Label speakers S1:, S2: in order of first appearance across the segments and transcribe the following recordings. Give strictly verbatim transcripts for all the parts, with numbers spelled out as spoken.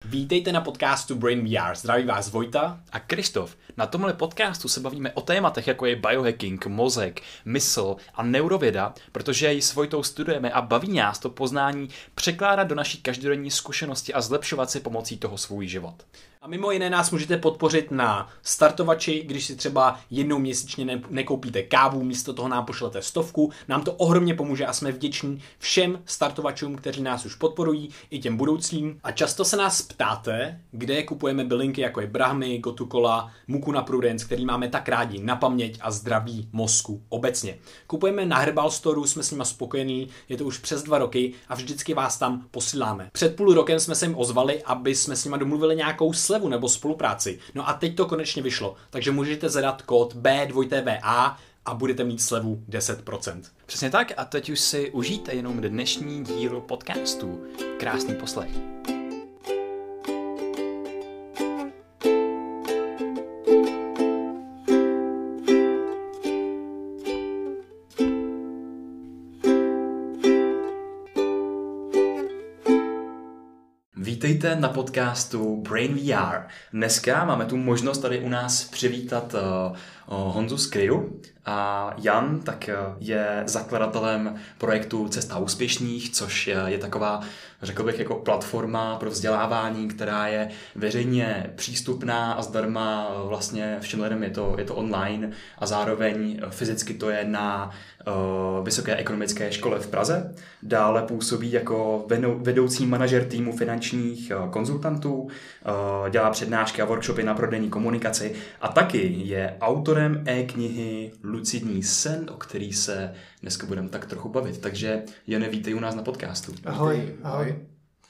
S1: Vítejte na podcastu Brain V R. Zdraví vás Vojta
S2: a Krištof. Na tomhle podcastu se bavíme o tématech, jako je biohacking, mozek, mysl a neurověda, protože ji s Vojtou studujeme a baví nás to poznání překládat do naší každodenní zkušenosti a zlepšovat si pomocí toho svůj život.
S1: A mimo jiné nás můžete podpořit na startovači, když si třeba jednou měsíčně ne- nekoupíte kávu, místo toho nám pošlete stovku, nám to ohromně pomůže a jsme vděční všem startovačům, kteří nás už podporují, i těm budoucím. A často se nás ptáte, kde kupujeme bylinky jako je Brahmy, Gotukola, Mucuna prudens, který máme tak rádi na paměť a zdraví mozku obecně. Kupujeme na Herbal Storeu, jsme s nima spokojení, je to už přes dva roky a vždycky vás tam posíláme. Před půl rokem jsme se jim ozvali, aby jsme s nima domluvili nějakou slevu nebo spolupráci. No a teď to konečně vyšlo, takže můžete zadat kód B dva V A a budete mít slevu deset procent.
S2: Přesně tak a teď už si užijte jenom dnešní díl podcastu. Krásný poslech. Vítejte na podcastu Brain V R. Dneska máme tu možnost tady u nás přivítat uh, uh, Honzu Skryju a Jan tak uh, je zakladatelem projektu Cesta úspěšných, což je, je taková, řekl bych, jako platforma pro vzdělávání, která je veřejně přístupná a zdarma vlastně všem lidem je to, je to online a zároveň fyzicky to je na uh, Vysoké ekonomické škole v Praze. Dále působí jako vedoucí manažer týmu finančních konzultantů, dělá přednášky a workshopy na prodejní komunikaci a taky je autorem e-knihy Lucidní sen, o který se dneska budeme tak trochu bavit. Takže Jane, vítej u nás na podcastu.
S3: Ahoj, ahoj.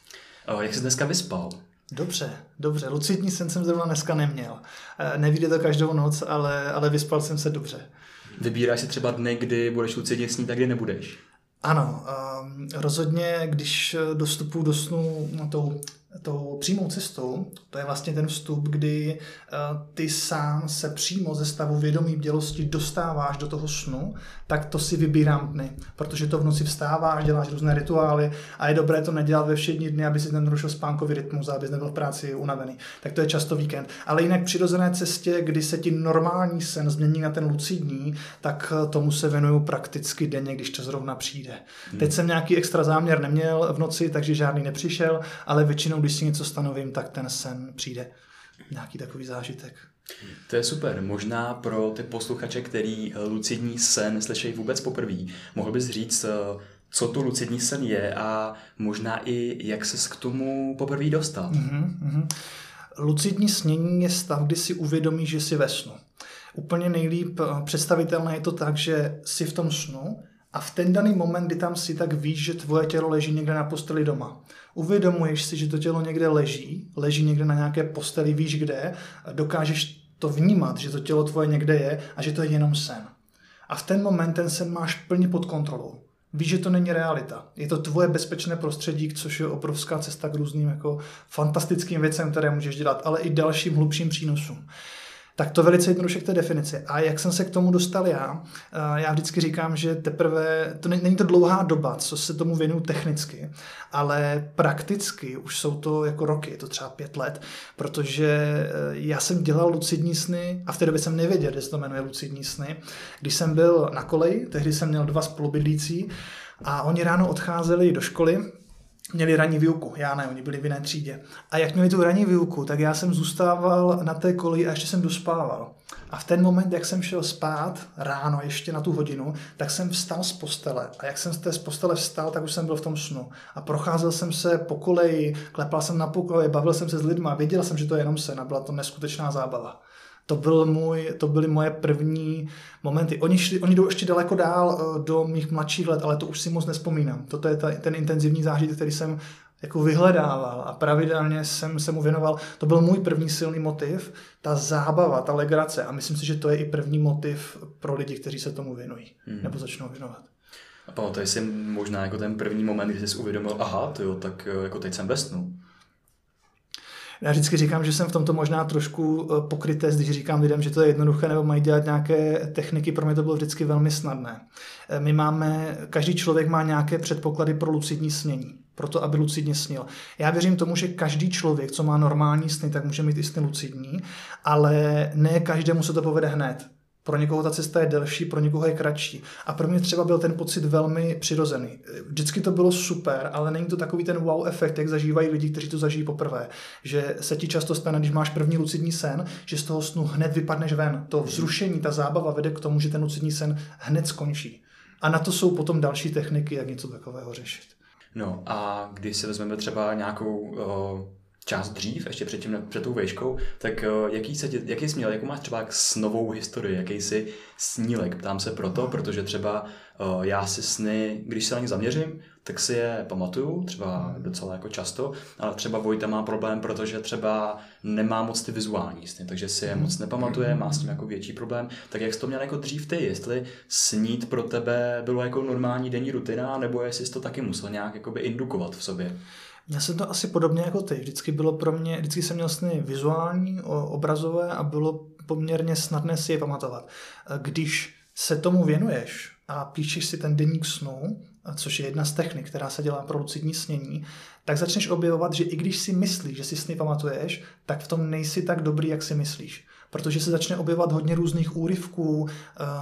S2: Jak jsi dneska vyspal?
S3: Dobře, dobře. Lucidní sen jsem zrovna dneska neměl. Nevíde to každou noc, ale, ale vyspal jsem se dobře.
S2: Vybíráš si třeba dny, kdy budeš lucidně snít a kdy nebudeš?
S3: Ano, um, rozhodně, když dostupuji do snu tou, tou přímou cestou, to je vlastně ten vstup, kdy uh, ty sám se přímo ze stavu vědomí bdělosti dostáváš do toho snu, tak to si vybírám dny, protože to v noci vstáváš, děláš různé rituály a je dobré to nedělat ve všední dny, aby si nenarušil spánkový rytmus a abys nebyl v práci unavený. Tak to je často víkend. Ale jinak přirozené cestě, kdy se ti normální sen změní na ten lucidní, tak tomu se věnuju prakticky denně, když to zrovna přijde. Hmm. Teď jsem nějaký extra záměr neměl v noci, takže žádný nepřišel, ale většinou, když si něco stanovím, tak ten sen přijde. Nějaký takový zážitek.
S2: To je super. Možná pro ty posluchače, který lucidní sen slyšejí vůbec poprvé, mohl bys říct, co to lucidní sen je a možná i jak ses k tomu poprvé dostal.
S3: Mm-hmm. Lucidní snění je stav, kdy si uvědomíš, že jsi ve snu. Úplně nejlíp představitelné je to tak, že jsi v tom snu a v ten daný moment, kdy tam jsi, tak víš, že tvoje tělo leží někde na posteli doma. Uvědomuješ si, že to tělo někde leží, leží někde na nějaké posteli, víš kde, dokážeš to vnímat, že to tělo tvoje někde je a že to je jenom sen. A v ten moment ten sen máš plně pod kontrolou. Víš, že to není realita. Je to tvoje bezpečné prostředí, což je obrovská cesta k různým jako fantastickým věcem, které můžeš dělat, ale i dalším hlubším přínosům. Tak to velice jednoduše k té definici. A jak jsem se k tomu dostal já? Já vždycky říkám, že teprve, to není to dlouhá doba, co se tomu věnuju technicky, ale prakticky už jsou to jako roky, je to třeba pět let, protože já jsem dělal lucidní sny a v té době jsem nevěděl, že se to jmenuje lucidní sny. Když jsem byl na koleji, tehdy jsem měl dva spolubydlící a oni ráno odcházeli do školy, měli ranní výuku, já ne, oni byli v jiné třídě. A jak měli tu ranní výuku, tak já jsem zůstával na té koleji a ještě jsem dospával. A v ten moment, jak jsem šel spát ráno ještě na tu hodinu, tak jsem vstal z postele. A jak jsem z té z postele vstal, tak už jsem byl v tom snu. A procházel jsem se po koleji, klepal jsem na pokoji, bavil jsem se s lidmi a věděl jsem, že to je jenom sen a byla to neskutečná zábava. To, byl můj, to byly moje první momenty. Oni, šli, oni jdou ještě daleko dál do mých mladších let, ale to už si moc nespomínám. Toto je ta, ten intenzivní zážitek, který jsem jako vyhledával a pravidelně jsem se mu věnoval. To byl můj první silný motiv, ta zábava, ta legrace. A myslím si, že to je i první motiv pro lidi, kteří se tomu věnují hmm. nebo začnou věnovat.
S2: A pamatuješ si možná jako ten první moment, kdy jsi uvědomil, aha, to jo, tak jako teď jsem ve snu.
S3: Já vždycky říkám, že jsem v tomto možná trošku pokrytec, když říkám lidem, že to je jednoduché nebo mají dělat nějaké techniky, pro mě to bylo vždycky velmi snadné. My máme, každý člověk má nějaké předpoklady pro lucidní snění, proto aby lucidně snil. Já věřím tomu, že každý člověk, co má normální sny, tak může mít i sny lucidní, ale ne každému se to povede hned. Pro někoho ta cesta je delší, pro někoho je kratší. A pro mě třeba byl ten pocit velmi přirozený. Vždycky to bylo super, ale není to takový ten wow efekt, jak zažívají lidi, kteří to zažijí poprvé. Že se ti často stane, když máš první lucidní sen, že z toho snu hned vypadneš ven. To vzrušení, ta zábava vede k tomu, že ten lucidní sen hned skončí. A na to jsou potom další techniky, jak něco takového řešit.
S2: No a když si vezmeme třeba nějakou uh, část dřív, ještě předtím před tou vejškou, tak uh, jaký, se tě, jaký jsi měl, jakou máš třeba snovou historii, jaký jsi snílek? Ptám se proto, protože třeba uh, já si sny, když se na ně zaměřím, tak si je pamatuju, třeba docela jako často, ale třeba Vojta má problém, protože třeba nemá moc ty vizuální sny, takže si je moc nepamatuje, má s tím jako větší problém. Tak jak jsi to měl jako dřív ty, jestli snít pro tebe bylo jako normální denní rutina, nebo jestli jsi to taky musel nějak jakoby indukovat v sobě?
S3: Já jsem to asi podobně jako ty. Vždycky bylo pro mě, vždycky jsem měl sny vizuální, obrazové a bylo poměrně snadné si je pamatovat. Když se tomu věnuješ a píšeš si ten deník snů, což je jedna z technik, která se dělá pro lucidní snění, tak začneš objevovat, že i když si myslíš, že si sny pamatuješ, tak v tom nejsi tak dobrý, jak si myslíš. Protože se začne objevovat hodně různých úryvků, uh,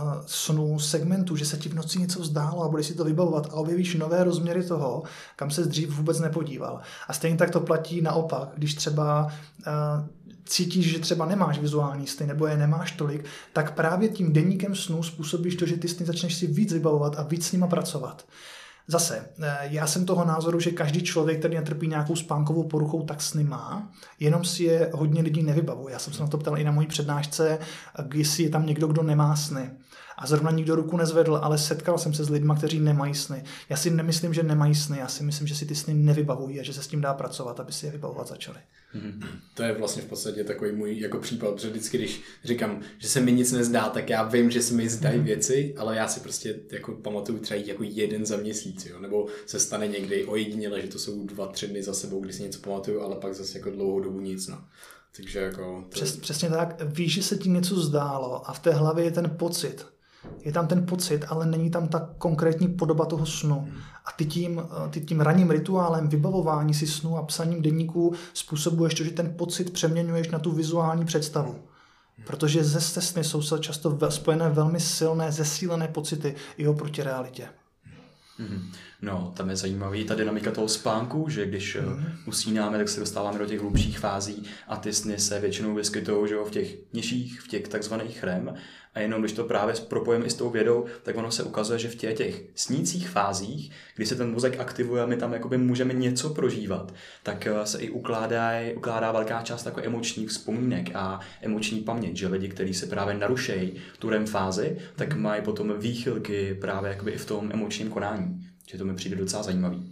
S3: snů, segmentů, že se ti v noci něco zdálo a budeš si to vybavovat a objevíš nové rozměry toho, kam se dřív vůbec nepodíval. A stejně tak to platí naopak, když třeba uh, cítíš, že třeba nemáš vizuální sny nebo je nemáš tolik, tak právě tím deníkem snů způsobíš to, že ty sny začneš si víc vybavovat a víc s nima pracovat. Zase, já jsem toho názoru, že každý člověk, který netrpí nějakou spánkovou poruchou, tak sny má, jenom si je hodně lidí nevybavuje. Já jsem se na to ptal i na mojí přednášce, jestli je tam někdo, kdo nemá sny. A zrovna nikdo ruku nezvedl, ale setkal jsem se s lidmi, kteří nemají sny. Já si nemyslím, že nemají sny, já si myslím, že si ty sny nevybavují a že se s tím dá pracovat, aby si je vybavovat začali.
S1: Hmm. To je vlastně v podstatě takový můj jako případ, protože vždycky, když říkám, že se mi nic nezdá, tak já vím, že se mi zdají věci, ale já si prostě jako pamatuju třeba jako jeden za měsíc, jo? Nebo se stane někdy ojediněle, že to jsou dva, tři dny za sebou, kdy si něco pamatuju, ale pak zase jako dlouhou dobu nic, no. Takže jako... To...
S3: Přes, přesně tak, víš, že se ti něco zdálo a v té hlavě je ten pocit. Je tam ten pocit, ale není tam ta konkrétní podoba toho snu. A ty tím, ty tím ranním rituálem vybavování si snu a psaním deníků způsobuješ to, že ten pocit přeměňuješ na tu vizuální představu. Protože ze sny jsou často spojené velmi silné, zesílené pocity i oproti realitě.
S2: Mm-hmm. No, tam je zajímavý ta dynamika toho spánku, že když mm-hmm. usínáme, tak se dostáváme do těch hlubších fází a ty sny se většinou vyskytují, že jo, v těch nižších, v těch takzvaných REM. A jenom když to právě propojíme i s tou vědou, tak ono se ukazuje, že v těch, těch snících fázích, kdy se ten mozek aktivuje a my tam jakoby můžeme něco prožívat, tak se i ukládá, ukládá velká část jako emočních vzpomínek a emoční paměť, že lidi, kteří se právě narušejí tu REM fázi, tak mají potom výchylky právě jakoby i v tom emočním konání. Že to mi přijde docela zajímavý.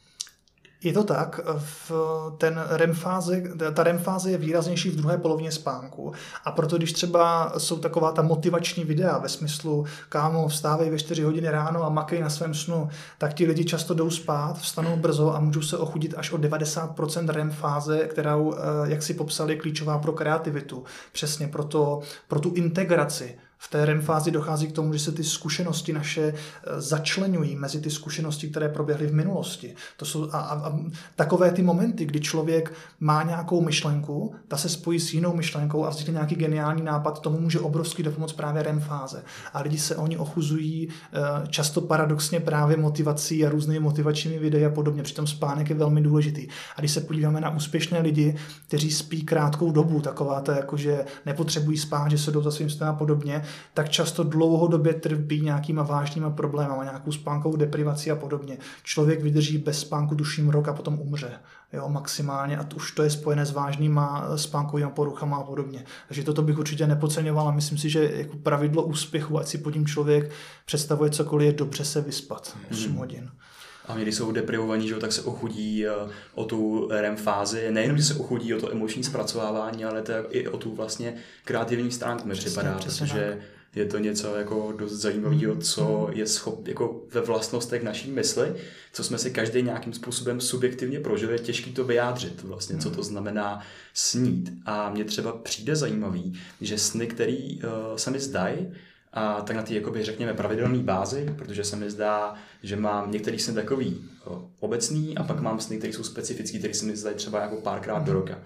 S3: Je to tak, v ten REM fáze, ta REM fáze je výraznější v druhé polovině spánku a proto když třeba jsou taková ta motivační videa ve smyslu kámo, vstávej ve čtyři hodiny ráno a makej na svém snu, tak ti lidi často jdou spát, vstanou brzo a můžou se ochudit až o devadesát procent REM fáze, kterou, jak si popsal, je klíčová pro kreativitu. Přesně proto, pro tu integraci. V té REM fázi dochází k tomu, že se ty zkušenosti naše začleňují mezi ty zkušenosti, které proběhly v minulosti. To jsou a, a, a takové ty momenty, kdy člověk má nějakou myšlenku, ta se spojí s jinou myšlenkou a vznikne nějaký geniální nápad, tomu může obrovsky dopomoct právě REM fáze. A lidi se oni ochuzují často paradoxně právě motivací a různými motivačními videi a podobně. Přitom spánek je velmi důležitý. A když se podíváme na úspěšné lidi, kteří spí krátkou dobu, taková to jako, že nepotřebují spát, že se jdou za svým snem a podobně, tak často dlouhodobě trpí nějakýma vážnýma problémama, nějakou spánkovou deprivací a podobně. Člověk vydrží bez spánku tuším rok a potom umře. Jo, maximálně a už to je spojené s vážnýma spánkovými poruchama a podobně. Takže toto bych určitě nepodceňoval a myslím si, že jako pravidlo úspěchu, ať si pod tím člověk představuje cokoliv, je dobře se vyspat osm hodin.
S2: A hlavně, když jsou deprivovaní, že, tak se ochudí o tu R E M fázi. Nejenom, že se ochudí o to emoční zpracovávání, ale to i o tu vlastně kreativní stránku mi připadá, protože je to něco jako dost zajímavého, co je schop, jako ve vlastnostech naší mysli, co jsme si každý nějakým způsobem subjektivně prožili, je těžký to vyjádřit vlastně, co to znamená snít. A mně třeba přijde zajímavý, že sny, který uh, se mi zdají, a tak na té, jakoby, řekněme, pravidelné bázi, protože se mi zdá, že mám některý sny takový uh, obecný a pak mám sny, které jsou specifický, které se mi zdají třeba jako párkrát do roka.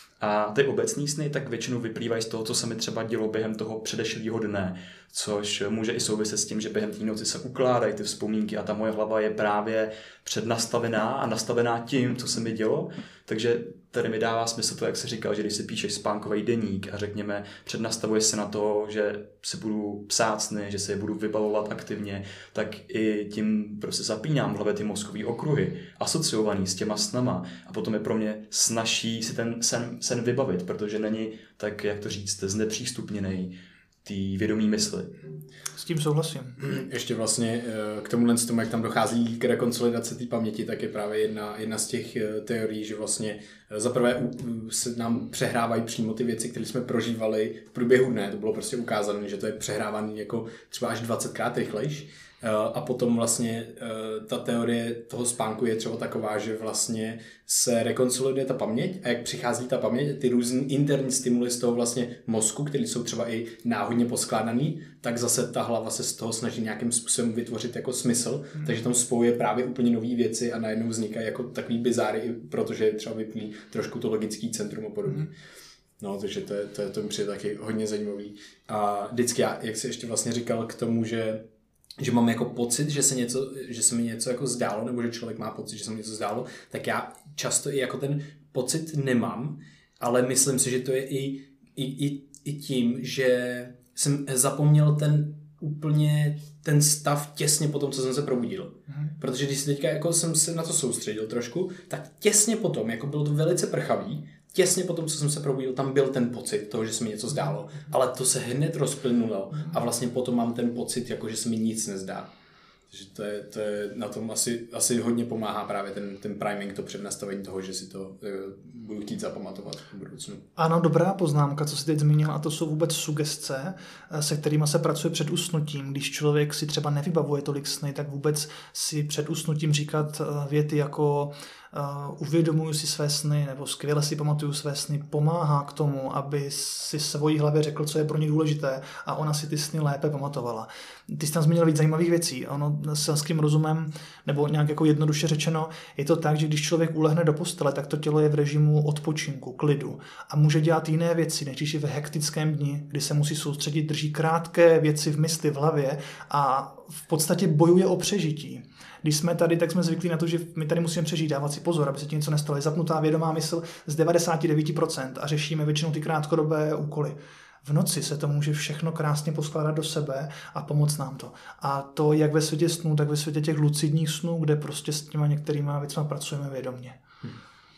S2: A ty obecní sny tak většinou vyplývají z toho, co se mi třeba dělo během toho předešlého dne, což může i souviset s tím, že během té noci se ukládají ty vzpomínky a ta moje hlava je právě přednastavená a nastavená tím, co se mi dělo. Takže tady mi dává smysl to, jak se říkal, že když si píšeš spánkový deník a řekněme, přednastavuješ se na to, že si budu psát sny, že se je budu vybavovat aktivně, tak i tím prostě zapínám v hlavě ty mozkové okruhy asociovaný s těma snama a potom je pro mě snazší si ten sen, sen vybavit, protože není tak, jak to říct, znepřístupněnej tý vědomí mysli.
S3: S tím souhlasím.
S1: Ještě vlastně k tomuhle tomu, jak tam dochází k rekonsolidaci té paměti, tak je právě jedna, jedna z těch teorií, že vlastně zaprvé se nám přehrávají přímo ty věci, které jsme prožívali v průběhu dne. To bylo prostě ukázané, že to je přehrávaný jako třeba až dvacetkrát rychlejš. A potom vlastně ta teorie toho spánku je třeba taková, že vlastně se rekonsoliduje ta paměť a jak přichází ta paměť, ty různý interní stimuly z toho vlastně mozku, které jsou třeba i náhodně poskládaný, tak zase ta hlava se z toho snaží nějakým způsobem vytvořit jako smysl, hmm. takže tam spojuje právě úplně nové věci a najednou vznikají jako takový bizáry, protože třeba vyplní trošku to logický centrum a podobně. Hmm. No, takže to, je, to, je, to mi přijde taky hodně zajímavý. A vždycky já, jak jsi ještě vlastně říkal k tomu, že že mám jako pocit, že se, něco, že se mi něco jako zdálo, nebo že člověk má pocit, že se mi něco zdálo, tak já často i jako ten pocit nemám, ale myslím si, že to je i, i, i, i tím, že jsem zapomněl ten úplně ten stav těsně po tom, co jsem se probudil. Mhm. Protože když si teďka jako jsem se na to soustředil trošku, tak těsně potom, jako bylo to velice prchavý, těsně po tom, co jsem se probudil, tam byl ten pocit toho, že se mi něco zdálo. Ale to se hned rozplynulo a vlastně potom mám ten pocit, jako že se mi nic nezdá. Takže to je, to je na tom asi, asi hodně pomáhá právě ten, ten priming, to přednastavení toho, že si to uh, budu chtít zapamatovat v budoucnu.
S3: Ano, dobrá poznámka, co jsi teď zmínil, a to jsou vůbec sugestce, se kterými se pracuje před usnutím. Když člověk si třeba nevybavuje tolik sny, tak vůbec si před usnutím říkat věty jako Uh, uvědomuju si své sny nebo skvěle si pamatuju své sny, pomáhá k tomu, aby si svojí hlavě řekl, co je pro ně důležité a ona si ty sny lépe pamatovala. Ty jsi tam zmínil víc zajímavých věcí. Ono s selským rozumem, nebo nějak jako jednoduše řečeno, je to tak, že když člověk ulehne do postele, tak to tělo je v režimu odpočinku, klidu a může dělat jiné věci, než když je v hektickém dni, kdy se musí soustředit, drží krátké věci v mysli, v hlavě a v podstatě bojuje o přežití. Když jsme tady, tak jsme zvyklí na to, že my tady musíme přežít, dávat si pozor, aby se ti něco nestalo. Je zapnutá vědomá mysl z devadesát devět procent a řešíme většinou ty krátkodobé úkoly. V noci se to může všechno krásně poskládat do sebe a pomoct nám to. A to jak ve světě snů, tak ve světě těch lucidních snů, kde prostě s těma některýma věcma pracujeme vědomě. Hmm.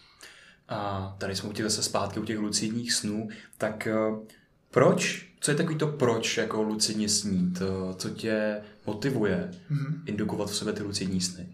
S2: A tady jsme chtěli se zpátky u těch lucidních snů, tak proč? Co je takový to proč jako lucidně snít? Co tě motivuje mm-hmm. indukovat v sebe ty lucidní sny?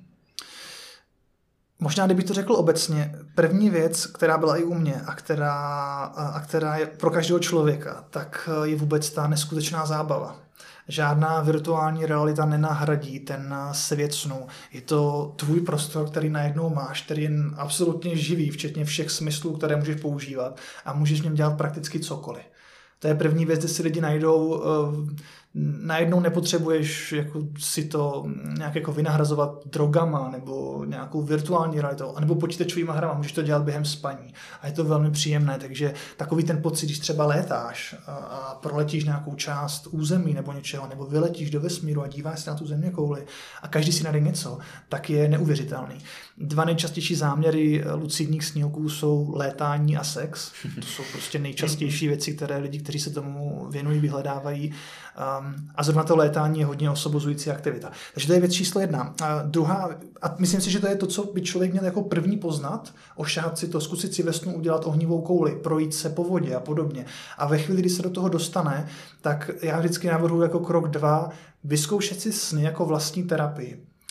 S3: Možná, kdybych to řekl obecně, první věc, která byla i u mě a která, a která je pro každého člověka, tak je vůbec ta neskutečná zábava. Žádná virtuální realita nenahradí ten svět snů. Je to tvůj prostor, který najednou máš, který je absolutně živý, včetně všech smyslů, které můžeš používat a můžeš v něm dělat prakticky cokoliv. To je první věc, kde si lidi najdou, najednou nepotřebuješ jako si to nějak jako vynahrazovat drogama nebo nějakou virtuální realitou, anebo počítačovýma hrama, můžeš to dělat během spaní. A je to velmi příjemné, takže takový ten pocit, když třeba létáš a proletíš nějakou část území nebo něčeho, nebo vyletíš do vesmíru a díváš se na tu zeměkouli a každý si najde něco, tak je neuvěřitelný. Dva nejčastější záměry lucidních snílků jsou létání a sex. To jsou prostě nejčastější věci, které lidi, kteří se tomu věnují, vyhledávají. Um, a zrovna to létání je hodně osobozující aktivita. Takže to je věc číslo jedna. A druhá, a myslím si, že to je to, co by člověk měl jako první poznat, ošahat si to, zkusit si ve snu udělat ohnivou kouli, projít se po vodě a podobně. A ve chvíli, kdy se do toho dostane, tak já vždycky navrhuji jako krok dva vyzkoušet si sny jako vlastní terapii.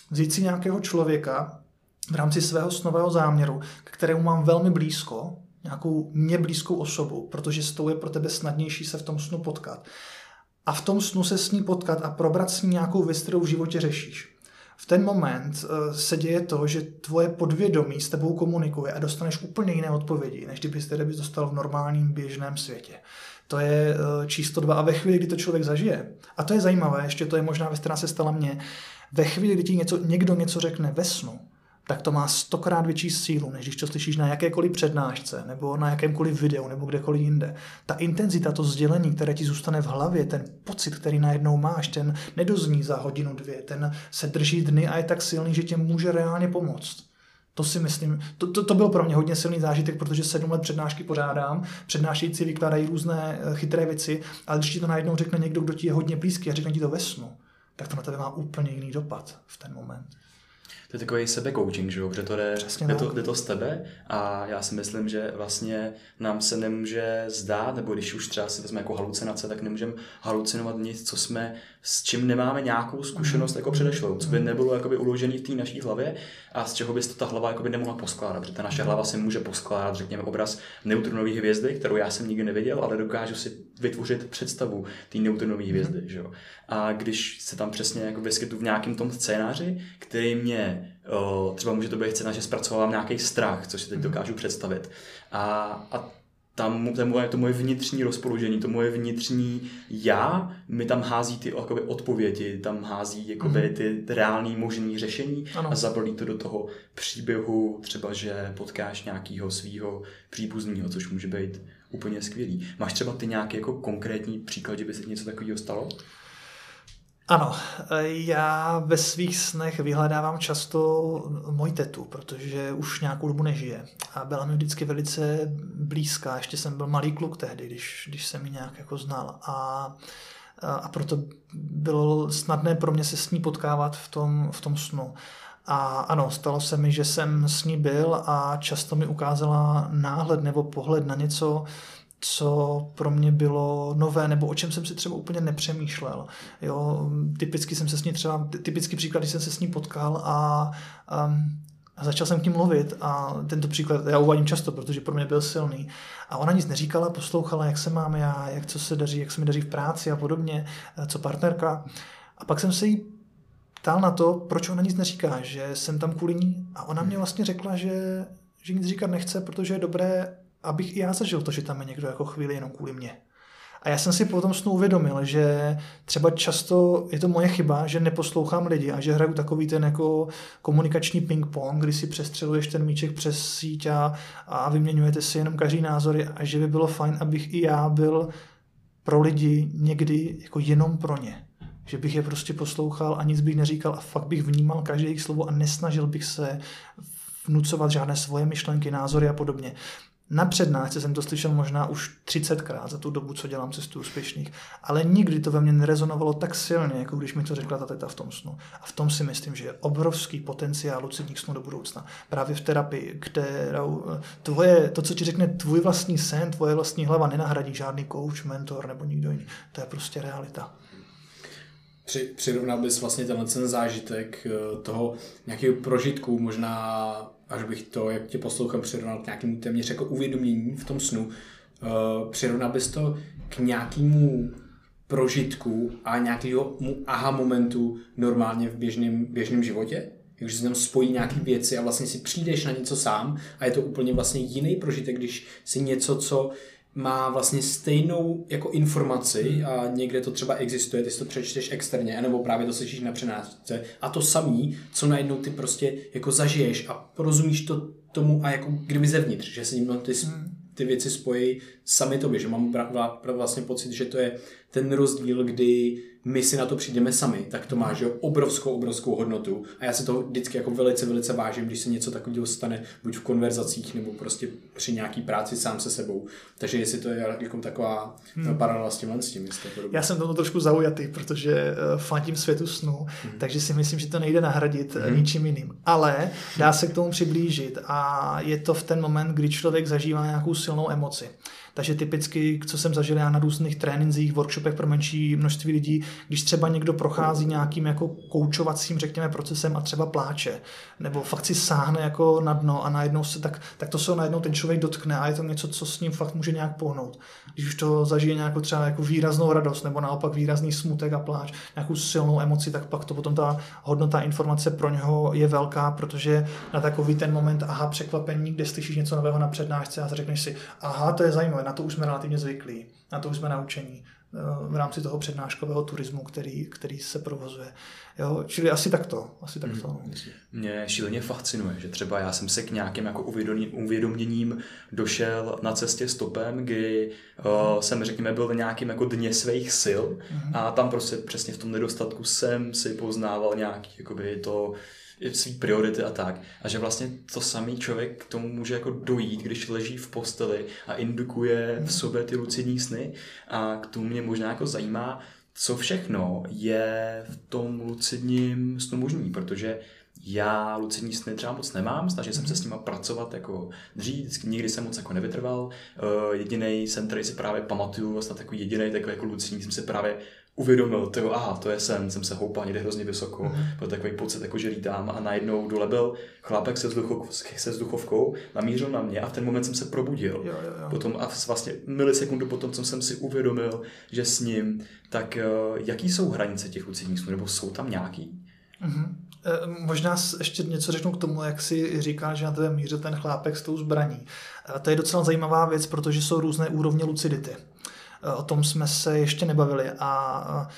S3: Vzít si nějakého člověka v rámci svého snového záměru, k kterému mám velmi blízko, nějakou mě blízkou osobu, protože s tou je pro tebe snadnější se v tom snu potkat. A v tom snu se s ní potkat a probrat s ní nějakou věc, kterou v životě řešíš. V ten moment se děje to, že tvoje podvědomí s tebou komunikuje a dostaneš úplně jiné odpovědi, než kdybys tedy bys dostal v normálním běžném světě. To je číslo dva. A ve chvíli, kdy to člověk zažije, a to je zajímavé, ještě to je možná věc, která se stala mně, ve chvíli, kdy ti něco, někdo něco řekne ve snu, tak to má stokrát větší sílu, než když to slyšíš na jakékoliv přednášce, nebo na jakémkoliv videu, nebo kdekoliv jinde. Ta intenzita, to sdělení, které ti zůstane v hlavě, ten pocit, který najednou máš, ten nedozní za hodinu, dvě, ten se drží dny a je tak silný, že tě může reálně pomoct. To si myslím, to, to, to byl pro mě hodně silný zážitek, protože sedm let přednášky pořádám, přednášející vykládají různé chytré věci, ale když ti to najednou řekne někdo, kdo ti je hodně blízký a řekne ti to ve snu, tak to na tebe má úplně jiný dopad v ten moment.
S2: To je takový sebecoaching, že jo? Protože to jde, jde, to, jde to z tebe a já si myslím, že vlastně nám se nemůže zdát, nebo když už třeba si vezme jako halucinace, tak nemůžeme halucinovat nic, co jsme, s čím nemáme nějakou zkušenost jako předešlou, co by nebylo jakoby uložený v té naší hlavě a z čeho by se ta hlava jakoby nemohla poskládat, protože ta naše hlava si může poskládat, řekněme, obraz neutronové hvězdy, kterou já jsem nikdy neviděl, ale dokážu si vytvořit představu té neutronové hvězdy, že jo? A když se tam přesně jako vyskytu v nějakém tom scénáři, který mě o, třeba může to být scénář, že zpracovávám nějaký strach, což si teď dokážu představit. A, a tam to moje, to moje vnitřní rozpoložení, to moje vnitřní já mi tam hází ty jakoby, odpovědi, tam hází jakoby, ty reální možný řešení ano. A zabalí to do toho příběhu, třeba, že potkáš nějakého svého příbuzného, což může být úplně skvělý. Máš třeba ty nějaký jako konkrétní příklad, že by se něco takového stalo?
S3: Ano, já ve svých snech vyhledávám často moji tetu, protože už nějakou dobu nežije. A byla mi vždycky velice blízká, ještě jsem byl malý kluk tehdy, když, když jsem ji nějak jako znal. A, a proto bylo snadné pro mě se s ní potkávat v tom, v tom snu. A ano, stalo se mi, že jsem s ní byl a často mi ukázala náhled nebo pohled na něco, co pro mě bylo nové, nebo o čem jsem si třeba úplně nepřemýšlel. Jo, typicky jsem se s ní třeba, typický příklad, když jsem se s ní potkal a, um, a začal jsem k ní mluvit a tento příklad já uvádím často, protože pro mě byl silný. A ona nic neříkala, poslouchala, jak se mám já, jak co se daří, jak se mi daří v práci a podobně, co partnerka. A pak jsem se jí ptal na to, proč ona nic neříká, že jsem tam kvůli ní. A ona mě vlastně řekla, že, že nic říkat nechce, protože je dobré, abych i já zažil to, že tam je někdo jako chvíli jenom kvůli mě. A já jsem si potom snu uvědomil, že třeba často je to moje chyba, že neposlouchám lidi a že hraju takový ten jako komunikační ping-pong, kdy si přestřeluješ ten míček přes síť a, a vyměňujete si jenom každý názory a že by bylo fajn, abych i já byl pro lidi někdy jako jenom pro ně. Že bych je prostě poslouchal a nic bych neříkal a fakt bych vnímal každé jejich slovo a nesnažil bych se vnucovat žádné svoje myšlenky, názory a podobně. Na přednášce jsem to slyšel možná už třicetkrát za tu dobu, co dělám cestu úspěšných, ale nikdy to ve mně nerezonovalo tak silně, jako když mi to řekla ta teta v tom snu. A v tom si myslím, že je obrovský potenciál lucidních snů do budoucna. Právě v terapii, kterou tvoje, to, co ti řekne tvůj vlastní sen, tvoje vlastní hlava, nenahradí žádný coach, mentor nebo nikdo jiný. To je prostě realita.
S1: Při, přirovnal bys vlastně tenhle ten zážitek toho nějakého prožitku, možná až bych to, jak tě poslouchám, přirovnal k nějakému téměř jako uvědomění v tom snu. Uh, přirovnal bys to k nějakému prožitku a nějakému aha momentu normálně v běžném, běžném životě? Takže se tam spojí nějaké věci a vlastně si přijdeš na něco sám a je to úplně vlastně jiný prožitek, když si něco, co má vlastně stejnou jako informaci a někde to třeba existuje, ty si to přečteš externě, nebo právě to slyšíš na přednášce a to samý, co najednou ty prostě jako zažiješ a porozumíš to tomu a jako kdyby zevnitř, že se jim ty, ty věci spojí sami tobě, že mám vlastně pocit, že to je ten rozdíl, kdy my si na to přijdeme sami, tak to má, že obrovskou, obrovskou hodnotu a já si to vždycky jako velice, velice vážím, když se něco takového stane, buď v konverzacích, nebo prostě při nějaký práci sám se sebou. Takže jestli to je jako taková hmm. paralela s tímhle s tím.
S3: Já jsem tomu trošku zaujatý, protože fandím světu snu, hmm. takže si myslím, že to nejde nahradit hmm. ničím jiným. Ale dá se k tomu přiblížit a je to v ten moment, kdy člověk zažívá nějakou silnou emoci. Takže typicky, co jsem zažil já na různých trénincích, workshopech pro menší množství lidí, když třeba někdo prochází nějakým jako koučovacím, řekněme, procesem a třeba pláče, nebo fakt si sáhne jako na dno a najednou se tak, tak to se najednou ten člověk dotkne a je to něco, co s ním fakt může nějak pohnout. Když už to zažije nějakou třeba jako výraznou radost nebo naopak výrazný smutek a pláč, nějakou silnou emoci, tak pak to potom ta hodnota informace pro něho je velká, protože na takový ten moment, aha, překvapení, kde slyšíš něco nového na přednášce a řekneš si, aha, to je zajímavé, na to už jsme relativně zvyklí, na to už jsme naučení v rámci toho přednáškového turismu, který, který se provozuje. Jo? Čili asi takto. Asi takto.
S2: Hmm. Mě šíleně fascinuje, že třeba já jsem se k nějakým jako uvědoměním došel na cestě stopem, kdy uh, jsem, řekněme, byl na nějakým jako dně svých sil hmm. a tam prostě přesně v tom nedostatku jsem si poznával nějaký jakoby to svý priority a tak. A že vlastně to samý člověk k tomu může jako dojít, když leží v posteli a indukuje v sobě ty lucidní sny. A k tomu mě možná jako zajímá, co všechno je v tom lucidním snu možný, protože já lucidní sny třeba moc nemám, snažil jsem se s nima pracovat jako dřív, nikdy jsem moc jako nevytrval. Uh, jedinej jsem, který si právě pamatuju, vlastně takový jedinej takový jako lucidní jsem si právě uvědomil, tyjo, aha, to je sen, jsem se houpal někde hrozně vysoko, mm-hmm. byl takový pocit, jako že lítám a najednou dole byl chlápek se, vzduchov, se vzduchovkou, namířil na mě a v ten moment jsem se probudil. Jo, jo, jo. Potom a vlastně milisekundu potom, co jsem si uvědomil, že s ním, tak jaký jsou hranice těch lucidních snů, nebo jsou tam nějaký?
S3: Mm-hmm. E, možná ještě něco řeknu k tomu, jak si říká, že na tebe mířil ten chlápek s tou zbraní. E, to je docela zajímavá věc, protože jsou různé úrovně lucidity. O tom jsme se ještě nebavili a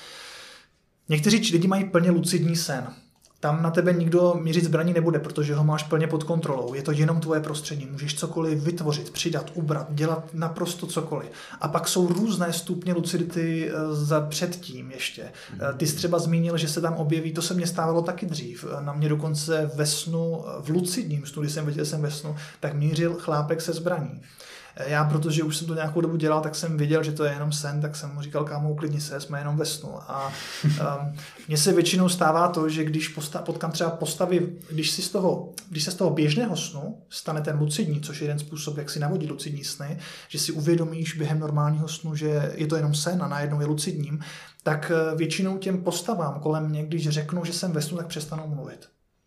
S3: někteří lidi mají plně lucidní sen. Tam na tebe nikdo mířit zbraní nebude, protože ho máš plně pod kontrolou. Je to jenom tvoje prostředí. Můžeš cokoliv vytvořit, přidat, ubrat, dělat naprosto cokoliv. A pak jsou různé stupně lucidity za předtím ještě. Ty jsi třeba zmínil, že se tam objeví, to se mně stávalo taky dřív. Na mě dokonce ve snu, v lucidním snu, když jsem viděl jsem ve snu, tak mířil chlápek se zbraní. Já, protože už jsem to nějakou dobu dělal, tak jsem viděl, že to je jenom sen, tak jsem mu říkal, kámo, uklidni se, jsme jenom ve snu. A um, mně se většinou stává to, že když posta- potkám třeba postavy, když, si z toho, když se z toho běžného snu stane ten lucidní, což je jeden způsob, jak si navodit lucidní sny, že si uvědomíš během normálního snu, že je to jenom sen a najednou je lucidním, tak většinou těm postavám kolem mě, když řeknu, že jsem ve snu, tak přestanou mluvit.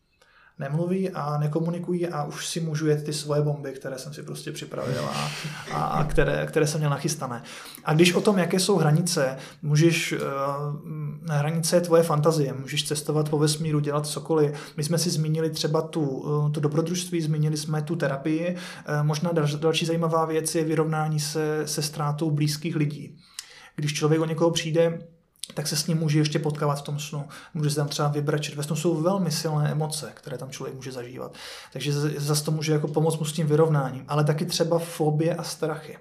S3: Nemluví a nekomunikují a už si můžu jet ty svoje bomby, které jsem si prostě připravil a, a, a které, které jsem měl nachystané. A když o tom, jaké jsou hranice, můžeš, uh, hranice je tvoje fantazie, můžeš cestovat po vesmíru, dělat cokoliv. My jsme si zmínili třeba tu, uh, tu dobrodružství, zmínili jsme tu terapii. Uh, možná dal, další zajímavá věc je vyrovnání se, se ztrátou blízkých lidí. Když člověk o někoho přijde, tak se s ním může ještě potkávat v tom snu. Může se tam třeba vybrečet. Ve snu jsou velmi silné emoce, které tam člověk může zažívat. Takže zase to může jako pomoct mu s tím vyrovnáním. Ale taky třeba fobie a strachy.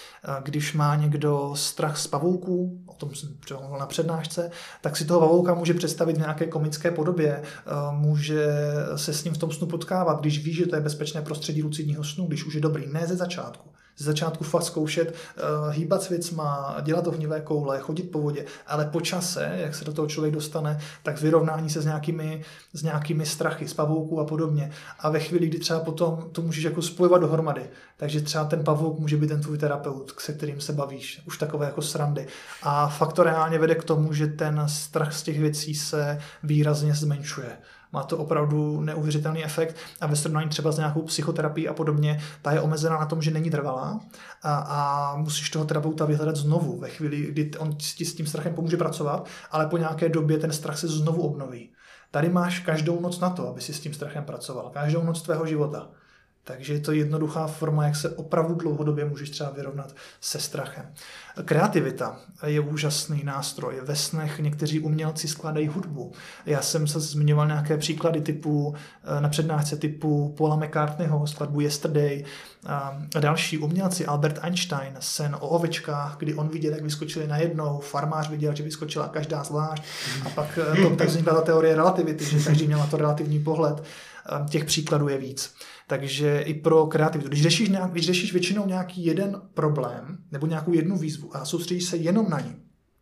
S3: Když má někdo strach z pavouků, o tom jsem třeba mluvil na přednášce, tak si toho pavouka může představit v nějaké komické podobě, může se s ním v tom snu potkávat, když ví, že to je bezpečné prostředí lucidního snu, když už je dobrý, ne ze začátku. Ze začátku fakt zkoušet uh, hýbat s věcma, dělat ohnivé koule, chodit po vodě, ale po čase, jak se do toho člověk dostane, tak vyrovnání se s nějakými, s nějakými strachy, z pavouků a podobně. A ve chvíli, kdy třeba potom to můžeš jako spojovat dohromady, takže třeba ten pavouk může být ten tvůj terapeut, se kterým se bavíš, už takové jako srandy. A fakt to reálně vede k tomu, že ten strach z těch věcí se výrazně zmenšuje. Má to opravdu neuvěřitelný efekt a ve srovnání třeba s nějakou psychoterapií a podobně, ta je omezená na tom, že není trvalá a, a musíš toho terapeuta vyhledat znovu ve chvíli, kdy on ti s tím strachem pomůže pracovat, ale po nějaké době ten strach se znovu obnoví. Tady máš každou noc na to, aby si s tím strachem pracoval, každou noc tvého života. Takže je to jednoduchá forma, jak se opravdu dlouhodobě můžeš třeba vyrovnat se strachem. Kreativita je úžasný nástroj. Ve snech někteří umělci skládají hudbu. Já jsem se zmiňoval nějaké příklady typu na přednášce typu Paula McCartneyho, skladbu Yesterday a další umělci, Albert Einstein, sen o ovečkách, kdy on viděl, jak vyskočili najednou, farmář viděl, že vyskočila každá zvlášť a pak to, tak vznikla ta teorie relativity, že každý měl na to relativní pohled. Těch příkladů je víc. Takže i pro kreativitu. Když řešíš, nějak, když řešíš většinou nějaký jeden problém nebo nějakou jednu výzvu a soustředíš se jenom na ní,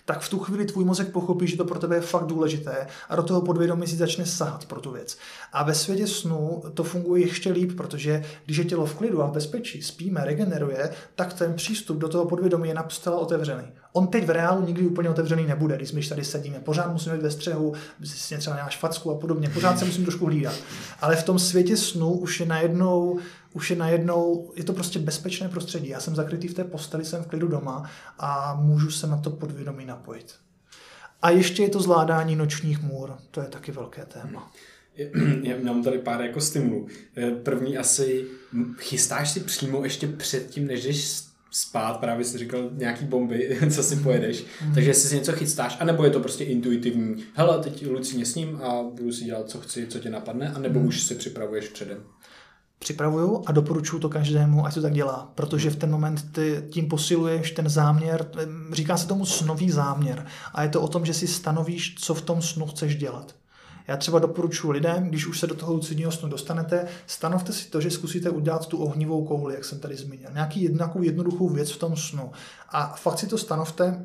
S3: tak v tu chvíli tvůj mozek pochopí, že to pro tebe je fakt důležité a do toho podvědomí si začne sahat pro tu věc. A ve světě snu to funguje ještě líp, protože když je tělo v klidu a v bezpečí, spíme, regeneruje, tak ten přístup do toho podvědomí je naprosto otevřený. On teď v reálu nikdy úplně otevřený nebude, když my tady sedíme. Pořád musíme být ve střehu, si třeba nějak facku a podobně. Pořád se musím trošku hlídat. Ale v tom světě snu už je najednou, už je najednou, je to prostě bezpečné prostředí. Já jsem zakrytý v té posteli, jsem v klidu doma a můžu se na to podvědomí napojit. A ještě je to zvládání nočních můr. To je taky velké téma.
S1: Já mám tady pár jako stimulů. První asi, chystáš si přímo ještě předtím, než jdeš spát, právě jsi říkal nějaký bomby, co si pojedeš. Mm. Takže jestli si něco chystáš, anebo je to prostě intuitivní. Hele, teď Lucině s ním a budu si dělat, co chci, co tě napadne, anebo mm. už si připravuješ předem.
S3: Připravuju a doporučuji to každému, ať to tak dělá, protože v ten moment ty tím posiluješ ten záměr, říká se tomu snový záměr a je to o tom, že si stanovíš, co v tom snu chceš dělat. Já třeba doporučuji lidem, když už se do toho lucidního snu dostanete, stanovte si to, že zkusíte udělat tu ohnivou kouli, jak jsem tady zmínil. Nějaký jednakou jednoduchou věc v tom snu. A fakt si to stanovte,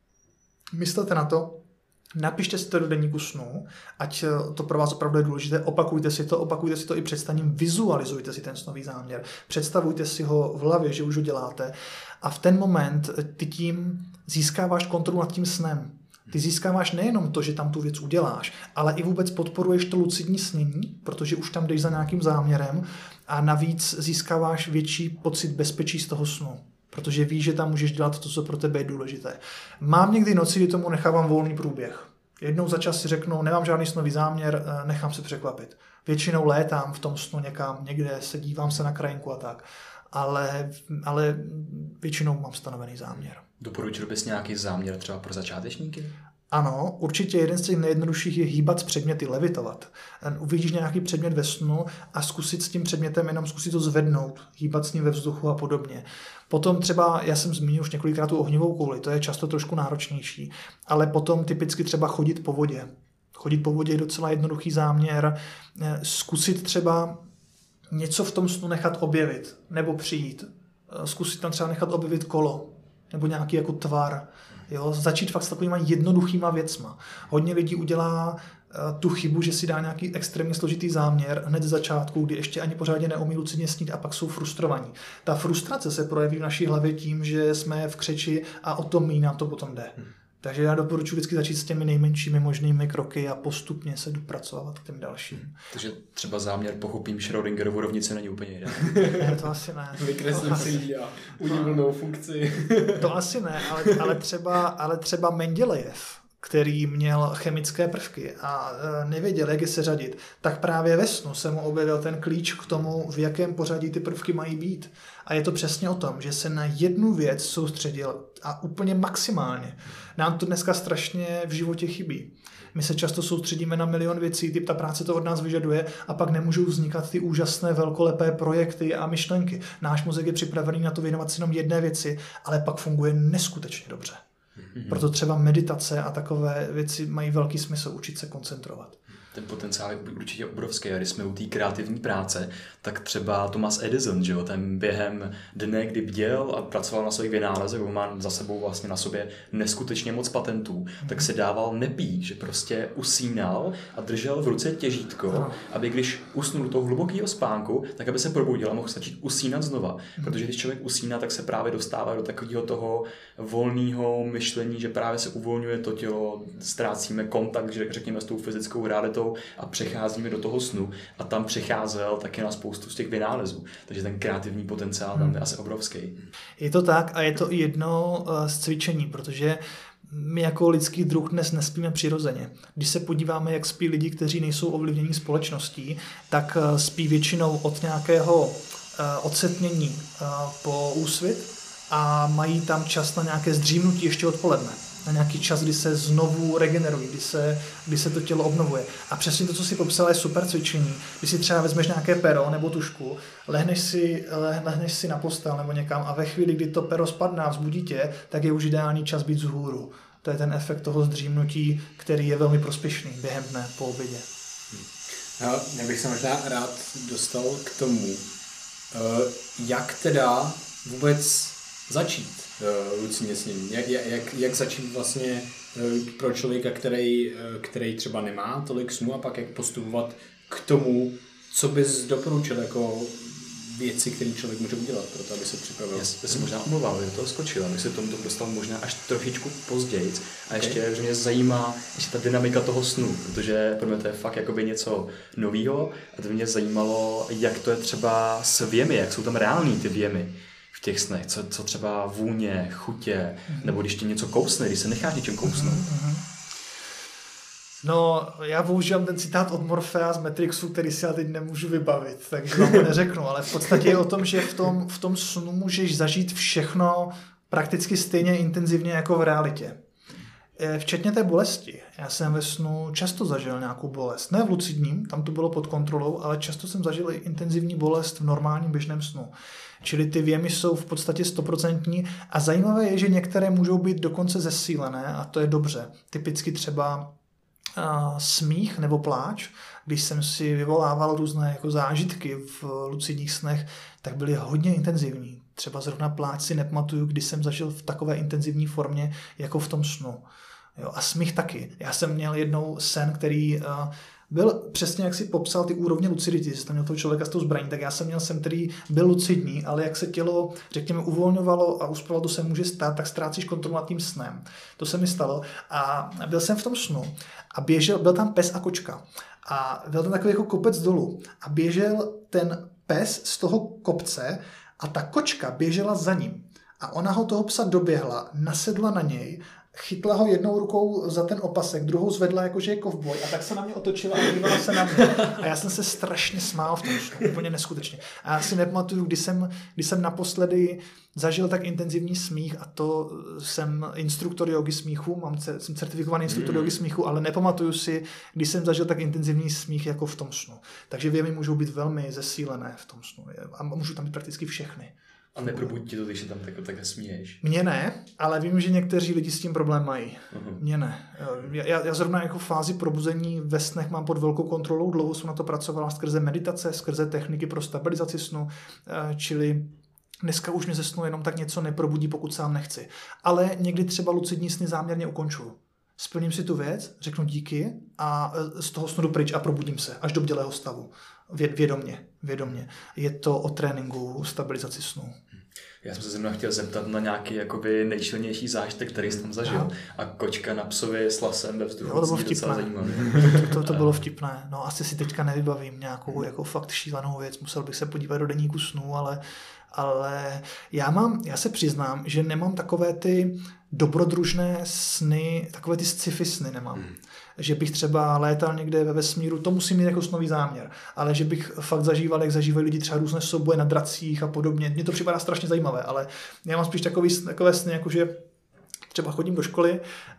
S3: myslete na to, napište si to do deníku snu, ať to pro vás opravdu je důležité, opakujte si to, opakujte si to i před staním, vizualizujte si ten snový záměr, představujte si ho v hlavě, že už ho děláte a v ten moment ty tím získáváš kontrolu nad tím snem. Ty získáváš nejenom to, že tam tu věc uděláš, ale i vůbec podporuješ to lucidní snění, protože už tam jdeš za nějakým záměrem a navíc získáváš větší pocit bezpečí z toho snu, protože víš, že tam můžeš dělat to, co pro tebe je důležité. Mám někdy noci, kdy tomu nechávám volný průběh. Jednou za čas si řeknu, nemám žádný snový záměr, nechám se překvapit. Většinou létám v tom snu někam, někde se dívám se na krajinku a tak, ale, ale většinou mám stanovený záměr.
S2: Doporučil bys nějaký záměr třeba pro začátečníky?
S3: Ano, určitě jeden z těch nejjednodušších je hýbat s předměty, levitovat. Uvidíš nějaký předmět ve snu a zkusit s tím předmětem jenom zkusit to zvednout, hýbat s ním ve vzduchu a podobně. Potom třeba, já jsem zmínil už několikrát tu ohnivou kouli, to je často trošku náročnější, ale potom typicky třeba chodit po vodě. Chodit po vodě je docela jednoduchý záměr, zkusit třeba něco v tom snu nechat objevit nebo přijít. Zkusit tam třeba nechat objevit kolo nebo nějaký jako tvar. Jo? Začít fakt s takovýma jednoduchýma věcma. Hodně lidí udělá uh, tu chybu, že si dá nějaký extrémně složitý záměr hned z začátku, kdy ještě ani pořádně neumí lucidně snít a pak jsou frustrovaní. Ta frustrace se projeví v naší hlavě tím, že jsme v křeči a o tom míň nám to potom jde. Hmm. Takže já doporučuji vždycky začít s těmi nejmenšími možnými kroky a postupně se dopracovat k těm dalším. Hmm.
S2: Takže třeba záměr pochopím Schrödingerovu rovnici není úplně ideální.
S3: Ne, to asi ne.
S1: Vykreslím si ji a udílnou funkci.
S3: To asi ne, ale, ale, třeba, ale třeba Mendelejev, který měl chemické prvky a nevěděl, jak je seřadit, tak právě ve snu se mu objevil ten klíč k tomu, v jakém pořadí ty prvky mají být. A je to přesně o tom, že se na jednu věc soustředil a úplně maximálně. Nám to dneska strašně v životě chybí. My se často soustředíme na milion věcí, typ ta práce to od nás vyžaduje a pak nemůžou vznikat ty úžasné velkolepé projekty a myšlenky. Náš mozek je připravený na to věnovat si jenom jedné věci, ale pak funguje neskutečně dobře. Mm-hmm. Proto třeba meditace a takové věci mají velký smysl učit se koncentrovat.
S2: Ten potenciál je určitě obrovský. A když jsme u té kreativní práce, tak třeba Thomas Edison, že jo, ten během dne, kdy bděl a pracoval na svých vynálezech, má za sebou vlastně na sobě neskutečně moc patentů, mm. tak se dával nepít, že prostě usínal a držel v ruce těžítko, no. aby když usnul do toho hlubokého spánku, tak aby se probudil a mohl začít usínat znova. Mm. Protože když člověk usíná, tak se právě dostává do takového toho volného myšlení, že právě se uvolňuje to tělo, ztrácíme kontakt, že řekněme, s tou fyzickou realitou a přecházíme do toho snu a tam přecházel taky na spoustu z těch vynálezů. Takže ten kreativní potenciál tam je asi obrovský.
S3: Je to tak a je to i jedno z cvičení, protože my jako lidský druh dnes nespíme přirozeně. Když se podíváme, jak spí lidi, kteří nejsou ovlivněni společností, tak spí většinou od nějakého odsetmění po úsvit a mají tam čas na nějaké zdřímnutí ještě odpoledne. Na nějaký čas, kdy se znovu regenerují, kdy se, kdy se to tělo obnovuje. A přesně to, co si popsala, je super cvičení. Když si třeba vezmeš nějaké pero nebo tušku, lehneš si, lehneš si na postel nebo někam a ve chvíli, kdy to pero spadne a vzbudí tě, tak je už ideální čas být vzhůru. To je ten efekt toho zdřímnutí, který je velmi prospěšný během dne po obědě.
S1: Já bych se možná rád dostal k tomu, jak teda vůbec začít uh, lucidně snění? Jak, jak, jak začít vlastně uh, pro člověka, který, uh, který třeba nemá tolik snů a pak jak postupovat k tomu, co bys doporučil jako věci, které člověk může udělat pro to, aby se připravil?
S2: Já se možná omlouvám, že to skočil, abych se tomu to dostal možná až trošičku později. A
S1: okay.
S2: ještě mě zajímá ještě ta dynamika toho snu, protože pro mě to je fakt jakoby něco novýho a to mě zajímalo, jak to je třeba s věmy, jak jsou tam reální ty věmy v těch snech, co, co třeba vůně, chutě, mm-hmm. nebo když ti něco kousne, když se necháš něčem kousnout. Mm-hmm.
S3: No, já používám ten citát od Morfea z Matrixu, který si já teď nemůžu vybavit, takže vám to neřeknu, ale v podstatě je o tom, že v tom, v tom snu můžeš zažít všechno prakticky stejně intenzivně jako v realitě. Včetně té bolesti. Já jsem ve snu často zažil nějakou bolest. Ne v lucidním, tam to bylo pod kontrolou, ale často jsem zažil i intenzivní bolest v normálním běžném snu. Čili ty věmy jsou v podstatě stoprocentní a zajímavé je, že některé můžou být dokonce zesílené a to je dobře. Typicky třeba Uh, smích nebo pláč, když jsem si vyvolával různé jako zážitky v lucidních snech, tak byly hodně intenzivní. Třeba zrovna pláč si nepamatuju, kdy jsem zažil v takové intenzivní formě, jako v tom snu. Jo, a smích taky. Já jsem měl jednou sen, který uh, byl přesně, jak si popsal ty úrovně lucidity, že jsem měl toho člověka s tou zbraní, tak já jsem měl sen, který byl lucidní, ale jak se tělo, řekněme, uvolňovalo a uspalo, to se může stát, tak ztrácíš kontrolu nad tím snem. To se mi stalo a byl jsem v tom snu a běžel, byl tam pes a kočka a byl tam takový jako kopec dolů a běžel ten pes z toho kopce a ta kočka běžela za ním a ona ho toho psa doběhla, nasedla na něj, chytla ho jednou rukou za ten opasek, druhou zvedla, jakože je kovboj a tak se na mě otočila a dívala se na mě. A já jsem se strašně smál v tom snu, úplně neskutečně. A já si nepamatuju, kdy jsem, kdy jsem naposledy zažil tak intenzivní smích a to jsem instruktor jogy smíchu, mám, jsem certifikovaný instruktor jogy smíchu, ale nepamatuju si, kdy jsem zažil tak intenzivní smích jako v tom snu. Takže věmy můžou být velmi zesílené v tom snu a můžou tam být prakticky všechny.
S2: A neprobudí ti to, když se tam tak, takhle směješ?
S3: Mně ne, ale vím, že někteří lidi s tím problém mají. Uh-huh. Mně ne. Já, já zrovna jako fázi probuzení ve snech mám pod velkou kontrolou, dlouho jsem na to pracovala skrze meditace, skrze techniky pro stabilizaci snu, čili dneska už mě ze snu jenom tak něco neprobudí, pokud sám nechci. Ale někdy třeba lucidní sny záměrně ukončuju. Splním si tu věc, řeknu díky a z toho snu jdu pryč a probudím se až do bdělého stavu. Vědomě, vědomě. Je to o tréninku stabilizaci snu.
S2: Já jsem se zrovna chtěl zeptat na nějaký jakoby nejsilnější zážitek, který jsem tam zažil. Aha. A kočka na psovi s lasem ve vzduchu.
S3: Jo, to bylo vtipné. To, to, to bylo vtipné. No asi si teďka nevybavím nějakou jako fakt šílenou věc. Musel bych se podívat do deníku snů, ale, ale já mám, já se přiznám, že nemám takové ty dobrodružné sny, takové ty sci-fi sny nemám. Hmm. Že bych třeba létal někde ve vesmíru, to musím mít jako snový záměr, ale že bych fakt zažíval, jak zažívají lidi třeba různé souboje na dracích a podobně. Mně to připadá strašně zajímavé, ale já mám spíš takový, takové sny, jako že třeba chodím do školy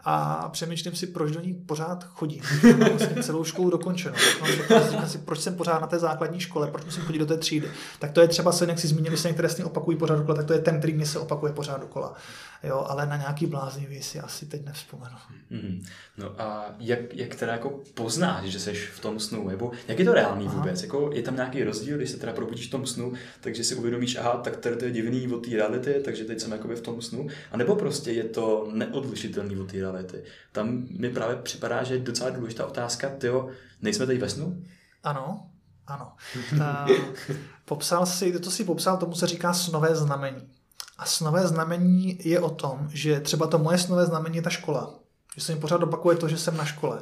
S3: a přemýšlím si, proč do ní pořád chodím. Mám vlastně celou školu dokončenou. Říkám si, proč jsem pořád na té základní škole, proč musím chodit do té třídy. Tak to je třeba sen, jak si zmínili se některé sny opakují pořád dokola, tak to je ten, který mě se opakuje pořád dokola. Jo, ale na nějaký bláznivý si asi teď nevzpomenu.
S2: Mm-hmm. No a jak, jak teda jako poznáš, že jsi v tom snu, nebo jak je to reálný aha. vůbec? Jako je tam nějaký rozdíl, když se teda probudíš v tom snu, takže si uvědomíš, aha, tak tady to je divný od té reality, takže teď jsem jakoby v tom snu, a nebo prostě je to neodlišitelný od té reality. Tam mi právě připadá, že je docela důležitá otázka, tyjo, nejsme teď ve snu?
S3: Ano, ano. uh, popsal si, to si popsal, tomu se říká snové znamení. A snové znamení je o tom, že třeba to moje snové znamení je ta škola. Že se mi pořád opakuje to, že jsem na škole.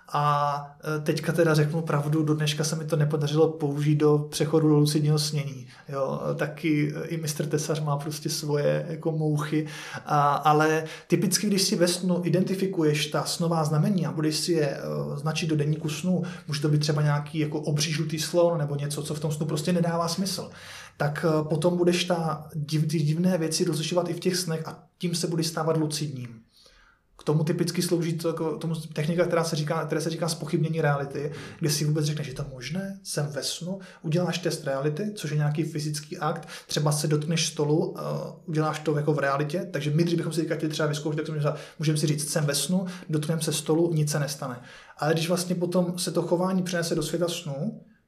S3: A teďka teda řeknu pravdu, do dneška se mi to nepodařilo použít do přechodu do lucidního snění. Jo, taky i mistr Tesař má prostě svoje jako mouchy, a, ale typicky, když si ve snu identifikuješ ta snová znamení a budeš si je uh, značit do deníku snu, může to být třeba nějaký jako obří žlutý slon nebo něco, co v tom snu prostě nedává smysl, tak uh, potom budeš ta div, ty divné věci rozlišovat i v těch snech a tím se budeš stávat lucidním. K tomu typicky slouží to, jako, tomu technika, která se říká, která se říká zpochybnění reality, kde si vůbec řekneš, že je to možné, jsem ve snu, uděláš test reality, což je nějaký fyzický akt, třeba se dotkneš stolu, uh, uděláš to jako v realitě, takže my, když bychom si chtěli třeba vyzkoušet, tak můžeme si říct, jsem ve snu, dotkneme se stolu, nic se nestane. Ale když vlastně potom se to chování přenese do světa snu,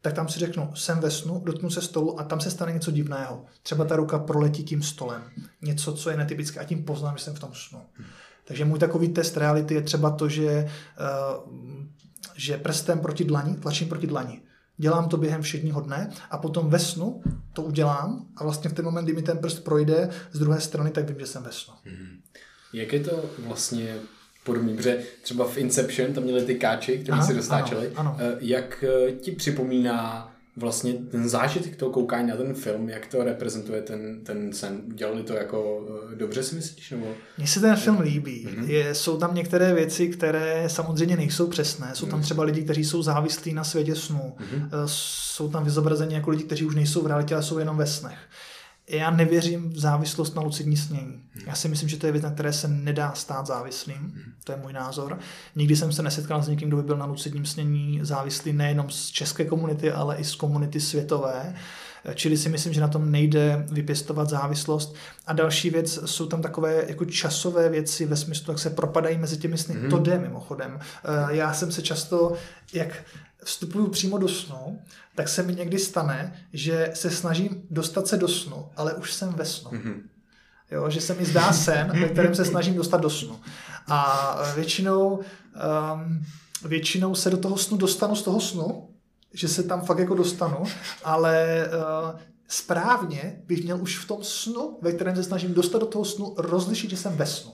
S3: tak tam si řeknu, jsem ve snu, dotknu se stolu a tam se stane něco divného. Třeba ta ruka proletí tím stolem. Něco, co je netypické a tím poznám, že jsem v tom snu. Takže můj takový test reality je třeba to, že, uh, že prstem proti dlani, tlačím proti dlani. Dělám to během všedního dne a potom ve snu to udělám a vlastně v ten moment, kdy mi ten prst projde z druhé strany, tak vím, že jsem ve snu.
S1: Hmm. Jak je to vlastně podobný, protože třeba v Inception tam měli ty káči, které si dostáčeli.
S3: Ano, ano.
S1: Jak ti připomíná vlastně ten zážitek toho koukání na ten film, jak to reprezentuje ten, ten sen? Dělali to jako dobře, si myslíš? Nebo...
S3: Mně se ten film líbí.
S1: Mm-hmm.
S3: Je, jsou tam některé věci, které samozřejmě nejsou přesné. Jsou tam třeba lidi, kteří jsou závislí na světě snů. Mm-hmm. Jsou tam vyzobrazeni jako lidi, kteří už nejsou v realitě, ale jsou jenom ve snech. Já nevěřím v závislost na lucidní snění. Já si myslím, že to je věc, na které se nedá stát závislým. To je můj názor. Nikdy jsem se nesetkal s někým, kdo by byl na lucidním snění závislý nejenom z české komunity, ale i z komunity světové. Čili si myslím, že na tom nejde vypěstovat závislost. A další věc, jsou tam takové jako časové věci ve smyslu, jak se propadají mezi těmi sny. Mm. To jde mimochodem. Já jsem se často, jak vstupuju přímo do snu, tak se mi někdy stane, že se snažím dostat se do snu, ale už jsem ve snu. Mm-hmm. Jo, že se mi zdá sen, ve kterém se snažím dostat do snu. A většinou, um, většinou se do toho snu dostanu z toho snu, že se tam fakt jako dostanu, ale uh, správně bych měl už v tom snu, ve kterém se snažím dostat do toho snu, rozlišit, že jsem ve snu.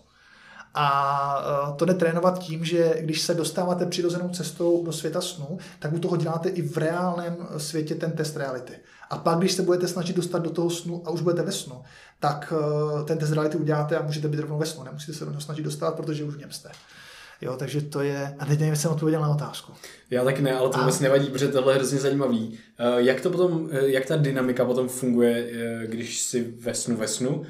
S3: A to jde trénovat tím, že když se dostáváte přirozenou cestou do světa snů, tak u toho děláte i v reálném světě ten test reality. A pak, když se budete snažit dostat do toho snu a už budete ve snu, tak ten test reality uděláte a můžete být rovnou ve snu. Nemusíte se do něho snažit dostat, protože už v něm jste. Jo, takže to je... A teď nevím, jestli jsem odpověděl na otázku.
S1: Já taky ne, ale to vůbec nevadí, protože tohle je hrozně zajímavý. Jak to potom, jak ta dynamika potom funguje, když jsi ve snu ve snu,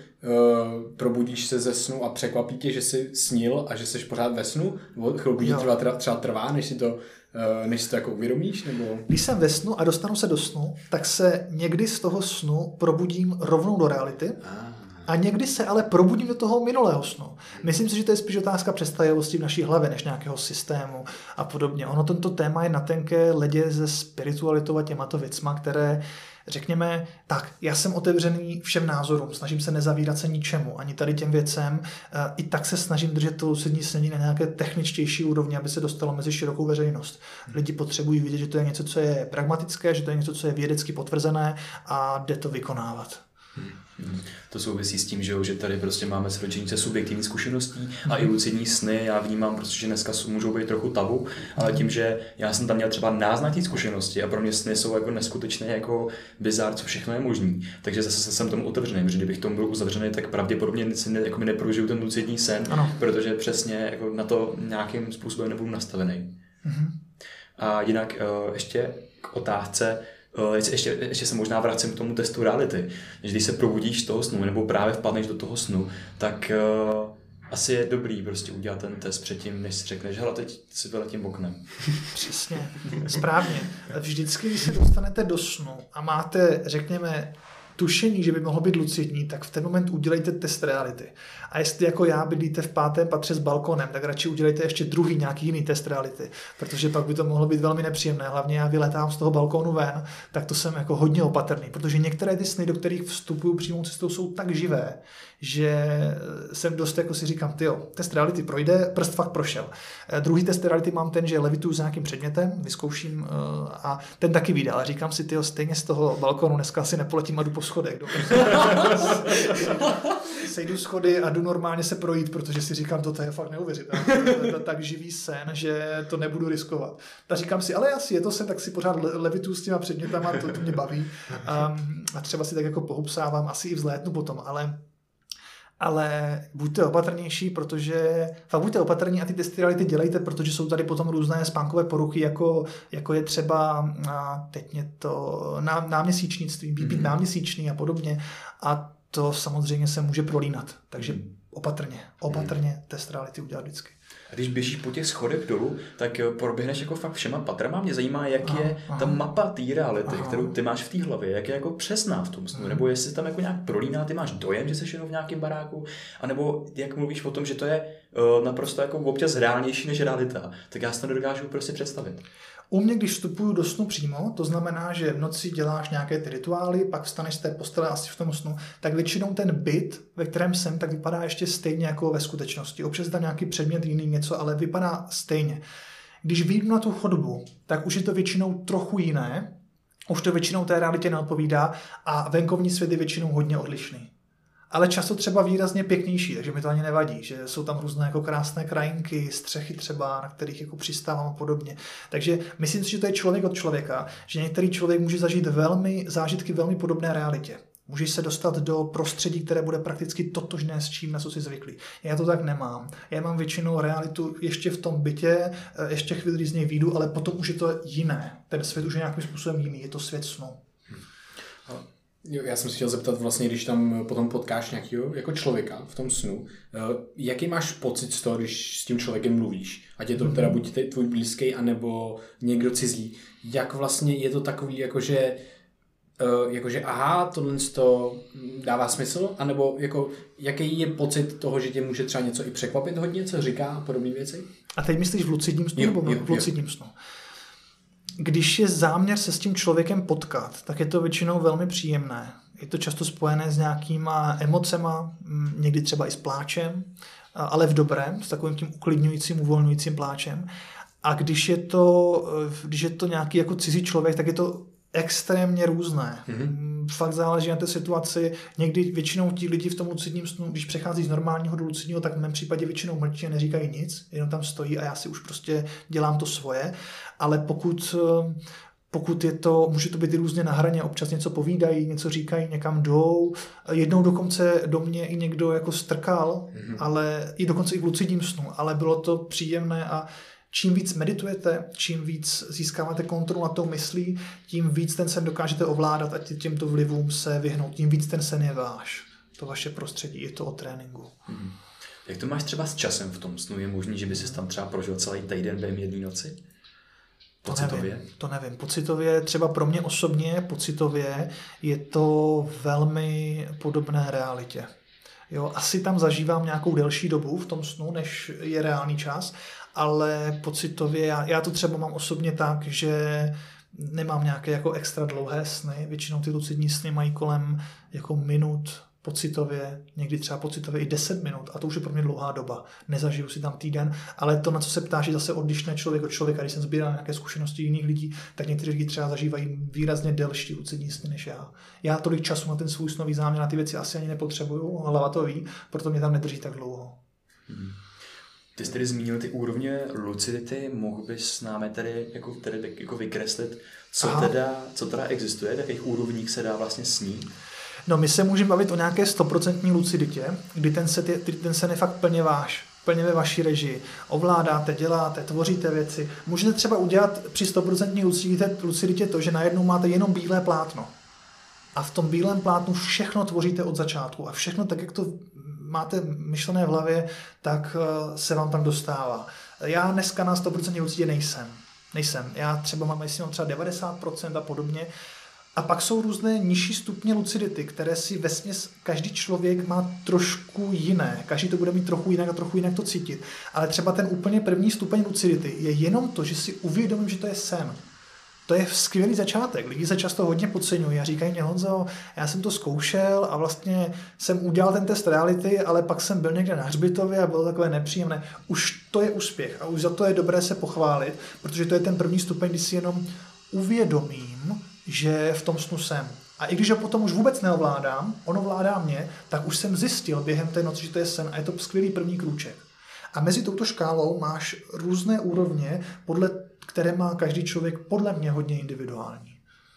S1: probudíš se ze snu a překvapí tě, že jsi snil a že jsi pořád ve snu? Nebo chvilku třeba, třeba trvá, než si to, než si to jako uvědomíš? Nebo...
S3: Když jsem ve snu a dostanu se do snu, tak se někdy z toho snu probudím rovnou do reality. Ah. A někdy se ale probudím do toho minulého snu. Myslím si, že to je spíš otázka představivosti v naší hlavě, než nějakého systému a podobně. Ono tento téma je na tenké ledě se spiritualitou a těmato věcma, které, řekněme, tak, já jsem otevřený všem názorům, snažím se nezavírat se ničemu, ani tady těm věcem, i tak se snažím držet to lucidní snění na nějaké techničtější úrovni, aby se dostalo mezi širokou veřejnost. Lidi potřebují vidět, že to je něco, co je pragmatické, že to je něco, co je vědecky potvrzené a jde to vykonávat.
S2: Hmm. To souvisí s tím, že, že tady prostě máme sročenice subjektivní zkušeností a i lucidní sny já vnímám, protože dneska můžou být trochu tabu, ale tím, že já jsem tam měl třeba náznaky zkušenosti a pro mě sny jsou jako neskutečné jako bizár, co všechno je možný. Takže zase jsem tomu otevřený, protože kdybych tomu byl uzavřený, tak pravděpodobně si ne, jako mi neprožiju ten lucidní sen, ano. Protože přesně jako na to nějakým způsobem nebudu nastavený. Mm-hmm. A jinak ještě k otázce, Ještě, ještě se možná vracím k tomu testu reality. Když se probudíš z toho snu, nebo právě vpadneš do toho snu, tak uh, asi je dobrý prostě udělat ten test předtím, než si řekneš, hele, teď si vyletím oknem.
S3: Přesně, správně. Vždycky, když se dostanete do snu a máte, řekněme, tušení, že by mohlo být lucidní, tak v ten moment udělejte test reality. A jestli jako já bydlíte v pátém patře s balkonem, tak radši udělejte ještě druhý nějaký jiný test reality, protože pak by to mohlo být velmi nepříjemné. Hlavně já vyletám z toho balkónu ven, tak to jsem jako hodně opatrný, protože některé ty sny, do kterých vstupuju přímou cestou, jsou tak živé, že jsem dost, jako si říkám, tyjo, test reality projde, prst fakt prošel. Druhý test reality mám ten, že levituju s nějakým předmětem, vyzkouším a ten taky vyjde, ale říkám si, tyjo, stejně z toho balkónu dneska asi nepoletím a jdu po schodech. Sejdu schody a jdu normálně se projít, protože si říkám, to je fakt neuvěřitelné. To je tak živý sen, že to nebudu riskovat. Tak říkám si, ale asi je to sen, tak si pořád levituju s těma předmětama, to, to mě baví. A, a třeba si tak jako pohupsávám, asi i vzlétnu potom, ale ale buďte opatrnější, protože fakt buďte opatrní a ty testy reality dělejte, protože jsou tady potom různé spánkové poruchy, jako, jako je třeba, a teď mě to, ná, náměsíčnictví, být mm-hmm. náměsíčný a podobně. A to samozřejmě se může prolínat. Takže opatrně, opatrně test reality udělat vždycky.
S2: A když běžíš po těch schodech dolů, tak proběhneš jako fakt všema patrama. Mě zajímá, jak aha, je aha. ta mapa té reality, aha. kterou ty máš v té hlavě, jak je jako přesná v tom snu, nebo jestli tam jako nějak prolíná, ty máš dojem, že jsi jenom v nějakém baráku, anebo jak mluvíš o tom, že to je uh, naprosto jako občas reálnější než realita, tak já si to nedokážu prostě představit.
S3: U mě, když vstupuju do snu přímo, to znamená, že v noci děláš nějaké ty rituály, pak vstaneš z té postele asi v tom snu, tak většinou ten byt, ve kterém jsem, tak vypadá ještě stejně jako ve skutečnosti. Občas tam nějaký předmět, jiný něco, ale vypadá stejně. Když vyjdu na tu chodbu, tak už je to většinou trochu jiné, už to většinou té realitě neodpovídá a venkovní svět je většinou hodně odlišný. Ale často třeba výrazně pěknější, takže mi to ani nevadí, že jsou tam různé jako krásné krajinky, střechy třeba, na kterých jako přistávám a podobně. Takže myslím si, že to je člověk od člověka, že některý člověk může zažít velmi, zážitky velmi podobné realitě. Můžeš se dostat do prostředí, které bude prakticky totožné s čím, na co jsi zvyklý. Já to tak nemám. Já mám většinou realitu ještě v tom bytě, ještě chvíli z něj vyjdu, ale potom už je to jiné. Ten svět už je nějakým způsobem jiný, je to svět snu.
S1: Hmm. Jo, já jsem si chtěl zeptat vlastně, když tam potom potkáš nějakého jako člověka v tom snu, jaký máš pocit z toho, když s tím člověkem mluvíš? Ať je to teda buď tvůj blízký, anebo někdo cizí. Jak vlastně je to takový, jakože, jakože aha, tohle to dává smysl? Anebo jako, jaký je pocit toho, že tě může třeba něco i překvapit hodně, co říká a podobné věci?
S3: A teď myslíš v lucidním snu
S1: jo,
S3: nebo
S1: jo,
S3: v lucidním snu? Když je záměr se s tím člověkem potkat, tak je to většinou velmi příjemné. Je to často spojené s nějakýma emocema, někdy třeba i s pláčem, ale v dobrém, s takovým tím uklidňujícím, uvolňujícím pláčem. A když je to, když je to nějaký jako cizí člověk, tak je to extrémně různé. Mm-hmm. Fakt záleží na té situaci. Někdy většinou ti lidi v tom lucidním snu, když přechází z normálního do lucidního, tak v mém případě většinou mlčí a neříkají nic, jenom tam stojí a já si už prostě dělám to svoje. Ale pokud, pokud je to, může to být i různě na hraně, občas něco povídají, něco říkají, někam jdou. Jednou dokonce do mě i někdo jako strkal, mm-hmm. ale i dokonce i v lucidním snu, ale bylo to příjemné a čím víc meditujete, čím víc získáváte kontrolu nad tou myslí, tím víc ten sen dokážete ovládat a těmto vlivům se vyhnout, tím víc ten sen je váš. To vaše prostředí, je to o tréninku.
S2: Hmm. Jak to máš třeba s časem v tom snu? Je možný, že by si tam třeba prožil celý týden během jedné noci? Pocitově?
S3: To nevím, to nevím. Pocitově, třeba pro mě osobně, pocitově je to velmi podobné realitě. Jo, asi tam zažívám nějakou delší dobu v tom snu, než je reálný čas, ale pocitově, já, já to třeba mám osobně tak, že nemám nějaké jako extra dlouhé sny, většinou ty lucidní sny mají kolem jako minut pocitově, někdy třeba pocitově i deset minut a to už je pro mě dlouhá doba. Nezažiju si tam týden, ale to, na co se ptáš, je zase odlišné člověk od člověka. Když jsem sbíral nějaké zkušenosti jiných lidí, tak někteří lidi třeba zažívají výrazně delší lucidní sny než já. Já tolik času na ten svůj snový záměr, na ty věci asi ani nepotřebuju, hlava to ví, proto mě tam nedrží tak dlouho.
S2: Hmm. Ty jsi tedy zmínil ty úrovně lucidity, mohl bys s námi tedy jako, tedy jako vykreslit, co teda, co teda existuje, v jakých úrovních se dá vlastně snít?
S3: No, my se můžeme bavit o nějaké stoprocentní luciditě, kdy ten sen je, ten sen je fakt plně váš, plně ve vaší režii. Ovládáte, děláte, tvoříte věci. Můžete třeba udělat při stoprocentní luciditě, luciditě to, že najednou máte jenom bílé plátno. A v tom bílém plátnu všechno tvoříte od začátku. A všechno tak, jak to máte myšlené v hlavě, tak se vám tam dostává. Já dneska na sto procent luciditě nejsem. Nejsem. Já třeba mám, jestli mám třeba devadesát procent a podobně. A pak jsou různé nižší stupně lucidity, které si vesměs každý člověk má trošku jiné. Každý to bude mít trochu jinak a trochu jinak to cítit. Ale třeba ten úplně první stupeň lucidity je jenom to, že si uvědomím, že to je sen. To je skvělý začátek. Lidi se často hodně podceňují a říkají mě: Honzo, já jsem to zkoušel a vlastně jsem udělal ten test reality, ale pak jsem byl někde na hřbitově a bylo takové nepříjemné. Už to je úspěch a už za to je dobré se pochválit, protože to je ten první stupeň, kdy si jenom uvědomím, že v tom snu jsem. A i když ho potom už vůbec neovládám, on ovládá mě, tak už jsem zjistil během té noci, že to je sen a je to skvělý první krůček. A mezi touto škálou máš různé úrovně, podle které má každý člověk podle mě hodně individuální.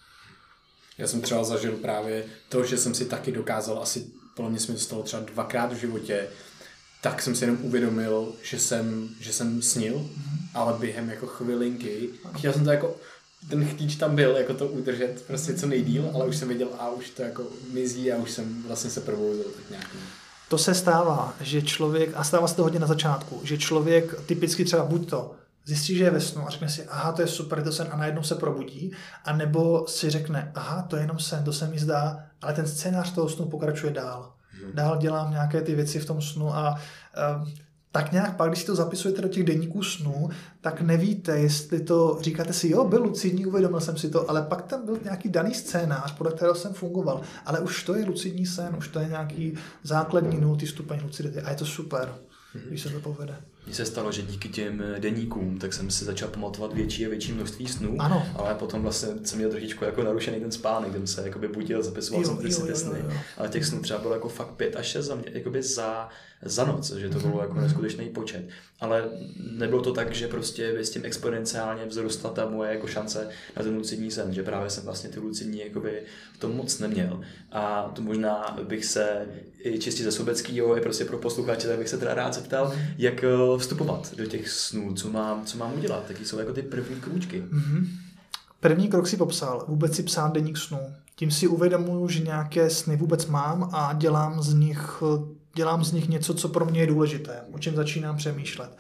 S1: Já jsem třeba zažil právě to, že jsem si taky dokázal, asi podle mě jsme z toho třeba dvakrát v životě, tak jsem si jenom uvědomil, že jsem, že jsem snil, mm-hmm. ale během jako chvilinky. Chtěl jsem to jako, ten chtíč tam byl, jako to udržet prostě co nejdýl, ale už jsem věděl, a už to jako mizí a už jsem vlastně se probouzil tak nějak.
S3: To se stává, že člověk, a stává se to hodně na začátku, že člověk typicky třeba buď to zjistí, že je ve snu a řekne si, aha, to je super, to sen, a najednou se probudí, anebo si řekne, aha, to je jenom sen, to se mi zdá, ale ten scénář toho snu pokračuje dál. Hmm. Dál dělám nějaké ty věci v tom snu a uh, tak nějak pak, když si to zapisujete do těch deníků snů, tak nevíte, jestli to, říkáte si, jo, byl lucidní, uvědomil jsem si to, ale pak tam byl nějaký daný scénář, podle kterého jsem fungoval, ale už to je lucidní sen, už to je nějaký základní nultý stupeň lucidity a je to super, mm-hmm. když se to povede.
S2: Mně se stalo, že díky těm deníkům, tak jsem si začal pamatovat větší a větší množství snů,
S3: ano.
S2: ale potom vlastně jsem měl trošičku jako narušený ten spánek, kde jsem se jakoby budil, zapisoval jo, jsem si ty sny, ale těch snů třeba bylo jako fakt pět až šest za mě, jakoby za, za noc, že to bylo jako neskutečný počet, ale nebylo to tak, že prostě s tím exponenciálně vzrostla ta moje jako šance na ten lucidní sen, že právě jsem vlastně ty lucidní jakoby v tom moc neměl a to možná bych se i čistě ze sobeckýho, je prostě pro posluchače, tak bych se teda rád zeptal, jak vstupovat do těch snů, co mám, co mám udělat, taky jsou jako ty první krůčky.
S3: Mm-hmm. První krok si popsal, vůbec si psát deník snů. Tím si uvědomuji, že nějaké sny vůbec mám a dělám z nich, dělám z nich něco, co pro mě je důležité, o čem začínám přemýšlet.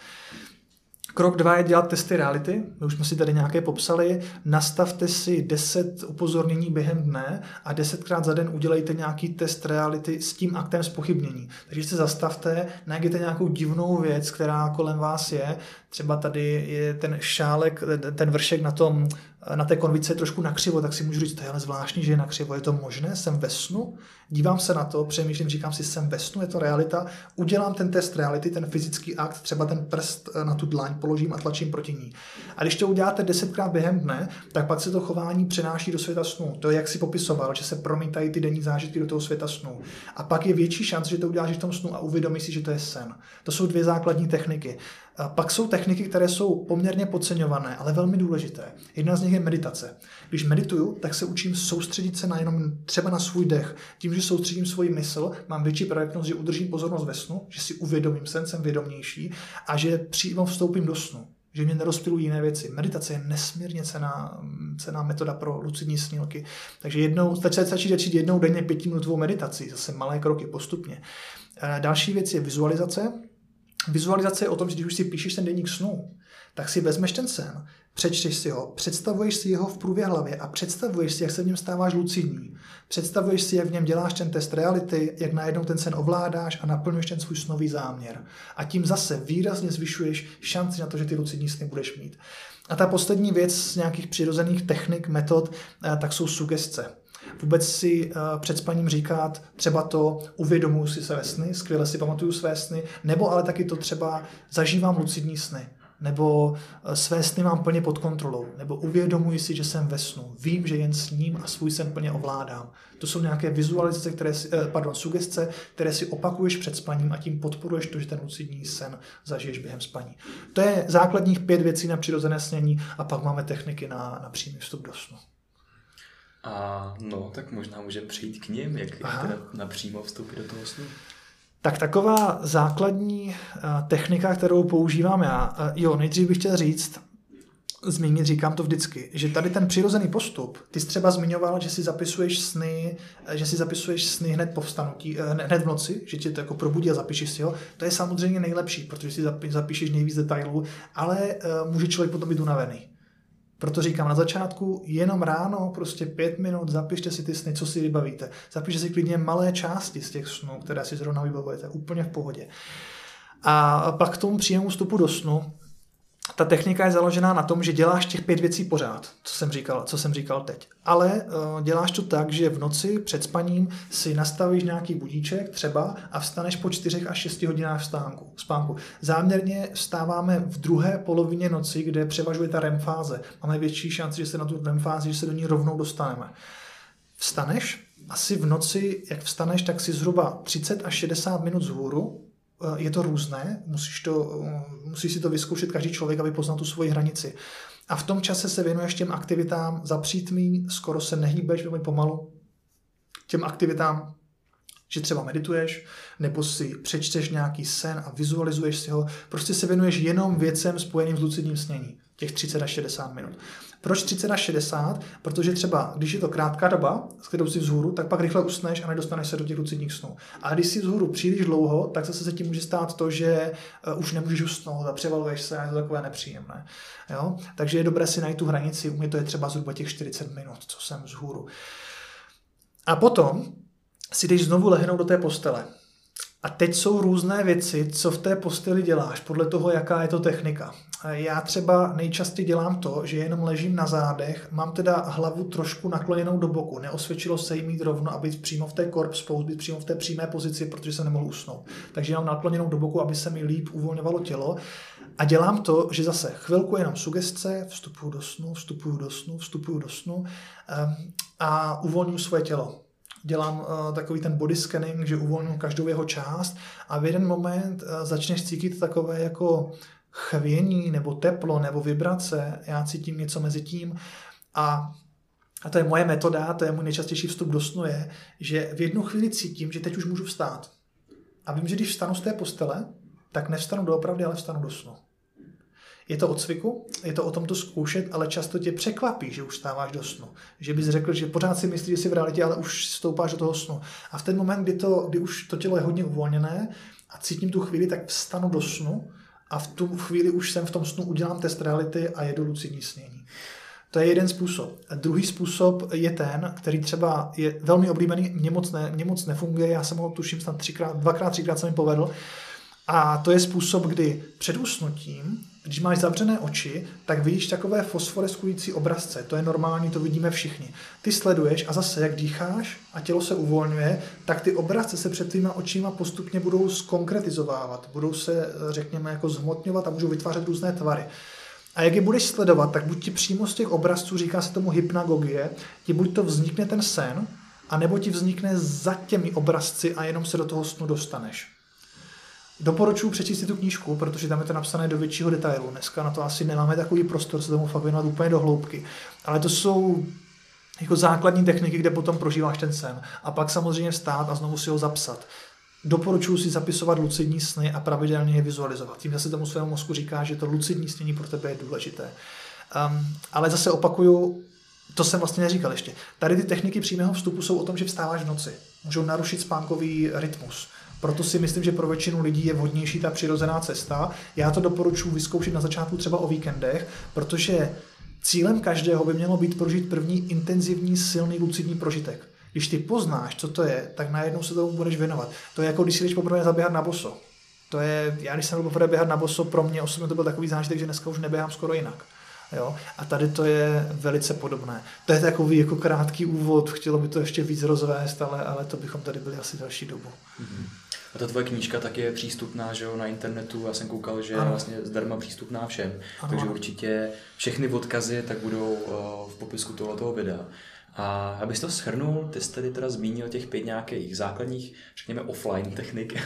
S3: Krok dva je dělat testy reality, my už jsme si tady nějaké popsali, nastavte si deset upozornění během dne a desetkrát za den udělejte nějaký test reality s tím aktem zpochybnění. Takže se zastavte, najděte nějakou divnou věc, která kolem vás je, třeba tady je ten šálek, ten vršek na tom, na té konvice je trošku nakřivo, tak si můžu říct, to je ale zvláštní, že je nakřivo, je to možné, jsem ve snu, dívám se na to, přemýšlím, říkám si, jsem ve snu, je to realita, udělám ten test reality, ten fyzický akt, třeba ten prst na tu dlaň položím a tlačím proti ní. A když to uděláte desetkrát během dne, tak pak se to chování přenáší do světa snů. To je, jak si popisoval, že se promítají ty denní zážitky do toho světa snů. A pak je větší šance, že to uděláš v tom snu a uvědomíš si, že to je sen. To jsou dvě základní techniky. A pak jsou techniky, které jsou poměrně podceňované, ale velmi důležité. Jedna z nich je meditace. Když medituju, tak se učím soustředit se na jenom třeba na svůj dech. Tím, že soustředím svoji mysl, mám větší pravděpodobnost, že udržím pozornost ve snu, že si uvědomím sen, jsem vědomější a že přímo vstoupím do snu, že mě nerozptilují jiné věci. Meditace je nesmírně cenná, cenná metoda pro lucidní snílky. Takže jednou, stačí, stačí začít jednou denně pětiminutovou meditací, zase malé kroky postupně. Další věc je vizualizace. Vizualizace je o tom, že když už si píšeš ten deník snů, tak si vezmeš ten sen, přečteš si ho, představuješ si jeho v průběh hlavě a představuješ si, jak se v něm stáváš lucidní. Představuješ si, jak v něm děláš ten test reality, jak najednou ten sen ovládáš a naplňuješ ten svůj snový záměr. A tím zase výrazně zvyšuješ šanci na to, že ty lucidní sny budeš mít. A ta poslední věc z nějakých přirozených technik, metod, tak jsou sugestce. Vůbec si uh, před spaním říkat třeba to uvědomuji si své sny, skvěle si pamatuju své sny, nebo ale taky to třeba zažívám lucidní sny, nebo uh, své sny mám plně pod kontrolou, nebo uvědomuji si, že jsem ve snu, vím, že jen sním a svůj sen plně ovládám. To jsou nějaké vizualizace, které si, uh, pardon, sugestce, které si opakuješ před spaním a tím podporuješ to, že ten lucidní sen zažiješ během spaní. To je základních pět věcí na přirozené snění a pak máme techniky na, na přímý vstup do snu.
S2: A no, tak možná můžeme přejít k nim, jak, jak teda napřímo vstoupit do toho snu.
S3: Tak taková základní uh, technika, kterou používám já, uh, jo, nejdřív bych chtěl říct, zmínit, říkám to vždycky, že tady ten přirozený postup, ty jsi třeba zmiňoval, že si zapisuješ sny, že si zapisuješ sny hned po vstanutí, uh, hned v noci, že tě to jako probudí a zapíšeš si ho, to je samozřejmě nejlepší, protože si zapíšeš nejvíc detailů, ale uh, může člověk potom být unavený. Proto říkám na začátku, jenom ráno, prostě pět minut, zapište si ty sny, co si vybavíte. Zapište si klidně malé části z těch snů, které si zrovna vybavujete, úplně v pohodě. A pak k tomu příjemu vstupu do snu, ta technika je založená na tom, že děláš těch pět věcí pořád, co jsem říkal, co jsem říkal teď. Ale uh, děláš to tak, že v noci před spaním si nastavíš nějaký budíček třeba a vstaneš po čtyřech až šesti hodinách vstánku, spánku. Záměrně vstáváme v druhé polovině noci, kde převažuje ta R E M fáze. Máme větší šanci, že se na tu R E M fázi, že se do ní rovnou dostaneme. Vstaneš, asi v noci, jak vstaneš, tak si zhruba třicet až šedesát minut vzhůru. Je to různé, musíš, to, musíš si to vyzkoušet každý člověk, aby poznal tu svoji hranici. A v tom čase se věnuješ těm aktivitám za přítmí, skoro se nehýbeš velmi pomalu, těm aktivitám, že třeba medituješ, nebo si přečteš nějaký sen a vizualizuješ si ho. Prostě se věnuješ jenom věcem spojeným s lucidním snění, těch třicet až šedesát minut. Proč třicet až šedesát? Protože třeba, když je to krátká doba, s kterou jsi vzhůru, tak pak rychle usneš a nedostaneš se do těch lucidních snů. A když jsi vzhůru příliš dlouho, tak zase se ti může stát to, že uh, už nemůžeš usnout a převaluješ se a je to takové nepříjemné. Jo? Takže je dobré si najít tu hranici, u mě to je třeba zhruba těch čtyřicet minut, co jsem vzhůru. A potom si jdeš znovu lehnout do té postele. A teď jsou různé věci, co v té posteli děláš, podle toho, jaká je to technika. Já třeba nejčastěji dělám to, že jenom ležím na zádech, mám teda hlavu trošku nakloněnou do boku. Neosvědčilo se jí mít rovno a být přímo v té corpse pose, být přímo v té přímé pozici, protože jsem nemohl usnout. Takže mám nakloněnou do boku, aby se mi líp uvolňovalo tělo. A dělám to, že zase chvilku jenom sugestce, vstupuju do snu, vstupuju do snu, vstupuju do snu a uvolňuji svoje tělo. Dělám uh, takový ten body scanning, že uvolňuji každou jeho část a v jeden moment uh, začneš cítit takové jako chvění nebo teplo nebo vibrace. Já cítím něco mezi tím a, a to je moje metoda, to je můj nejčastější vstup do snu je, že v jednu chvíli cítím, že teď už můžu vstát. A vím, že když vstanu z té postele, tak nevstanu doopravdy, ale vstanu do snu. Je to od cviku, je to o tom to zkoušet, ale často tě překvapí, že už stáváš do snu. Že bys řekl, že pořád si myslíš, že jsi v realitě, ale už stoupáš do toho snu. A v ten moment, kdy, to, kdy už to tělo je hodně uvolněné a cítím tu chvíli, tak vstanu do snu a v tu chvíli už jsem v tom snu, udělám test reality a jedu lucidní snění. To je jeden způsob. A druhý způsob je ten, který třeba je velmi oblíbený, mě moc, ne, mě moc nefunguje, já jsem ho tuším snad třikrát, dvakrát, třikrát se mi povedl. A to je způsob, kdy před usnutím, když máš zavřené oči, tak vidíš takové fosforeskující obrazce. To je normální, to vidíme všichni. Ty sleduješ a zase, jak dýcháš a tělo se uvolňuje, tak ty obrazce se před tvýma očima postupně budou zkonkretizovávat. Budou se, řekněme, jako zhmotňovat a můžou vytvářet různé tvary. A jak je budeš sledovat, tak buď ti přímo z těch obrazců, říká se tomu hypnagogie, ti buď to vznikne ten sen, anebo ti vznikne za těmi obrazci a jenom se do toho snu dostaneš. Doporučuji přečíst si tu knížku, protože tam je to napsané do většího detailu. Dneska na to asi nemáme takový prostor se tomu fakt věnovat úplně do hloubky. Ale to jsou jako základní techniky, kde potom prožíváš ten sen. A pak samozřejmě vstát a znovu si ho zapsat. Doporučuji si zapisovat lucidní sny a pravidelně je vizualizovat. Tím se tomu svému mozku říká, že to lucidní snění pro tebe je důležité. Um, ale zase opakuju, to jsem vlastně neříkal ještě. Tady ty techniky přímého vstupu jsou o tom, že vstáváš v noci. Můžou narušit spánkový rytmus. Proto si myslím, že pro většinu lidí je vhodnější ta přirozená cesta. Já to doporučuji vyzkoušet na začátku třeba o víkendech, protože cílem každého by mělo být prožít první intenzivní, silný lucidní prožitek. Když ty poznáš, co to je, tak najednou se tomu budeš věnovat. To je jako když si jdeš poprvé zaběhat na boso. To je, já když jsem byl poprvé běhat na boso, pro mě osobně to byl takový zážitek, že dneska už neběhám skoro jinak. Jo? A tady to je velice podobné. To je takový jako krátký úvod, chtělo by to ještě víc rozvést, ale, ale to bychom tady byli asi další dobu.
S2: Mm-hmm. A ta tvoje knížka taky je přístupná, že jo, na internetu. Já jsem koukal, že ano. je vlastně zdarma přístupná všem. Ano. Takže určitě všechny odkazy tak budou uh, v popisku tohoto videa. A abys to shrnul, ty jsi tady teda zmínil těch pět nějakých základních, řekněme, offline technik,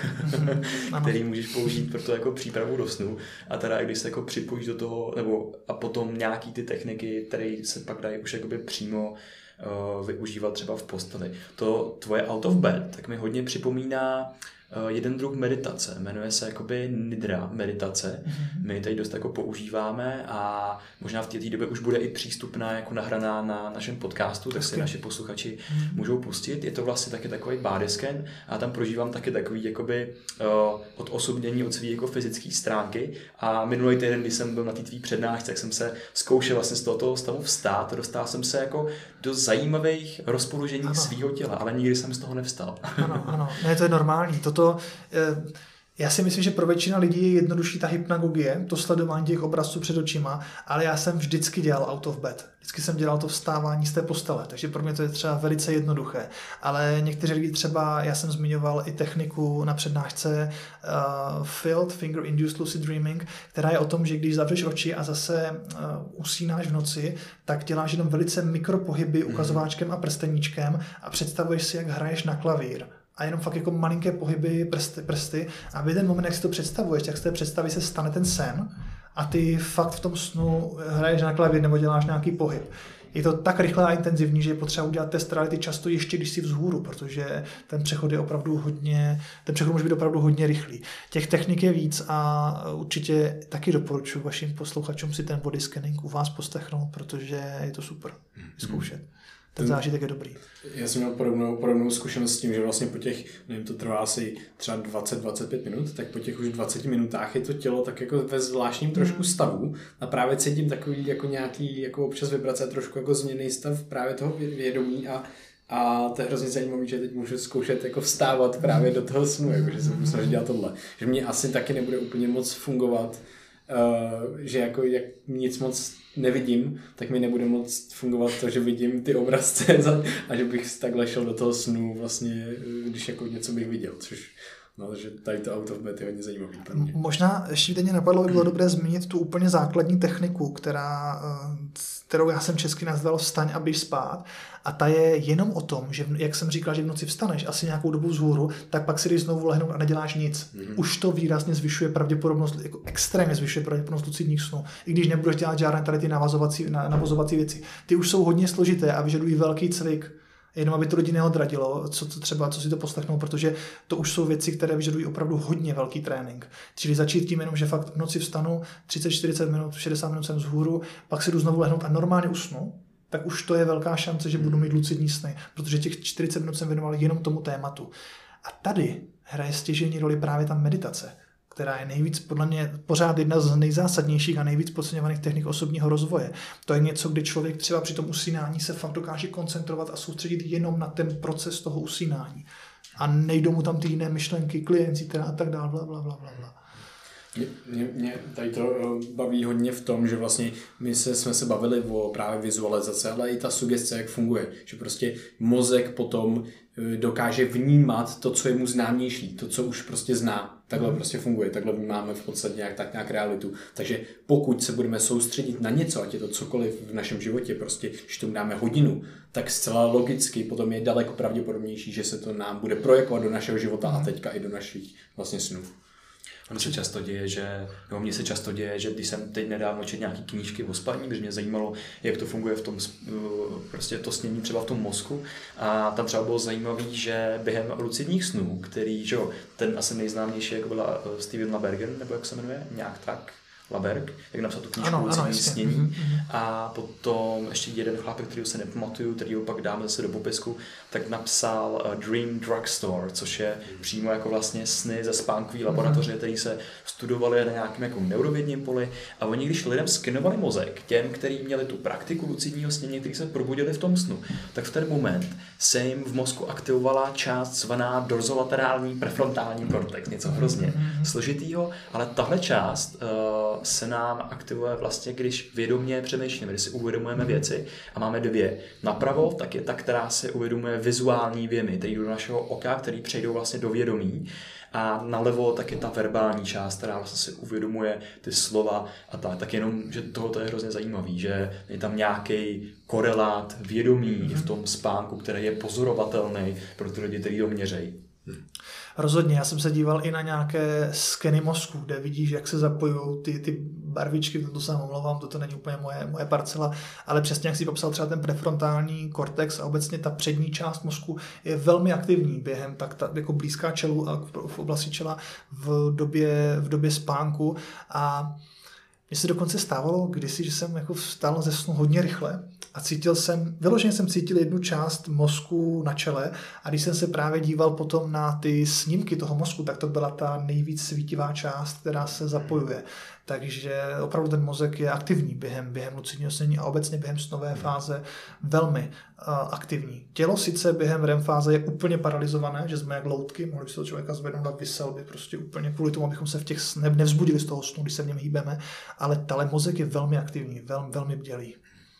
S2: který můžeš použít pro to jako přípravu do snu. A teda když se jako připojíš do toho, nebo a potom nějaký ty techniky, které se pak dají už jakoby přímo uh, využívat třeba v posteli. To tvoje out of bed, tak mi hodně připomíná jeden druh meditace, jmenuje se jakoby nidra meditace. Mm-hmm. My tady dost jako používáme a možná v té době už bude i přístupná jako nahraná na našem podcastu, tak si naši posluchači mm-hmm. můžou pustit. Je to vlastně taky takový body scan a tam prožívám taky takový jakoby uh, odosobnění od své jako fyzické stránky a minulý týden, když jsem byl na té tvý přednášce, tak jsem se zkoušel vlastně z tohoto stavu vstát, dostal jsem se jako do zajímavých rozpoložení svého těla, ale nikdy jsem z toho nevstal.
S3: Ano, ano, ne, to je normální. Toto, eh, já si myslím, že pro většina lidí je jednodušší ta hypnagogie, to sledování těch obrazců před očima, ale já jsem vždycky dělal out of bed. Vždycky jsem dělal to vstávání z té postele, takže pro mě to je třeba velice jednoduché. Ale někteří lidi třeba, já jsem zmiňoval i techniku na přednášce uh, Field, Finger Induced Lucid Dreaming, která je o tom, že když zavřeš oči a zase uh, usínáš v noci, tak děláš jenom velice mikropohyby ukazováčkem a prsteníčkem a představuješ si, jak hraješ na klavír. A jenom fakt jako malinké pohyby prsty, prsty a v jeden moment, jak si to představuješ, jak z té představy se stane ten sen a ty fakt v tom snu hraješ na klavír nebo děláš nějaký pohyb. Je to tak rychlé a intenzivní, že je potřeba udělat test reality často ještě, když jsi vzhůru, protože ten přechod je opravdu hodně, ten přechod může být opravdu hodně rychlý. Těch technik je víc a určitě taky doporučuji vašim posluchačům si ten body scanning u vás poslechnout, protože je to super zkoušet. Ten zážitek je dobrý.
S1: Já jsem měl podobnou, podobnou zkušenost s tím, že vlastně po těch, nevím, to trvá asi třeba dvacet až dvacet pět minut, tak po těch už dvaceti minutách je to tělo tak jako ve zvláštním trošku stavu a právě cítím takový jako nějaký, jako občas vibrace, trošku jako změnný stav právě toho vědomí a A to je hrozně zajímavé, že teď můžu zkoušet jako vstávat právě do toho snu, jako, že se budu snažit dělat tohle. Že mě asi taky nebude úplně moc fungovat, uh, že jako jak nic moc nevidím, tak mi nebude moc fungovat to, že vidím ty obrazce a že bych takhle šel do toho snu vlastně, když jako něco bych viděl, což no, takže tady to out of bed je hodně zajímavý pro mě.
S3: Možná ještě mě napadlo, by bylo dobré zmínit tu úplně základní techniku, která, kterou já jsem česky nazval vstaň a běž spát. A ta je jenom o tom, že jak jsem říkal, že v noci vstaneš asi nějakou dobu vzhůru, tak pak si jdeš znovu lehnout a neděláš nic. Mm-hmm. Už to výrazně zvyšuje pravděpodobnost, jako extrémně zvyšuje pravděpodobnost lucidních snů. I když nebudeš dělat žádné tady ty navazovací, navazovací věci. Ty už jsou hodně složité a vyžadují velký cvik. Jenom aby to lidi neodradilo, co, co třeba, co si to poslechnou, protože to už jsou věci, které vyžadují opravdu hodně velký trénink. Čili začít tím jenom, že fakt v noci vstanu, třicet čtyřicet minut, šedesát minut jsem vzhůru, pak si jdu znovu lehnout a normálně usnu, tak už to je velká šance, že budu mít lucidní sny, protože těch čtyřicet minut jsem věnoval jenom tomu tématu. A tady hraje stěžejní roli právě ta meditace, která je nejvíc, podle mě, pořád jedna z nejzásadnějších a nejvíc podceňovaných technik osobního rozvoje. To je něco, kdy člověk třeba při tom usínání se fakt dokáže koncentrovat a soustředit jenom na ten proces toho usínání. A nejdou mu tam ty jiné myšlenky, klienci a tak dále, bla, bla, bla, bla.
S1: Mě, mě, mě tady to baví hodně v tom, že vlastně my se, jsme se bavili o právě vizualizaci, ale i ta sugestce, jak funguje. Že prostě mozek potom dokáže vnímat to, co je mu známější, to, co už prostě zná. Takhle prostě funguje, takhle vnímáme v podstatě nějak, tak nějak realitu. Takže pokud se budeme soustředit na něco, ať je to cokoliv v našem životě, prostě když tomu dáme hodinu, tak zcela logicky potom je daleko pravděpodobnější, že se to nám bude projekovat do našeho života a teďka i do našich vlastně snů.
S2: Ono se často děje, že, no mně se často děje, že když jsem teď nedávno četl nějaký knížky o spaní, protože mě zajímalo, jak to funguje v tom, prostě to snění třeba v tom mozku, a tam třeba bylo zajímavý, že během lucidních snů, který, že jo, ten asi nejznámější, jako byla Steven LaBergen, nebo jak se jmenuje, nějak tak, Laberg, jak napsal tu knížku Lucidní snění. Mm-hmm. A potom ještě jeden chlapek, kterýho se nepamatuju, kterýho pak dáme zase do popisku, tak napsal Dream Drugstore, což je přímo jako vlastně sny ze spánkové laboratoře, které se studovaly na nějakém jako neurovědním poli, a oni když lidem skenovali mozek, těm, kteří měli tu praktiku lucidního snění, kteří se probudili v tom snu, tak v ten moment se jim v mozku aktivovala část zvaná dorzolaterální prefrontální kortex, něco hrozně složitýho, ale tahle část uh, se nám aktivuje vlastně, když vědomě přemýšlíme, když si uvědomujeme věci, a máme dvě. Napravo tak je ta, která si uvědomuje vizuální věmy, které jdou do našeho oka, které přejdou vlastně do vědomí, a nalevo tak je ta verbální část, která vlastně si uvědomuje ty slova a tak. Tak jenom, že tohoto je hrozně zajímavý, že je tam nějaký korelát vědomí mm-hmm. v tom spánku, který je pozorovatelný pro ty lidi, kteří ho měřejí. Hmm.
S3: Rozhodně, já jsem se díval i na nějaké skeny mozku, kde vidíš, jak se zapojují ty, ty barvičky, to se omlouvám, toto není úplně moje, moje parcela, ale přesně jak si popsal třeba ten prefrontální kortex a obecně ta přední část mozku je velmi aktivní během tak ta, jako blízká čelu a v oblasti čela v době, v době spánku. A mně se dokonce stávalo kdysi, že jsem jako vstal ze snu hodně rychle a cítil jsem, vyloženě jsem cítil jednu část mozku na čele, a když jsem se právě díval potom na ty snímky toho mozku, tak to byla ta nejvíc svítivá část, která se zapojuje. Takže opravdu ten mozek je aktivní během, během lucidního snění a obecně během snové fáze velmi uh, aktivní. Tělo sice během R E M fáze je úplně paralizované, že jsme jak loutky, mohli by se to člověka zvednout a vysel by prostě úplně kvůli tomu, abychom se v těch ne, nevzbudili z toho snu, když se v něm hýbeme, ale ale mozek je velmi aktivní, velmi, velmi bdělý.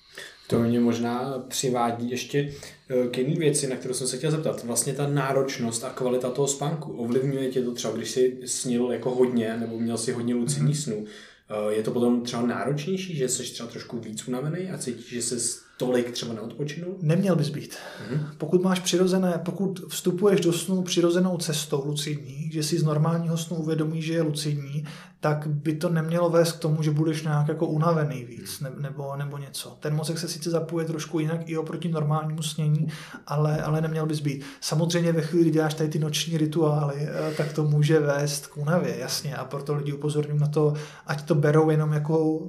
S1: To mě možná přivádí ještě k jiné věci, na kterou jsem se chtěl zeptat. Vlastně ta náročnost a kvalita toho spánku. Ovlivňuje tě to třeba, když jsi snil jako hodně, nebo měl si hodně lucidních snů? Je to potom třeba náročnější, že jsi třeba trošku víc unavený a cítíš, že jsi tolik třeba neodpočinul?
S3: Neměl bys být. Mm-hmm. Pokud máš přirozené, pokud vstupuješ do snu přirozenou cestou lucidní, že si z normálního snu uvědomíš, že je lucidní, tak by to nemělo vést k tomu, že budeš nějak jako unavený víc ne, nebo, nebo něco. Ten mozek se sice zapojuje trošku jinak i oproti normálnímu snění, ale, ale neměl bys být. Samozřejmě ve chvíli, kdy děláš tady ty noční rituály, tak to může vést k únavě, jasně, a proto lidi upozorňují na to, ať to berou jenom jako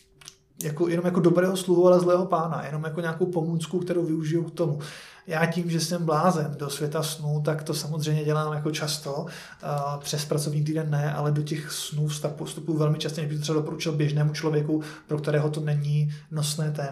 S3: Jako, jenom jako dobrého sluhu, ale zlého pána, jenom jako nějakou pomůcku, kterou využiju k tomu. Já tím, že jsem blázen do světa snů, tak to samozřejmě dělám jako často, přes pracovní týden ne, ale do těch snů vstupuji velmi často, než bych to třeba doporučil běžnému člověku, pro kterého to není nosné téma.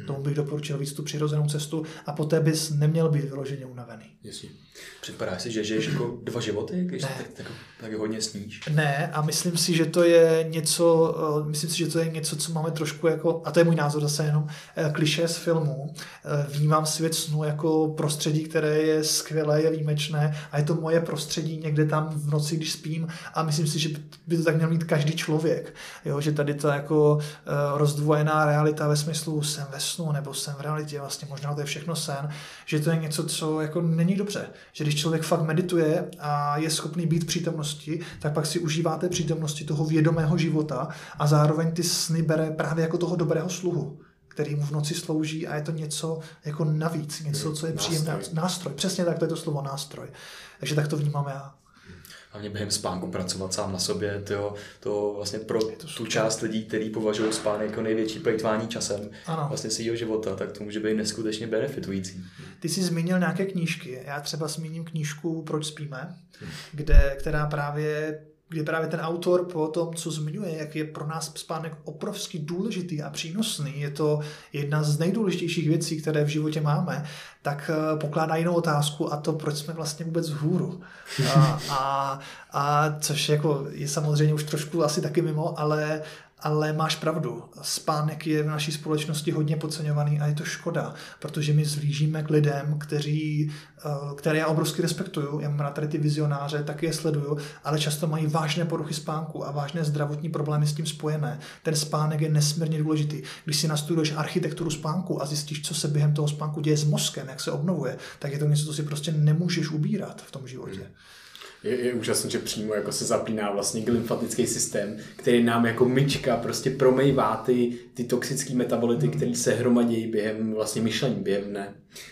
S3: Hmm. Tomu bych doporučil víc tu přirozenou cestu a poté bys neměl být vyloženě unavený.
S2: Jasně. Připadáš si, že žiješ jako dva životy, když tak, tak, tak hodně sníš?
S3: Ne, a myslím si, že to je něco, myslím si, že to je něco, co máme trošku jako, a to je můj názor zase jenom, klišé z filmu. Vnímám svět snu jako prostředí, které je skvělé, je výjimečné a je to moje prostředí někde tam v noci, když spím a myslím si, že by to tak měl mít každý člověk. Jo, že tady to jako rozdvojená realita ve smyslu jsem ve snu nebo jsem v realitě, vlastně možná to je všechno sen, že to je něco, co jako není dobře. Že když člověk fakt medituje a je schopný být v přítomnosti, tak pak si užívá té přítomnosti toho vědomého života a zároveň ty sny bere právě jako toho dobrého sluhu, který mu v noci slouží a je to něco jako navíc, něco, co je příjemné. Nástroj, přesně tak, to je to slovo nástroj. Takže tak to vnímám já.
S2: Hlavně během spánku pracovat sám na sobě, to, to vlastně pro tu část lidí, kteří považují spánek jako největší plejtvání časem ano. vlastně svýho života, tak to může být neskutečně benefitující.
S3: Ty jsi zmínil nějaké knížky. Já třeba zmíním knížku Proč spíme, kde, která právě kde právě ten autor po tom, co zmiňuje, jak je pro nás spánek obrovsky důležitý a přínosný, je to jedna z nejdůležitějších věcí, které v životě máme, tak pokládá jinou otázku a to, proč jsme vlastně vůbec vzhůru. A, a, a což jako je samozřejmě už trošku asi taky mimo, ale Ale máš pravdu, spánek je v naší společnosti hodně podceňovaný a je to škoda, protože my zlížíme k lidem, kteří, které já obrovsky respektuju, já mám rád tady ty vizionáře, taky je sleduju, ale často mají vážné poruchy spánku a vážné zdravotní problémy s tím spojené. Ten spánek je nesmírně důležitý. Když si nastuduješ architekturu spánku a zjistíš, co se během toho spánku děje s mozkem, jak se obnovuje, tak je to něco, co si prostě nemůžeš ubírat v tom životě. Hmm.
S1: Je, je úžasné, že přímo jako se zapíná vlastně lymfatický systém, který nám jako myčka prostě promejvá ty, ty toxické metabolity, hmm. které se hromadí během vlastně myšlení, během dne.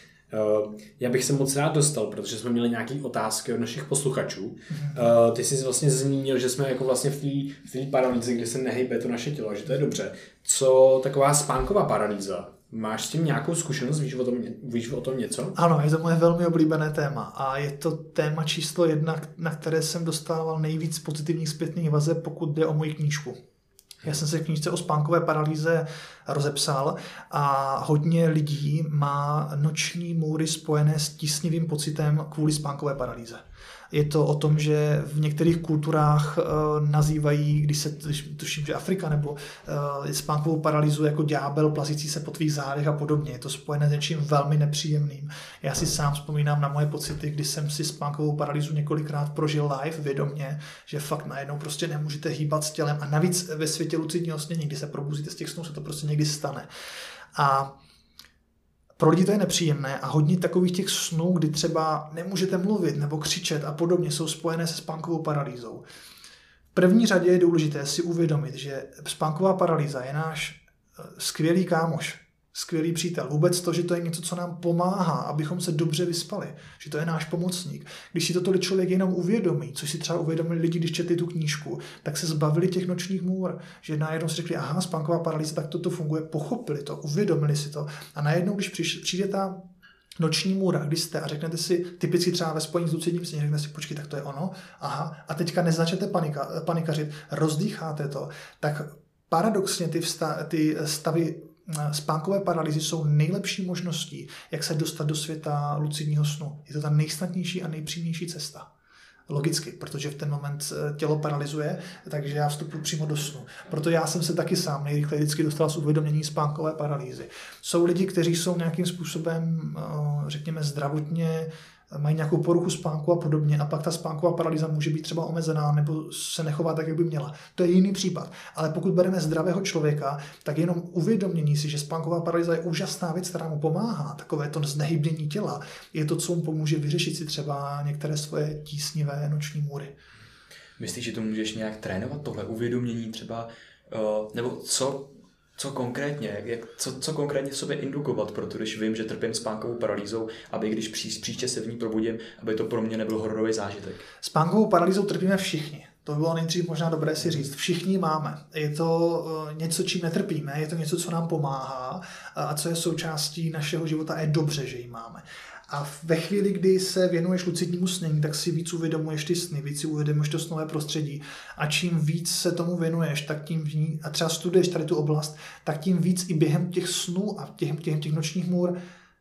S1: Uh, já bych se moc rád dostal, protože jsme měli nějaké otázky od našich posluchačů. Uh, ty jsi vlastně zmínil, že jsme jako vlastně v té paralýze, kde se nehejbe to naše tělo, že to je dobře. Co taková spánková paralýza? Máš s tím nějakou zkušenost? Víš o tom, víš o tom něco?
S3: Ano, je to moje velmi oblíbené téma a je to téma číslo jedna, na které jsem dostával nejvíc pozitivních zpětných vazeb, pokud jde o moji knížku. Já jsem se v knížce o spánkové paralýze rozepsal a hodně lidí má noční můry spojené s tísnivým pocitem kvůli spánkové paralýze. Je to o tom, že v některých kulturách uh, nazývají, když se tuším, že Afrika nebo uh, spánkovou paralýzu jako ďábel plazící se po tvých zádech a podobně. Je to spojené s něčím velmi nepříjemným. Já si sám vzpomínám na moje pocity, kdy jsem si spánkovou paralýzu několikrát prožil live vědomě, že fakt najednou prostě nemůžete hýbat s tělem a navíc ve světě lucidního snění, kdy se probuzíte z těch snů, se to prostě někdy stane. A pro lidi to je nepříjemné a hodně takových těch snů, kdy třeba nemůžete mluvit nebo křičet a podobně, jsou spojené se spánkovou paralýzou. V první řadě je důležité si uvědomit, že spánková paralýza je náš skvělý kámoš, skvělý přítel. Vůbec to, že to je něco, co nám pomáhá, abychom se dobře vyspali, že to je náš pomocník. Když si toto člověk jenom uvědomí, což si třeba uvědomili lidi, když četli tu knížku, tak se zbavili těch nočních můr, že najednou si řekli, aha, spánková paralýza, tak toto funguje, pochopili to, uvědomili si to. A najednou, když přijde ta noční můra, když jste a řeknete si, typicky třeba ve spojení s lucidním sněním, řeknete si, počkej, tak to je ono, aha, a teďka nezačnete panika, panikařit, rozdýcháte to, tak paradoxně ty, vsta, ty stavy spánkové paralýzy jsou nejlepší možností, jak se dostat do světa lucidního snu. Je to ta nejsnadnější a nejpříjemnější cesta. Logicky, protože v ten moment tělo paralyzuje, takže já vstupuji přímo do snu. Proto já jsem se taky sám nejrychleji vždycky dostal z uvědomění spánkové paralýzy. Jsou lidi, kteří jsou nějakým způsobem, řekněme, zdravotně, mají nějakou poruchu spánku a podobně a pak ta spánková paralýza může být třeba omezená nebo se nechová tak, jak by měla. To je jiný případ. Ale pokud bereme zdravého člověka, tak jenom uvědomění si, že spánková paralýza je úžasná věc, která mu pomáhá, takové to znehybnění těla, je to, co mu pomůže vyřešit si třeba některé svoje tísnivé noční můry.
S2: Myslíš, že to můžeš nějak trénovat, tohle uvědomění třeba, nebo co Co konkrétně, jak, co, co konkrétně sobě indukovat, protože když vím, že trpím spánkovou paralýzou, aby když pří, příště se v ní probudím, aby to pro mě nebyl hororový zážitek.
S3: Spánkovou paralýzou trpíme všichni. To by bylo nejdřív možná dobré si říct. Všichni máme. Je to něco, čím netrpíme, je to něco, co nám pomáhá a co je součástí našeho života a je dobře, že ji máme. A ve chvíli, kdy se věnuješ lucidnímu snění, tak si víc uvědomuješ ty sny, víc si uvědomuješ to snové prostředí. A čím víc se tomu věnuješ, tak tím víc, a třeba studuješ tady tu oblast, tak tím víc i během těch snů a těch, těch, těch nočních můr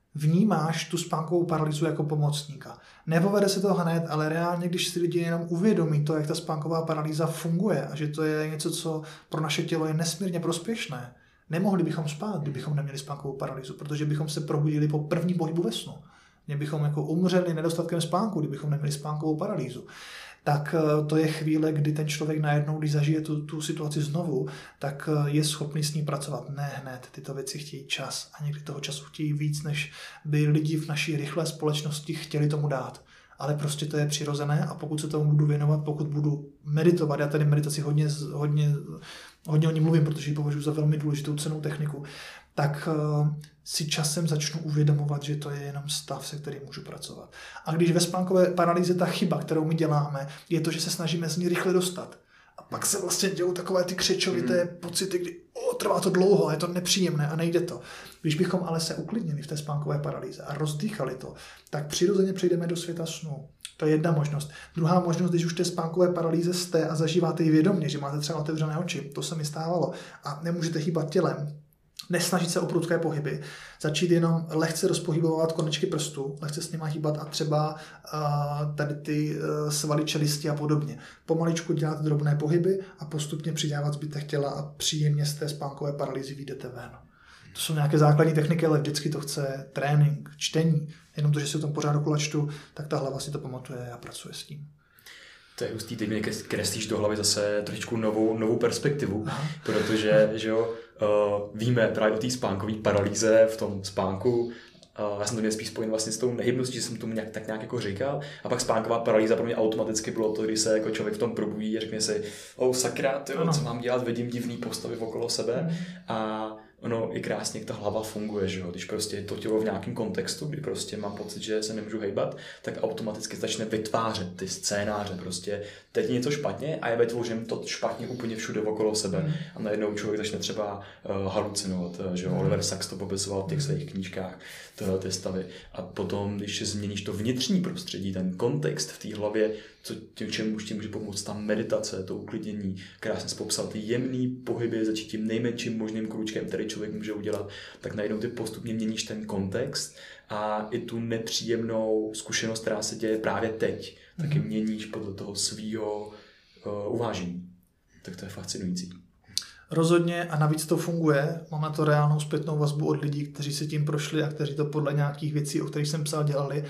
S3: vnímáš tu spánkovou paralýzu jako pomocníka. Nepovede se to hned, ale reálně, když si lidi jenom uvědomí to, jak ta spánková paralýza funguje a že to je něco, co pro naše tělo je nesmírně prospěšné, nemohli bychom spát, kdybychom neměli spánkovou paralýzu, protože bychom se probudili po první pohybu ve snu. Mě bychom jako umřeli nedostatkem spánku, kdybychom neměli spánkovou paralýzu. Tak to je chvíle, kdy ten člověk najednou, když zažije tu, tu situaci znovu, tak je schopný s ní pracovat. Ne hned, tyto věci chtějí čas a někdy toho času chtějí víc, než by lidi v naší rychlé společnosti chtěli tomu dát. Ale prostě to je přirozené a pokud se tomu budu věnovat, pokud budu meditovat, já tady meditaci hodně, hodně, hodně o ní mluvím, protože ji považuji za velmi důležitou cennou techniku, tak si časem začnu uvědomovat, že to je jenom stav, se kterým můžu pracovat. A když ve spánkové paralýze ta chyba, kterou my děláme, je to, že se snažíme z ní rychle dostat. A pak se vlastně dějou takové ty křečovité hmm. pocity, kdy o, trvá to dlouho, je to nepříjemné a nejde to. Když bychom ale se uklidnili v té spánkové paralýze a rozdýchali to, tak přirozeně přejdeme do světa snu. To je jedna možnost. Druhá možnost, když už v té spánkové paralýze jste a zažíváte ji vědomě, že máte třeba otevřené oči, to se mi stávalo, a nemůžete hýbat tělem, nesnažit se o prudké pohyby, začít jenom lehce rozpohybovat konečky prstů, lehce s nima hýbat a třeba uh, tady ty uh, svaly čelisti a podobně. Pomaličku dělat drobné pohyby a postupně přidávat zbytek těla a příjemně z té spánkové paralýzy vyjdete ven. To jsou nějaké základní techniky, ale vždycky to chce trénink, čtení. Jenom to, že si o tom pořád dokola čtu, tak ta hlava si to pamatuje a pracuje s tím.
S2: To je hustý, teď mi kreslíš do hlavy zase trošičku novou, novou perspektivu, Aha. protože že jo, uh, víme právě o té spánkové paralýze v tom spánku. Uh, já jsem to měl spíš spojen vlastně s tou nehybností, že jsem tomu nějak, tak nějak jako říkal. A pak spánková paralýza pro mě automaticky bylo to, když se jako člověk v tom probudí a řekne si, oh sakra, tyjo, co mám dělat, vidím divný postavy okolo sebe. Mm. A ono i krásně, jak ta hlava funguje, že jo? Když prostě je to tělo v nějakém kontextu, kdy prostě mám pocit, že se nemůžu hejbat, tak automaticky začne vytvářet ty scénáře. Prostě teď je něco špatně a já vytvořím to špatně úplně všude okolo sebe. Mm. A najednou člověk začne třeba uh, halucinovat, že jo? Mm. Oliver Sacks to popisoval v těch svých knížkách, tyhle ty stavy. A potom, když změníš to vnitřní prostředí, ten kontext v té hlavě, co tím, čemu už ti může pomoct ta meditace, to uklidnění, krásně popsal ty jemný pohyby, začít tím nejmenším možným kručkem, který člověk může udělat, tak najednou ty postupně měníš ten kontext a i tu nepříjemnou zkušenost, která se děje právě teď, mm-hmm. taky měníš podle toho svýho uh, uvážení. Tak to je fascinující.
S3: Rozhodně a navíc to funguje. Mám na to reálnou zpětnou vazbu od lidí, kteří se tím prošli a kteří to podle nějakých věcí, o kterých jsem psal, dělali.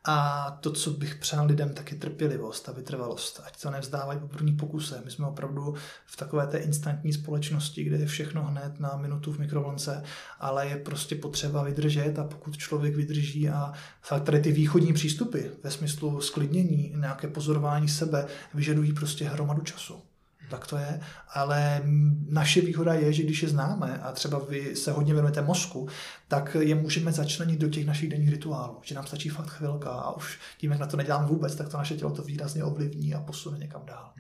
S3: A to, co bych přál lidem, tak je trpělivost a vytrvalost. Ať to nevzdávají po první pokuse. My jsme opravdu v takové té instantní společnosti, kde je všechno hned na minutu v mikrovlnce, ale je prostě potřeba vydržet a pokud člověk vydrží a fakt tady ty východní přístupy ve smyslu sklidnění, nějaké pozorování sebe, vyžadují prostě hromadu času. Tak to je, ale naše výhoda je, že když je známe a třeba vy se hodně věnujete mozku, tak je můžeme začlenit do těch našich denních rituálů, že nám stačí fakt chvilka a už tím, jak na to neděláme vůbec, tak to naše tělo to výrazně ovlivní a posune někam dál.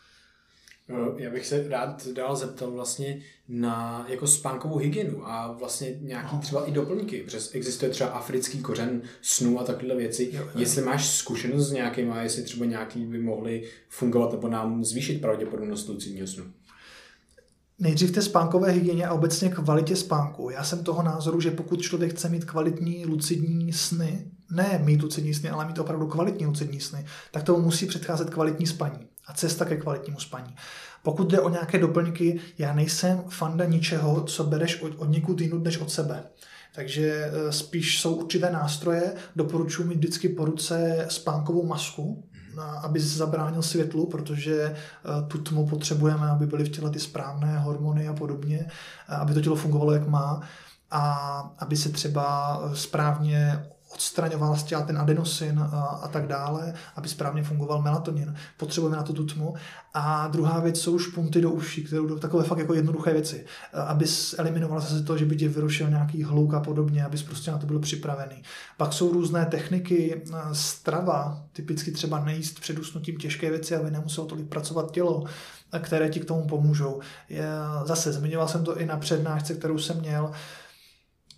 S1: Já bych se rád dál zeptal vlastně na jako spánkovou hygienu a vlastně nějaký třeba i doplňky, protože existuje třeba africký kořen snů a takové věci. Jo, jo. Jestli máš zkušenost s nějakýma, jestli třeba nějaký by mohly fungovat nebo nám zvýšit pravděpodobnost lucidního snu.
S3: Nejdřív té spánkové hygieně a obecně kvalitě spánku. Já jsem toho názoru, že pokud člověk chce mít kvalitní lucidní sny, ne mít lucidní sny, ale mít opravdu kvalitní lucidní sny, tak tomu musí předcházet kvalitní spaní a cesta ke kvalitnímu spaní. Pokud jde o nějaké doplňky, já nejsem fanda ničeho, co bereš od, od někud jinut než od sebe. Takže spíš jsou určité nástroje, doporučuji mít vždycky po ruce spánkovou masku, aby se zabránil světlu, protože tu tmu potřebujeme, aby byly v těle ty správné hormony a podobně, aby to tělo fungovalo, jak má a aby se třeba správně odstraňoval z těla ten adenosin a, a tak dále, aby správně fungoval melatonin. Potřebujeme na to tu tmu. A druhá věc jsou špunty do uší, které jsou takové fakt jako jednoduché věci. Aby eliminoval zase to, že by tě vyrušil nějaký hluk a podobně, abys prostě na to byl připravený. Pak jsou různé techniky, strava, typicky třeba nejíst před usnutím těžké věci, aby nemuselo tolik pracovat tělo, které ti k tomu pomůžou. Zase zmiňoval jsem to i na přednášce, kterou jsem měl.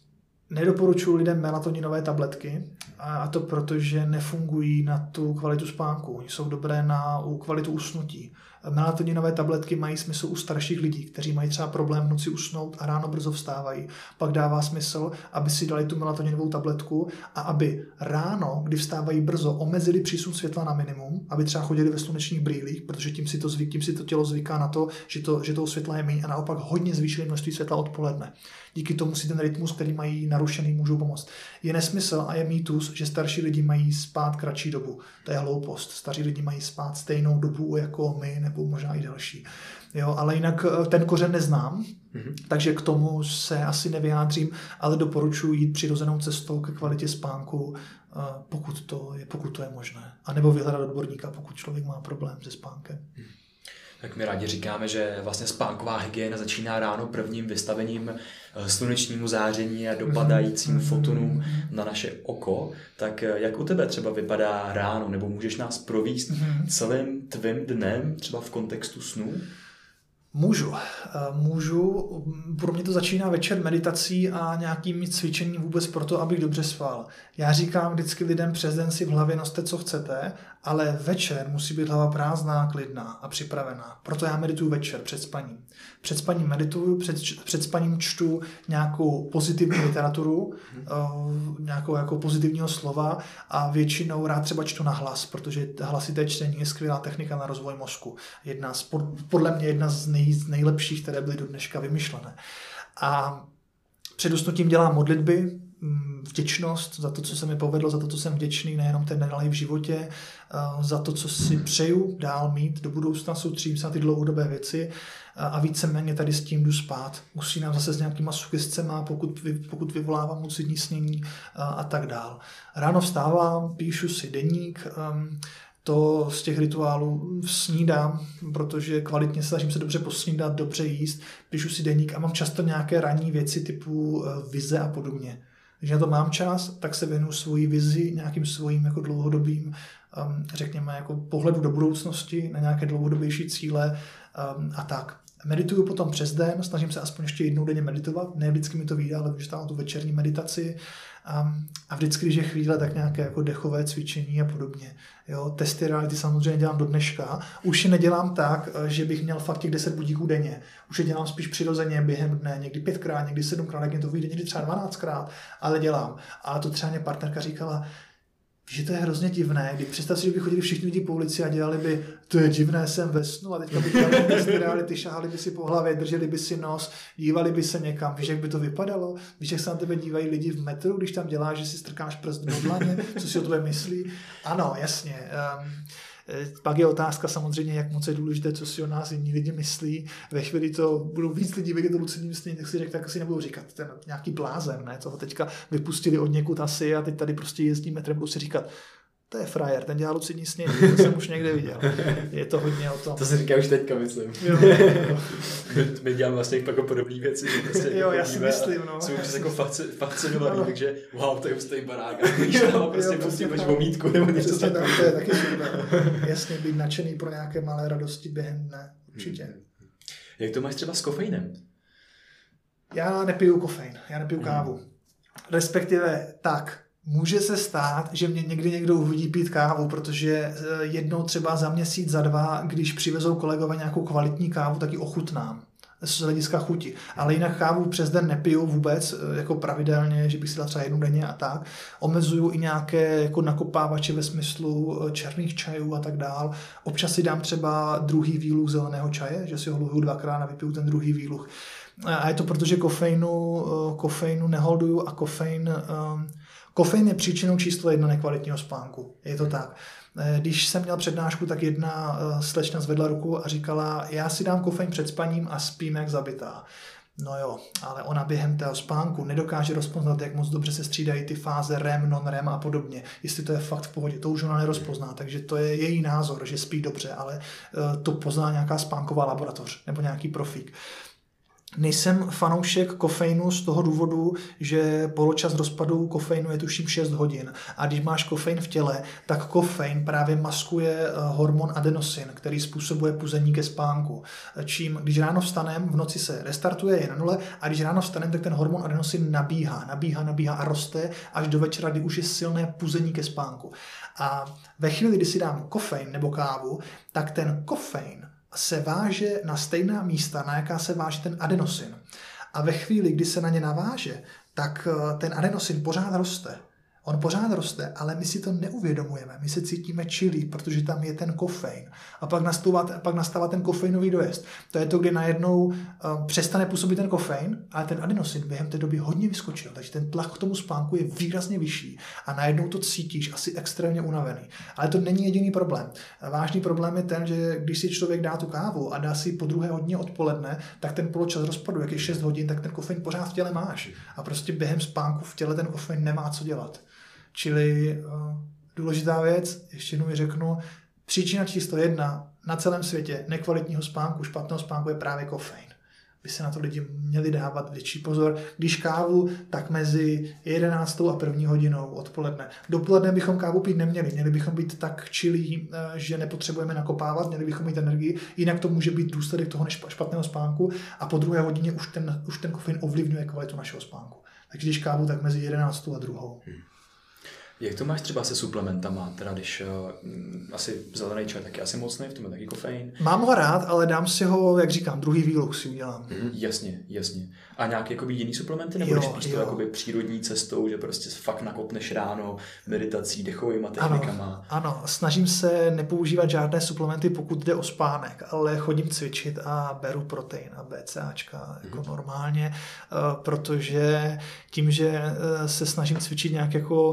S3: Nedoporučuji lidem melatoninové tabletky, a to proto, že nefungují na tu kvalitu spánku. Jsou dobré na kvalitu usnutí. Melatoninové tabletky mají smysl u starších lidí, kteří mají třeba problém v noci usnout a ráno brzo vstávají. Pak dává smysl, aby si dali tu melatoninovou tabletku a aby ráno, kdy vstávají brzo, omezili přísun světla na minimum, aby třeba chodili ve slunečních brýlích, protože tím si to, zvyk, tím si to tělo zvyká na to, že, to, že toho světla je méně, a naopak hodně zvýšili množství světla odpoledne. Díky tomu si ten rytmus, který mají narušený, můžou pomoct. Je nesmysl a je mýtus, že starší lidi mají spát kratší dobu. To je hloupost. Staří lidi mají spát stejnou dobu jako my, nebo možná i další. Jo, ale jinak ten kořen neznám, mm-hmm. takže k tomu se asi nevyjádřím, ale doporučuji jít přirozenou cestou ke kvalitě spánku, pokud to je, pokud to je možné. A nebo vyhledat odborníka, pokud člověk má problém se spánkem. Mm.
S2: Tak my rádi říkáme, že vlastně spánková hygiena začíná ráno prvním vystavením slunečnímu záření a dopadajícím fotonům na naše oko. Tak jak u tebe třeba vypadá ráno, nebo můžeš nás provést celým tvým dnem, třeba v kontextu snů?
S3: Můžu. Můžu. Pro mě to začíná večer meditací a nějakým cvičením vůbec proto, abych dobře spal. Já říkám vždycky lidem přes den si v hlavě noste, co chcete, ale večer musí být hlava prázdná, klidná a připravená. Proto já medituju večer před spaním. Před spaním medituju, před, před spaním čtu nějakou pozitivní literaturu, uh, nějakou jako pozitivního slova a většinou rád třeba čtu na hlas, protože hlasité čtení je skvělá technika na rozvoj mozku. Jedna z, podle mě jedna z, nej, z nejlepších, které byly do dneška vymyšlené. A před usnutím dělám modlitby, vděčnost za to, co se mi povedlo, za to, co jsem vděčný, nejenom ten nedalej v životě, za to, co si přeju dál mít do budoucna, soustředím se na ty dlouhodobé věci a víceméně tady s tím jdu spát. Usínám zase s nějakýma sugescema, pokud, vy, pokud vyvolávám lucidní snění a, a tak dál. Ráno vstávám, píšu si deník, um, to z těch rituálů snídám, protože kvalitně snažím se dobře posnídat, dobře jíst, píšu si deník a mám často nějaké ranní věci typu vize a podobně. Když na to mám čas, tak se věnuju svoji vizi, nějakým svým jako dlouhodobým, um, řekněme, jako pohledu do budoucnosti, na nějaké dlouhodobější cíle um, a tak. Medituju potom přes den, snažím se aspoň ještě jednou denně meditovat, ne vždycky mi to vyjde, ale vyštávám tu večerní meditaci um, a vždycky, když je chvíle, tak nějaké jako dechové cvičení a podobně. Jo, testy reality samozřejmě dělám do dneška. Už je nedělám tak, že bych měl fakt těch deset budíků denně. Už je dělám spíš přirozeně během dne, někdy pětkrát, někdy sedmkrát, jak mě to vyjde, někdy třeba dvanáctkrát, ale dělám. A to třeba mě partnerka říkala, že to je hrozně divné, kdy představ si, že by chodili všichni lidi po ulici a dělali by, to je divné, jsem ve snu a teďka by dělali testy reality, šahali by si po hlavě, drželi by si nos, dívali by se někam. Víš, jak by to vypadalo? Víš, jak se na tebe dívají lidi v metru, když tam děláš, že si strkáš prst do dlaně, co si o tebe myslí? Ano, jasně. Um, Pak je otázka samozřejmě, jak moc je důležité, co si o nás jiní lidi myslí. Ve chvíli to budou víc lidí vědět o lucidním snění, tak si řekl, tak si nebudou říkat, ten nějaký blázen, ne? Toho teďka vypustili od někud asi a teď tady prostě jezdí metrem, budou si říkat, to je frajer, ten dělá lucidní snění, to jsem už někde viděl. Je to hodně o tom.
S2: To si říká už teďka, myslím.
S3: Jo, jo.
S2: My děláme vlastně jako podobné věci. Prostě
S3: jo, já si myslím, no.
S2: Jsem už jako fascinovaný, takže wow, to je hustý barák. A když tam prostě pustíme vomítku nebo něco
S3: přesně tak. To je taky super. Jasně, být nadšený pro nějaké malé radosti během dne. Určitě. Hmm.
S2: Jak to máš třeba s kofeinem?
S3: Já nepiju kofein, já nepiju hmm. kávu. Respektive tak, může se stát, že mě někdy někdo uvidí pít kávu, protože jednou třeba za měsíc, za dva, když přivezou kolegové nějakou kvalitní kávu, tak ji ochutnám z hlediska chuti. Ale jinak kávu přes den nepiju vůbec, jako pravidelně, že bych si dal třeba jednu denně a tak. Omezuju i nějaké jako nakopávače ve smyslu černých čajů a tak dál. Občas si dám třeba druhý výluch zeleného čaje, že si ho luhuju dvakrát a vypiju ten druhý výluch. A je to proto, že kofeinu, kofeinu neholduju a kofein... Um, Kofein je příčinou číslo jedna nekvalitního spánku. Je to tak. Když jsem měl přednášku, tak jedna slečna zvedla ruku a říkala, já si dám kofein před spaním a spím jak zabitá. No jo, ale ona během toho spánku nedokáže rozpoznat, jak moc dobře se střídají ty fáze R E M, non-R E M a podobně. Jestli to je fakt v pohodě, to už ona nerozpozná, takže to je její názor, že spí dobře, ale to pozná nějaká spánková laboratoř nebo nějaký profík. Nejsem fanoušek kofeinu z toho důvodu, že poločas rozpadu kofeinu je tuším šest hodin. A když máš kofein v těle, tak kofein právě maskuje hormon adenosin, který způsobuje puzení ke spánku. Čím, když ráno vstanem, v noci se restartuje, je na nule, a když ráno vstanem, tak ten hormon adenosin nabíhá, nabíhá, nabíhá a roste až do večera, kdy už je silné puzení ke spánku. A ve chvíli, kdy si dám kofein nebo kávu, tak ten kofein se váže na stejná místa, na jaká se váže ten adenosin. A ve chvíli, kdy se na ně naváže, tak ten adenosin pořád roste. On pořád roste, ale my si to neuvědomujeme. My se cítíme chilly, protože tam je ten kofein. A pak nastává, pak nastává ten kofeinový dojezd. To je to, kdy najednou uh, přestane působit ten kofein, ale ten adenosin během té doby hodně vyskočil. Takže ten tlak k tomu spánku je výrazně vyšší. A najednou to cítíš asi extrémně unavený. Ale to není jediný problém. Vážný problém je ten, že když si člověk dá tu kávu a dá si po druhé hodině odpoledne, tak ten poločas rozpadu, jak je šest hodin, tak ten kofein pořád v těle máš. A prostě během spánku v těle ten kofein nemá co dělat. Čili uh, důležitá věc, ještě jednou mi řeknu, příčina číslo jedna na celém světě nekvalitního spánku, špatného spánku je právě kofein. By se na to lidi měli dávat větší pozor. Když kávu, tak mezi jedenáctou a první hodinou odpoledne. Dopoledne bychom kávu pít neměli. Měli bychom být tak chilly, že nepotřebujeme nakopávat, měli bychom mít energii, jinak to může být důsledek toho špatného spánku a po druhé hodině už ten, už ten kofein ovlivňuje kvalitu našeho spánku. Takže když kávu, tak mezi jedenáctou a druhou. Hmm.
S2: Jak to máš třeba se suplementama, teda když uh, asi zelený čaj taky asi mocný, v tom je taky kofein?
S3: Mám ho rád, ale dám si ho, jak říkám, druhý výluch si udělám.
S2: Mm, jasně, jasně. A nějaké jakoby jiný suplementy, nebo když spíš to jakoby přírodní cestou, že prostě fakt nakopneš ráno meditací, dechovýma technikama?
S3: Ano, ano, snažím se nepoužívat žádné suplementy, pokud jde o spánek, ale chodím cvičit a beru protein a BCAčka jako mm. normálně, uh, protože tím, že uh, se snažím cvičit nějak jako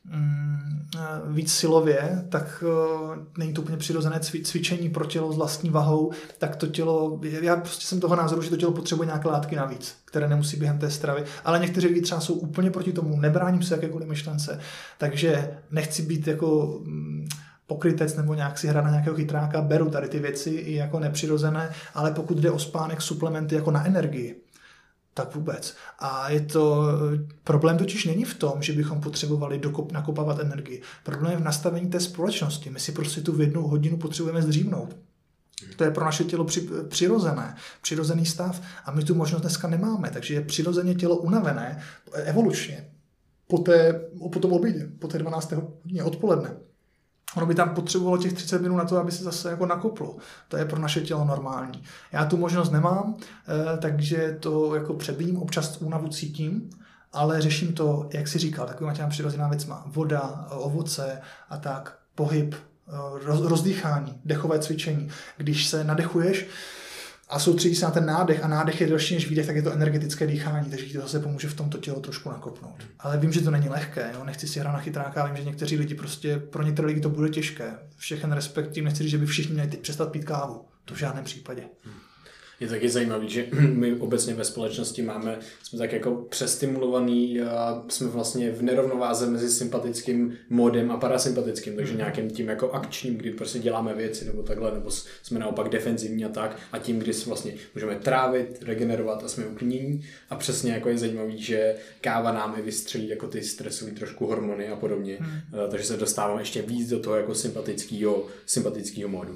S3: víc silově, tak uh, není to úplně přirozené cvičení pro tělo s vlastní vahou, tak to tělo, já prostě jsem toho názoru, že to tělo potřebuje nějaké látky navíc, které nemusí během té stravy, ale někteří lidi třeba jsou úplně proti tomu, nebráním se jakékoliv myšlence, takže nechci být jako um, pokrytec nebo nějak si hrát na nějakého chytráka, beru tady ty věci i jako nepřirozené, ale pokud jde o spánek, suplementy jako na energii, tak vůbec. A je to, problém totiž není v tom, že bychom potřebovali dokop, nakopávat energii. Problém je v nastavení té společnosti. My si prostě tu v jednu hodinu potřebujeme zdřímnout. To je pro naše tělo při, přirozené, přirozený stav a my tu možnost dneska nemáme, takže je přirozeně tělo unavené evolučně po, té, po tom obědě, po té dvanácté hodině odpoledne. Ono by tam potřebovalo těch třicet minut na to, aby se zase jako nakoplo. To je pro naše tělo normální. Já tu možnost nemám, takže to jako přebíjím, občas únavu cítím, ale řeším to, jak si říkal, takovýma těma přirozená věcma. Voda, ovoce a tak, pohyb, rozdýchání, dechové cvičení. Když se nadechuješ a soustředíš se na ten nádech a nádech je delší než výdech, tak je to energetické dýchání, takže ti to zase pomůže v tomto tělo trošku nakopnout. Ale vím, že to není lehké, jo? Nechci si hrát na chytráka, vím, že někteří lidi prostě, pro některé lidi to bude těžké. Všechen respekt tím, nechci říct, že by všichni měli teď přestat pít kávu. To v žádném případě.
S1: Je taky zajímavý, že my obecně ve společnosti máme, jsme tak jako přestimulovaný a jsme vlastně v nerovnováze mezi sympatickým módem a parasympatickým, takže nějakým tím jako akčním, kdy prostě děláme věci nebo takhle, nebo jsme naopak defenzivní a tak, a tím, kdy vlastně můžeme trávit, regenerovat a jsme uklidnění. A přesně jako je zajímavý, že káva nám i vystřelí jako ty stresové trošku hormony a podobně, hmm. takže se dostáváme ještě víc do toho jako sympatického, sympatického módu.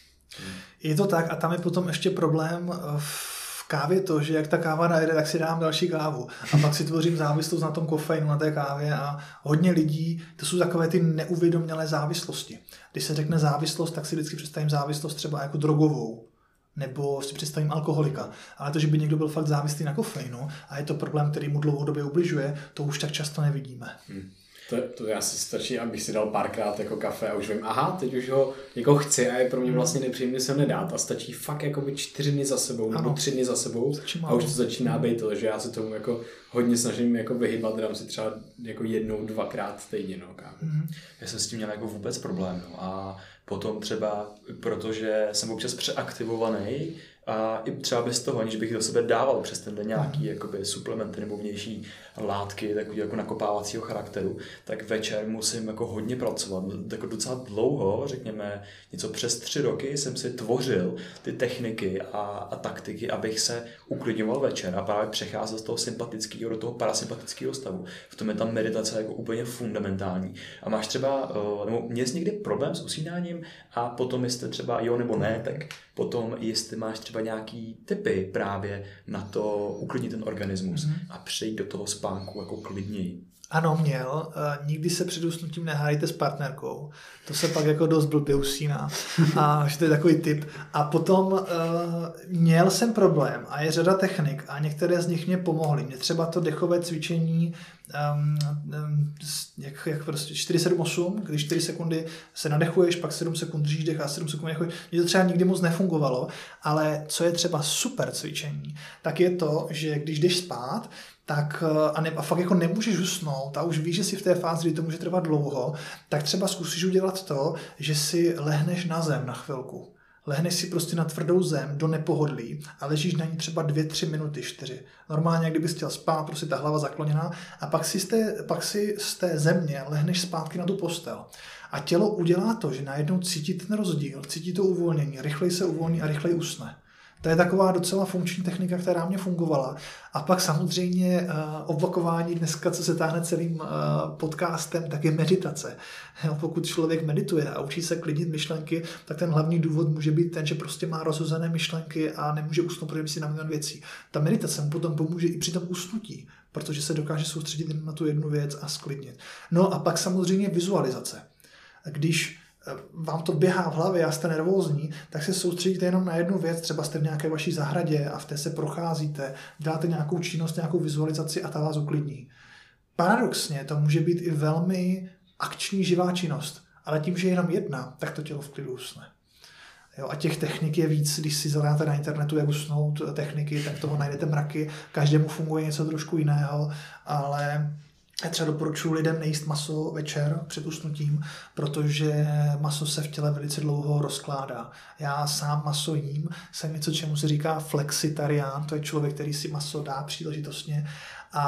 S3: Je to tak a tam je potom ještě problém v kávě to, že jak ta káva najde, tak si dám další kávu a pak si tvořím závislost na tom kofeinu, na té kávě a hodně lidí, to jsou takové ty neuvědomělé závislosti. Když se řekne závislost, tak si vždycky představím závislost třeba jako drogovou nebo si představím alkoholika. Ale to, že by někdo byl fakt závislý na kofeinu a je to problém, který mu dlouhodobě ubližuje, to už tak často nevidíme. Hmm.
S1: To, to já si stačí, abych si dal párkrát jako kafe a už vím, aha, teď už ho jako chci a je pro mě vlastně nepříjemné se nedát a stačí fakt jako by čtyři dny za sebou nebo tři dny za sebou a už to začíná být to, že já se tomu jako hodně snažím jako vyhybat, dám si třeba jako jednou, dvakrát týdně no, kávu.
S2: Mm-hmm. Já jsem s tím měl jako vůbec problém no. A potom třeba, protože jsem občas přeaktivovaný A i třeba bez toho, aniž bych do sebe dával přes ten den nějaký jakoby, suplementy nebo vnější látky, takový jako nakopávacího charakteru, tak večer musím jako hodně pracovat. Jako docela dlouho, řekněme něco přes tři roky, jsem si tvořil ty techniky a, a taktiky, abych se uklidňoval večer a právě přecházel z toho sympatického do toho parasympatického stavu. V tom je ta meditace jako úplně fundamentální. A máš třeba, nebo měl jsi někdy problém s usínáním a potom jestli třeba jo nebo ne, tak potom jestli máš třeba nějaký tipy právě na to uklidnit ten organismus mm-hmm. a přejít do toho spánku jako klidněji.
S3: Ano, měl. Nikdy se před usnutím nehádejte s partnerkou. To se pak jako dost blbě usíná. A že to je takový tip. A potom uh, měl jsem problém a je řada technik a některé z nich mě pomohly. Mě třeba to dechové cvičení um, um, jak, jak prostě čtyři sedm osm, když čtyři sekundy se nadechuješ, pak sedm sekund držíš dech a sedm sekund nadechuješ. Mně to třeba nikdy moc nefungovalo, ale co je třeba super cvičení, tak je to, že když jdeš spát, tak a, ne, a fakt jako nemůžeš usnout a už víš, že jsi v té fázi, kdy to může trvat dlouho, tak třeba zkusíš udělat to, že si lehneš na zem na chvilku. Lehneš si prostě na tvrdou zem do nepohodlí a ležíš na ní třeba dvě, tři minuty, čtyři. Normálně, kdybys chtěl spát, prostě ta hlava zakloněná a pak si, z té, pak si z té země lehneš zpátky na tu postel. A tělo udělá to, že najednou cítí ten rozdíl, cítí to uvolnění, rychleji se uvolní a rychleji usne. To je taková docela funkční technika, která mě fungovala. A pak samozřejmě uh, opakování dneska, co se táhne celým uh, podcastem, tak je meditace. Jo, pokud člověk medituje a učí se klidnit myšlenky, tak ten hlavní důvod může být ten, že prostě má rozhozené myšlenky a nemůže usnout, protože si na milion věcí. Ta meditace mu potom pomůže i při tom usnutí, protože se dokáže soustředit na tu jednu věc a sklidnit. No a pak samozřejmě vizualizace. Když vám to běhá v hlavě a jste nervózní, tak se soustředíte jenom na jednu věc, třeba jste v nějaké vaší zahradě a v té se procházíte, děláte nějakou činnost, nějakou vizualizaci a ta vás uklidní. Paradoxně to může být i velmi akční živá činnost, ale tím, že je jenom jedna, tak to tělo v klidu usne. Jo, a těch technik je víc, když si zadáte na internetu, jak usnout techniky, tak toho najdete mraky, každému funguje něco trošku jiného, ale já třeba doporučuji lidem nejíst maso večer před usnutím, protože maso se v těle velice dlouho rozkládá. Já sám maso jím, jsem něco, čemu se říká flexitarián, to je člověk, který si maso dá příležitostně a,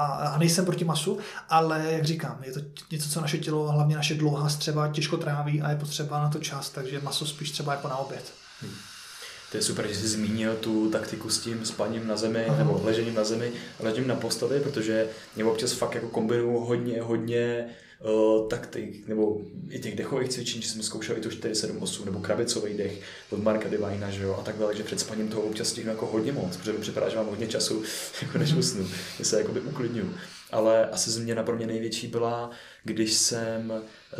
S3: a nejsem proti masu, ale jak říkám, je to něco, co naše tělo, hlavně naše dlouhá střeva, těžko tráví a je potřeba na to čas, takže maso spíš třeba jako na oběd. Hmm.
S2: To je super, že jsi zmínil tu taktiku s tím spaním na zemi, aha, nebo ležením na zemi a ležením na posteli, protože mě občas fakt jako kombinuju hodně, hodně uh, taktik, nebo i těch dechových cvičení, že jsem zkoušel i to čtyři sedm osm, nebo krabicový dech od Marka Divina, že jo, a tak dále, že před spaním toho občas stihnu jako hodně moc, protože mi připadá, že mám hodně času, jako než usnu, že se jakoby uklidňuju. Ale asi změna pro mě největší byla, když jsem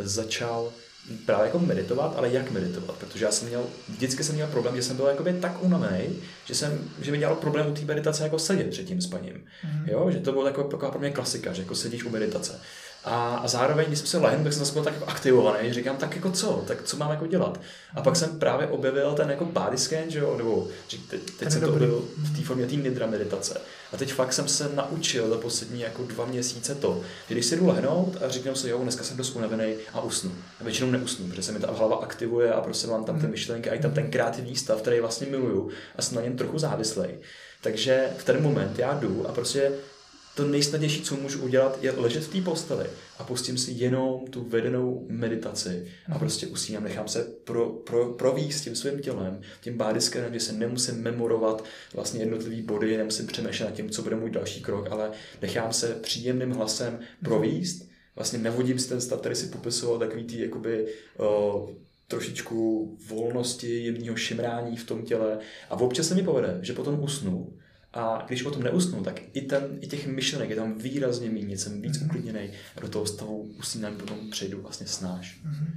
S2: začal právě jako meditovat, ale jak meditovat, protože já jsem měl, vždycky jsem měl problém, že jsem byl jakoby tak unavený, že jsem, že mi dělal problém u té meditace jako sedět před tím spaním. Mm. Jo, že to bylo taková, taková pro mě klasika, že jako sedíš u meditace. A, a zároveň, když jsem se lehnul, tak jsem zase byl tak jako aktivovaný, že říkám, tak jako co, tak co mám jako dělat. A pak jsem právě objevil ten jako body scan, že jo, nebo že teď, teď jsem to objevil v té formě té nidra meditace. A teď fakt jsem se naučil za poslední jako dva měsíce to, že když si jdu lehnout a říkám si, jo, dneska jsem dost unavený a usnu. A většinou neusnu, protože se mi ta hlava aktivuje a prostě mám tam ty myšlenky a i tam ten kreativní stav, který vlastně miluju a jsem na něm trochu závislej. Takže v ten moment já jdu a prostě to nejsnadnější, co můžu udělat, je ležet v té posteli a pustím si jenom tu vedenou meditaci a prostě usínám, nechám se pro, pro, províst tím svým tělem, tím body scanem, že se nemusím memorovat vlastně jednotlivý body, nemusím přemýšlet nad tím, co bude můj další krok, ale nechám se příjemným hlasem províst, vlastně nevodím si ten stav, který si popisoval, takový tý jakoby o, trošičku volnosti, jemného šimrání v tom těle a občas se mi povede, že potom usnu. A když potom neusnu, tak i, ten, i těch myšlenek je tam výrazně méně, jsem víc mm-hmm. uklidněnej a do toho stavu usínání potom přejdu vlastně snáš.
S3: Mm-hmm.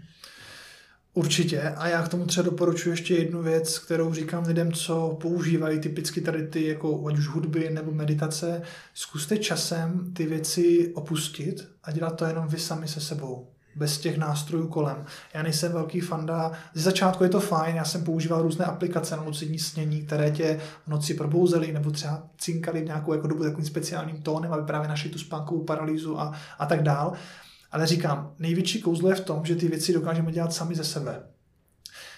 S3: Určitě. A já k tomu třeba doporučuji ještě jednu věc, kterou říkám lidem, co používají typicky tady ty, jako ať už hudby nebo meditace. Zkuste časem ty věci opustit a dělat to jenom vy sami se sebou. Bez těch nástrojů kolem. Já nejsem velký fanda. Ze začátku je to fajn, já jsem používal různé aplikace na lucidní snění, které tě v noci probouzely nebo třeba cinkali nějakou jako dobu takovým speciálním tónem, aby právě našli tu spánkovou paralýzu a, a tak dál. Ale říkám, největší kouzlo je v tom, že ty věci dokážeme dělat sami ze sebe.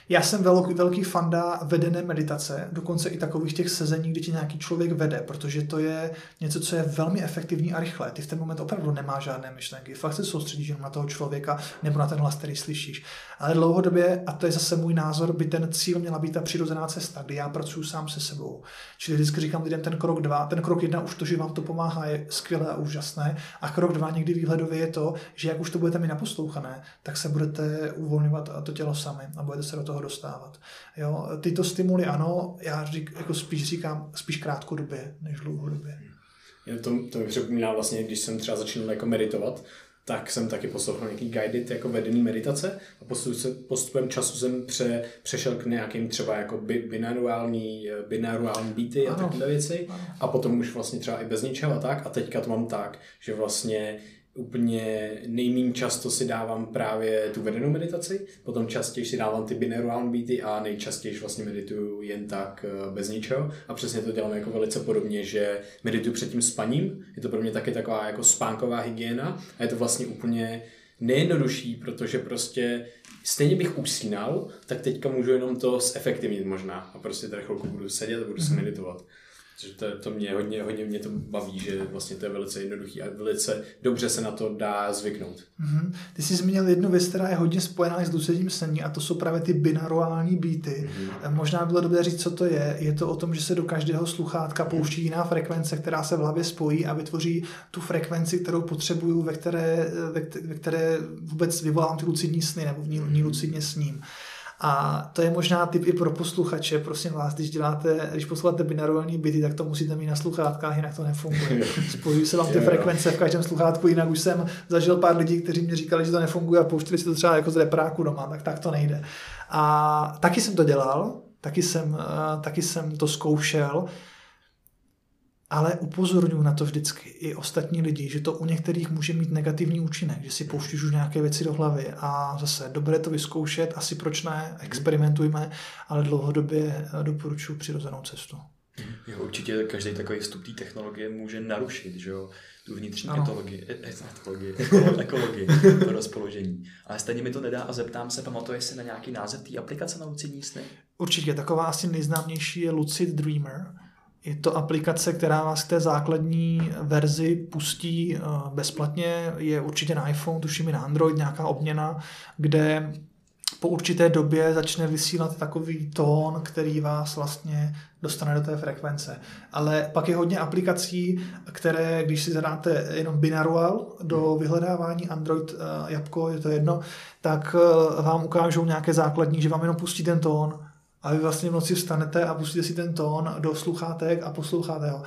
S3: Já jsem velký, velký fanda vedené meditace, dokonce i takových těch sezení, kdy ti nějaký člověk vede, protože to je něco, co je velmi efektivní a rychlé. Ty v ten moment opravdu nemáš žádné myšlenky, fakt se soustředíš jenom na toho člověka nebo na ten hlas, který slyšíš. Ale dlouhodobě, a to je zase můj názor, by ten cíl měla být ta přirozená cesta, kdy já pracuji sám se sebou. Čili vždycky říkám lidem ten krok dva, ten krok jedna už to, že vám to pomáhá, je skvělé a úžasné. A krok dva někdy výhledově je to, že jak už to budete mít naposlouchané, tak se budete uvolňovat a to tělo sami a budete se do toho dostávat. Jo? Tyto stimuly ano, já řík, jako spíš říkám spíš krátkodobě než dlouhodobě.
S1: To, to mi připomíná vlastně, když jsem třeba začínal jako meditovat, tak jsem taky poslouchal nějaký guided jako vedený meditace a postupem času jsem pře, přešel k nějakým třeba jako binaurální, binaurální beaty a takové věci a potom už vlastně třeba i bez ničeho a tak a teďka to mám tak, že vlastně úplně nejméně často si dávám právě tu vedenou meditaci, potom častěji si dávám ty binaurální beaty a nejčastěji vlastně medituju jen tak bez ničeho a přesně to dělám jako velice podobně, že medituju před tím spaním, je to pro mě taky taková jako spánková hygiena a je to vlastně úplně nejjednodušší, protože prostě stejně bych usínal, tak teďka můžu jenom to zefektivnit možná a prostě tady chvilku budu sedět a budu si meditovat. To, to mě hodně, hodně mě to baví, že vlastně to je velice jednoduchý a velice dobře se na to dá zvyknout.
S3: Mm-hmm. Ty jsi zmínil jednu věc, která je hodně spojená s lucidním snění a to jsou právě ty binaurální beaty. Mm-hmm. Možná bylo dobré říct, co to je. Je to o tom, že se do každého sluchátka pouští jiná frekvence, která se v hlavě spojí a vytvoří tu frekvenci, kterou potřebuju, ve které, ve které vůbec vyvolám ty lucidní sny nebo v ní, v ní lucidně sním. A to je možná tip i pro posluchače, prosím vás, když děláte, když posloucháte binaurální bity, tak to musíte mít na sluchátkách, jinak to nefunguje. Spojují se vám ty frekvence v každém sluchátku, jinak už jsem zažil pár lidí, kteří mi říkali, že to nefunguje a pouštěli si to třeba jako z repráku doma, tak tak to nejde. A taky jsem to dělal, taky jsem, taky jsem to zkoušel, ale upozorňuji na to vždycky i ostatní lidi, že to u některých může mít negativní účinek, že si pouštíš už nějaké věci do hlavy a zase dobré to vyzkoušet, asi proč ne, experimentujme, ale dlouhodobě doporučuji přirozenou cestu.
S2: Jo, určitě každý takový vstup té technologie může narušit, že jo, tu vnitřní etologii, etologii, ekologii, to rozpoložení. Ale stejně mi to nedá a zeptám se, pamatuješ si na nějaký název té aplikace na lucidní sny?
S3: Určitě, taková asi nejznámější je Lucid Dreamer. Je to aplikace, která vás k té základní verzi pustí bezplatně, je určitě na iPhone, tuším i na Android, nějaká obměna, kde po určité době začne vysílat takový tón, který vás vlastně dostane do té frekvence. Ale pak je hodně aplikací, které, když si zadáte jenom binaural do vyhledávání Android, Jabko, je to jedno, tak vám ukážou nějaké základní, že vám jenom pustí ten tón, a vy vlastně v noci vstanete a pustíte si ten tón do sluchátek a posloucháte ho.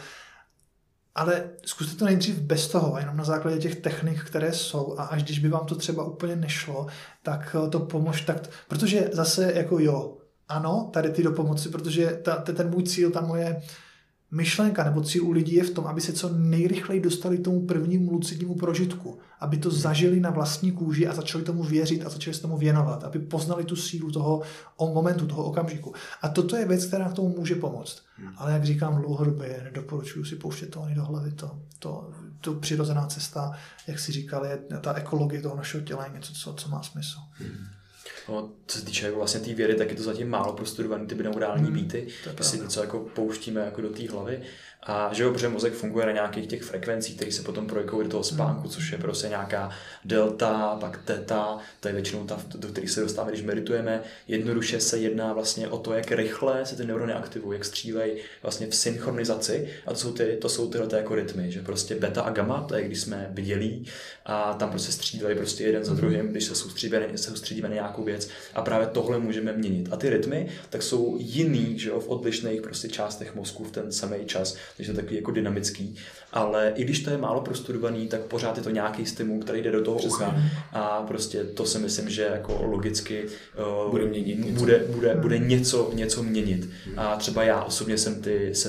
S3: Ale zkuste to nejdřív bez toho, jenom na základě těch technik, které jsou a až když by vám to třeba úplně nešlo, tak to pomož, tak, protože zase jako jo, ano, tady ty do pomoci, protože ta, ten můj cíl, ta moje myšlenka nebo cíl u lidí je v tom, aby se co nejrychleji dostali tomu prvnímu lucidnímu prožitku, aby to zažili na vlastní kůži a začali tomu věřit a začali se tomu věnovat, aby poznali tu sílu toho momentu, toho okamžiku. A toto je věc, která k tomu může pomoct. Hmm. Ale jak říkám, dlouhodobě nedoporučuji si pouštět tóny do hlavy. To, to, to přirozená cesta, jak si říkali, je ta ekologie toho našeho těla je něco, co, co má smysl. Hmm.
S2: No, co se týče jako vlastně té vědy, tak je to zatím málo prostudovaný ty binaurální hmm, beaty, že si něco jako pouštíme jako do té hlavy a že jo, protože mozek funguje na nějakých těch frekvencích, které se potom projekují do toho spánku, hmm. což je prostě nějaká delta, pak theta, to je většinou ta, do které se dostáváme, když meditujeme. Jednoduše se jedná vlastně o to, jak rychle se ty neurony aktivují, jak střílejí vlastně v synchronizaci a to jsou, ty, to jsou tyhle jako rytmy, že prostě beta a gamma, to je když jsme bdělí a tam prostě střílejí prostě jeden za druhým, když se soustředíme, se soustředíme na nějakou věc a právě tohle můžeme měnit. A ty rytmy tak jsou jiný, že jo, v odlišných prostě částech mozku v ten samý čas, takže to je takový jako dynamický, ale i když to je málo prostudovaný, tak pořád je to nějaký stimul, který jde do toho ucha a prostě to si myslím, že jako logicky uh, bude, měnit bude, bude, bude něco, něco měnit. A třeba já osobně jsem ty jsem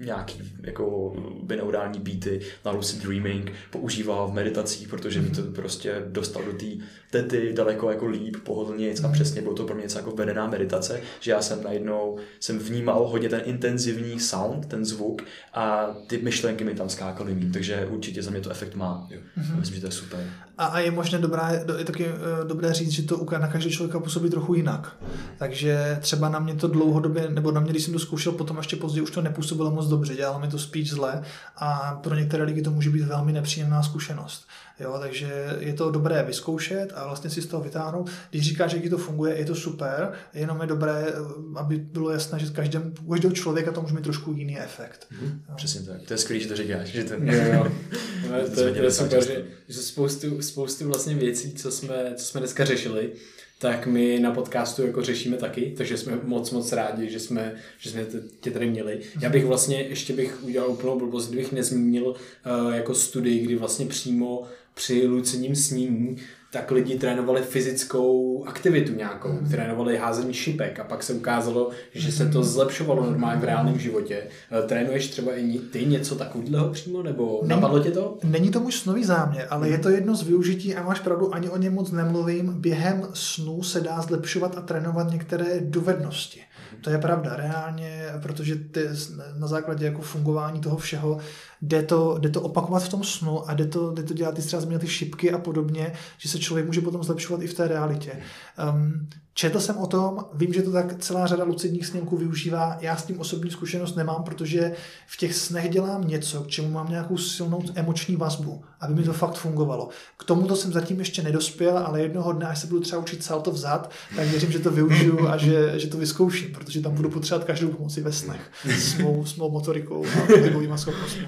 S2: nějaký jako binaurální beaty na lucid dreaming, používal v meditacích, protože mi to prostě dostal do té tety daleko jako líp, pohodlnějc a přesně bylo to pro mě něco jako vedená meditace, že já jsem najednou jsem vnímal hodně ten intenzivní sound, ten zvuk a ty myšlenky mi tam skákaly mít, takže určitě za mě to efekt má. Jo. Mm-hmm. Myslím, že to je super.
S3: A, a je možné dobré, je taky uh, dobré říct, že to na každého člověka působí trochu jinak. Takže třeba na mě to dlouhodobě, nebo na mě, když jsem to zkoušel, potom ještě později už to nepůsobilo moc dobře, dělalo mi to spíš zle a pro některé lidi to může být velmi nepříjemná zkušenost. Jo, takže je to dobré vyzkoušet a vlastně si z toho vytáhnout. Když říkáš, že to funguje, je to super, jenom je dobré, aby bylo jasné, že každému, každého člověka to může mít trošku jiný efekt.
S2: Mm-hmm. Přesně tak. To je skvělé, že to říkáš. Že to...
S1: Jo, jo. No, to, to, to je super, že, že spoustu, spoustu vlastně věcí, co jsme, co jsme dneska řešili, tak my na podcastu jako řešíme taky, takže jsme moc, moc rádi, že jsme, že jsme tě tady měli. Já bych vlastně, ještě bych udělal úplnou blbost, kdybych nezmínil uh, jako studii, kdy vlastně přímo při lucidním snění tak lidi trénovali fyzickou aktivitu nějakou, mm. trénovali házení šipek a pak se ukázalo, že se to zlepšovalo normálně v reálném životě. Trénuješ třeba i ty něco takového přímo, nebo není, napadlo tě to?
S3: Není to můj snový záměr, ale mm. je to jedno z využití a máš pravdu, ani o něm moc nemluvím. Během snu se dá zlepšovat a trénovat některé dovednosti. To je pravda, reálně, protože ty, na základě jako fungování toho všeho jde to, jde to opakovat v tom snu a jde to, jde to dělat ty třeba změnit ty šipky a podobně, že se člověk může potom zlepšovat i v té realitě. Um, četl jsem o tom, vím, že to tak celá řada lucidních sněmků využívá, já s tím osobní zkušenost nemám, protože v těch snech dělám něco, k čemu mám nějakou silnou emoční vazbu, aby mi to fakt fungovalo. K tomuto jsem zatím ještě nedospěl, ale jednoho dne, až se budu třeba učit salto vzad, tak věřím, že to využiju a že, že to vyzkouším, protože tam budu potřebovat každou pomoci ve snech s mou, s mou motorikou a pohybovýma schopnostmi.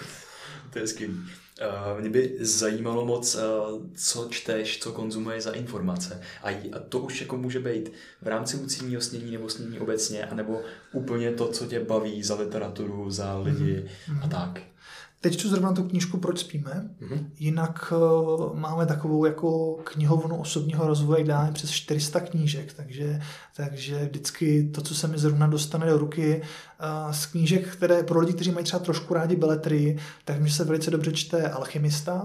S2: To je skvělý. Uh, mě by zajímalo moc, uh, co čteš, co konzumuješ za informace. A, a to už jako může být v rámci lucidního snění nebo snění obecně, anebo úplně to, co tě baví za literaturu, za lidi mm-hmm. a tak.
S3: Teď čtu zrovna tu knížku Proč spíme, mm-hmm. jinak uh, máme takovou jako knihovnu osobního rozvoje, dáme přes čtyři sta knížek, takže, takže vždycky to, co se mi zrovna dostane do ruky uh, z knížek, které pro lidi, kteří mají třeba trošku rádi beletrii, tak mi se velice dobře čte Alchymista.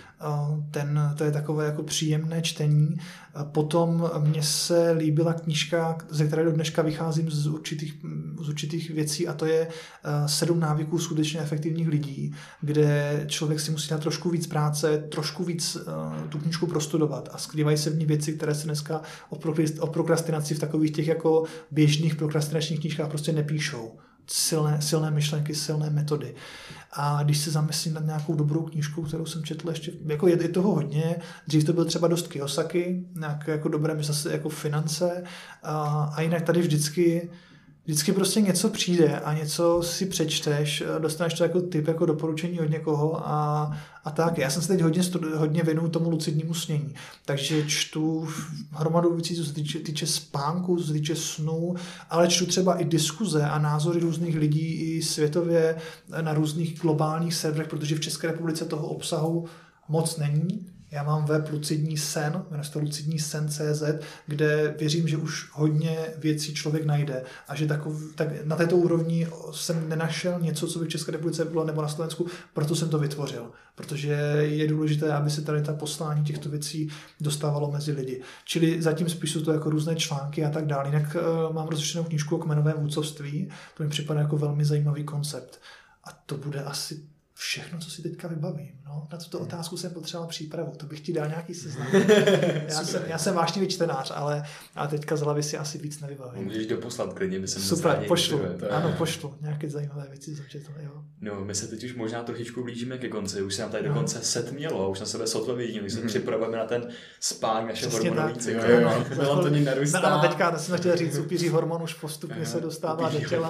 S3: Ten, to je takové jako příjemné čtení. Potom mně se líbila knížka, ze které do dneška vycházím z určitých, z určitých věcí, a to je Sedm návyků skutečně efektivních lidí, kde člověk si musí dát trošku víc práce, trošku víc tu knížku prostudovat a skrývají se v ní věci, které se dneska o prokrastinaci v takových těch jako běžných prokrastinačních knížkách prostě nepíšou. Silné, silné myšlenky, silné metody. A když se zamyslím nad nějakou dobrou knížkou, kterou jsem četl ještě, jako je, je toho hodně, dřív to byl třeba dost Kiyosaki, nějaké jako dobré zase jako finance a, a jinak tady vždycky Vždycky prostě něco přijde a něco si přečteš, dostaneš to jako tip, jako doporučení od někoho a, a tak. Já jsem se teď hodně, hodně věnuju tomu lucidnímu snění, takže čtu hromadu věcí, co se týče, týče spánku, co se týče snů, ale čtu třeba i diskuze a názory různých lidí i světově na různých globálních serverech, protože v České republice toho obsahu moc není. Já mám web Lucidní sen, jmenuje se to lucidní sen tečka cé zet, kde věřím, že už hodně věcí člověk najde a že takov, tak na této úrovni jsem nenašel něco, co by v České republice bylo nebo na Slovensku, proto jsem to vytvořil, protože je důležité, aby se tady ta poslání těchto věcí dostávalo mezi lidi. Čili zatím spíš jsou to jako různé články a tak dále. Jinak uh, mám rozlišenou knížku o kmenovém vůdcovství, to mi připadá jako velmi zajímavý koncept. A to bude asi všechno, co si teďka vybavím. No, na tuto otázku jsem potřeboval přípravu, to bych ti dal nějaký seznam. já, jsem, já jsem vášnivý čtenář, ale, ale teďka z hlavy si asi víc nevybavím.
S2: Můžeš doposlat klidně, by se
S3: super, pošlu, je... ano, pošlu. Nějaké zajímavé věci jsem četl, jo.
S2: No, my se teď už možná trošičku blížíme ke konci, už se nám tady no. dokonce set mělo, už na sebe sotva vidím, když se mm. připravujeme na ten spání naše hormonový cykl.
S1: Jo, jo, bylo to ní narůstá.
S3: No, no, teďka jsem chtěl říct, upíří hormon už postupně se dostává do těla.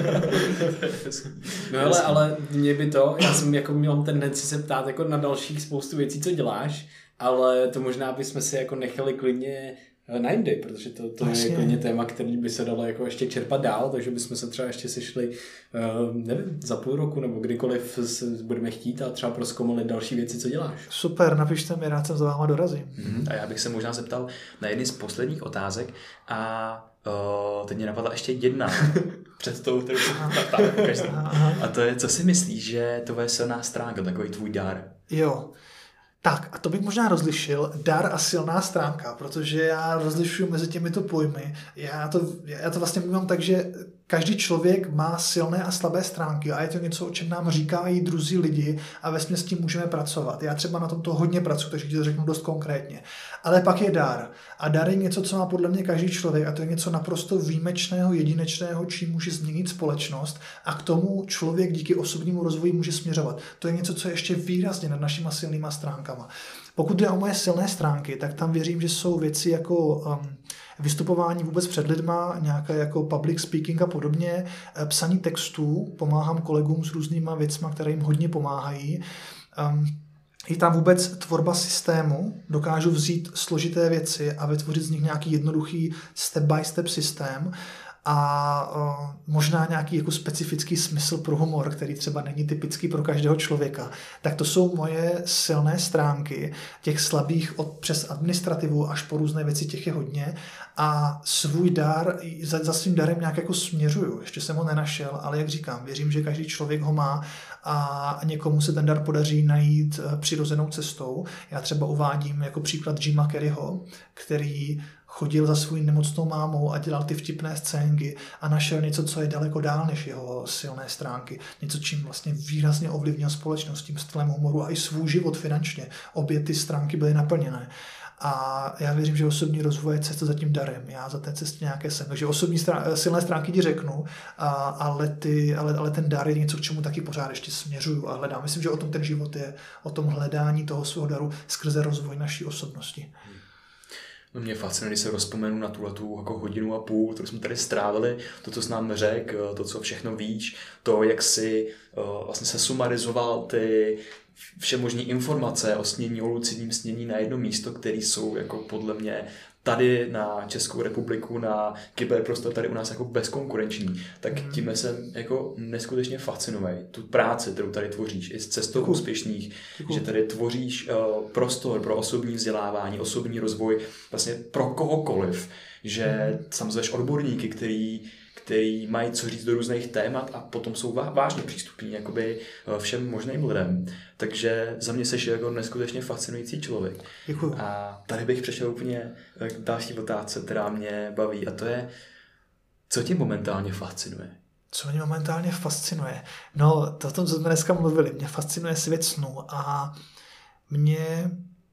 S1: No ale, ale mě by to, já jsem jako měl tendenci se ptát jako na dalších spoustu věcí, co děláš, ale to možná bychom si jako nechali klidně na jindy, protože to, to je klidně téma, který by se dalo jako ještě čerpat dál, takže bychom se třeba ještě sešli, uh, nevím, za půl roku nebo kdykoliv budeme chtít a třeba prozkoumali další věci, co děláš.
S3: Super, napište mi, rád jsem za váma dorazím.
S2: Mm-hmm. A já bych se možná zeptal na jedny z posledních otázek a uh, teď mě napadla ještě jedna před tou, kterou tam každý. A to je, co si myslíš, že to je silná stránka, takový tvůj dar?
S3: Jo. Tak a to bych možná rozlišil dar a silná stránka, protože já rozlišuju mezi těmito pojmy. Já to, já to vlastně vnímám tak, že každý člověk má silné a slabé stránky a je to něco, o čem nám říkají druzí lidi a vesměs s tím můžeme pracovat. Já třeba na tomto hodně pracuji, takže ti to řeknu dost konkrétně. Ale pak je dar. A dar je něco, co má podle mě každý člověk a to je něco naprosto výjimečného, jedinečného, čím může změnit společnost a k tomu člověk díky osobnímu rozvoji může směřovat. To je něco, co je ještě výrazně nad našimi silnýma stránkama. Pokud jde o moje silné stránky, tak tam věřím, že jsou věci jako um, vystupování vůbec před lidma, nějaké jako public speaking a podobně, psaní textů, pomáhám kolegům s různýma věcma, které jim hodně pomáhají. Um, je tam vůbec tvorba systému, dokážu vzít složité věci a vytvořit z nich nějaký jednoduchý step-by-step systém a uh, možná nějaký jako specifický smysl pro humor, který třeba není typický pro každého člověka. Tak to jsou moje silné stránky, těch slabých od, přes administrativu až po různé věci, těch je hodně a svůj dar, za, za svým darem nějak jako směřuju. Ještě jsem ho nenašel, ale jak říkám, věřím, že každý člověk ho má a někomu se ten dar podaří najít přirozenou cestou. Já třeba uvádím jako příklad Jima Carreyho, který chodil za svou nemocnou mámou a dělal ty vtipné scénky a našel něco, co je daleko dál než jeho silné stránky. Něco, čím vlastně výrazně ovlivnil společnost tím stylem humoru a i svůj život finančně. Obě ty stránky byly naplněné. A já věřím, že osobní rozvoj je cesta za tím darem. Já za té cestě nějaké jsem. Takže osobní strán, silné stránky ti řeknu, a, ale, ty, ale, ale ten dar je něco, k čemu taky pořád ještě směřuju a hledám. Myslím, že o tom ten život je, o tom hledání toho svého daru skrze rozvoj naší osobnosti.
S2: No mě fascinuje, když se rozpomenu na tuhletu jako hodinu a půl, kterou jsme tady strávili, to, co jsi nám řekl, to, co všechno víš, to, jak jsi uh, vlastně se sumarizoval ty všemožné informace o snění, o lucidním snění na jedno místo, které jsou jako podle mě tady na Českou republiku, na kyberprostor tady u nás jako bezkonkurenční, tak mm. tím se jako neskutečně fascinují. Tu práci, kterou tady tvoříš, i s cestou Děkuji. úspěšných, Děkuji. že tady tvoříš uh, prostor pro osobní vzdělávání, osobní rozvoj vlastně pro kohokoliv, že mm. sam zveš odborníky, který který mají co říct do různých témat a potom jsou vážně přístupní jakoby všem možným lidem. Takže za mě jsi jako neskutečně fascinující člověk.
S3: Děkuju.
S2: A tady bych přešel úplně k další otázce, která mě baví, a to je, co tě momentálně fascinuje?
S3: Co mě momentálně fascinuje? No, to o tom, co jsme dneska mluvili, mě fascinuje svět snů a mě...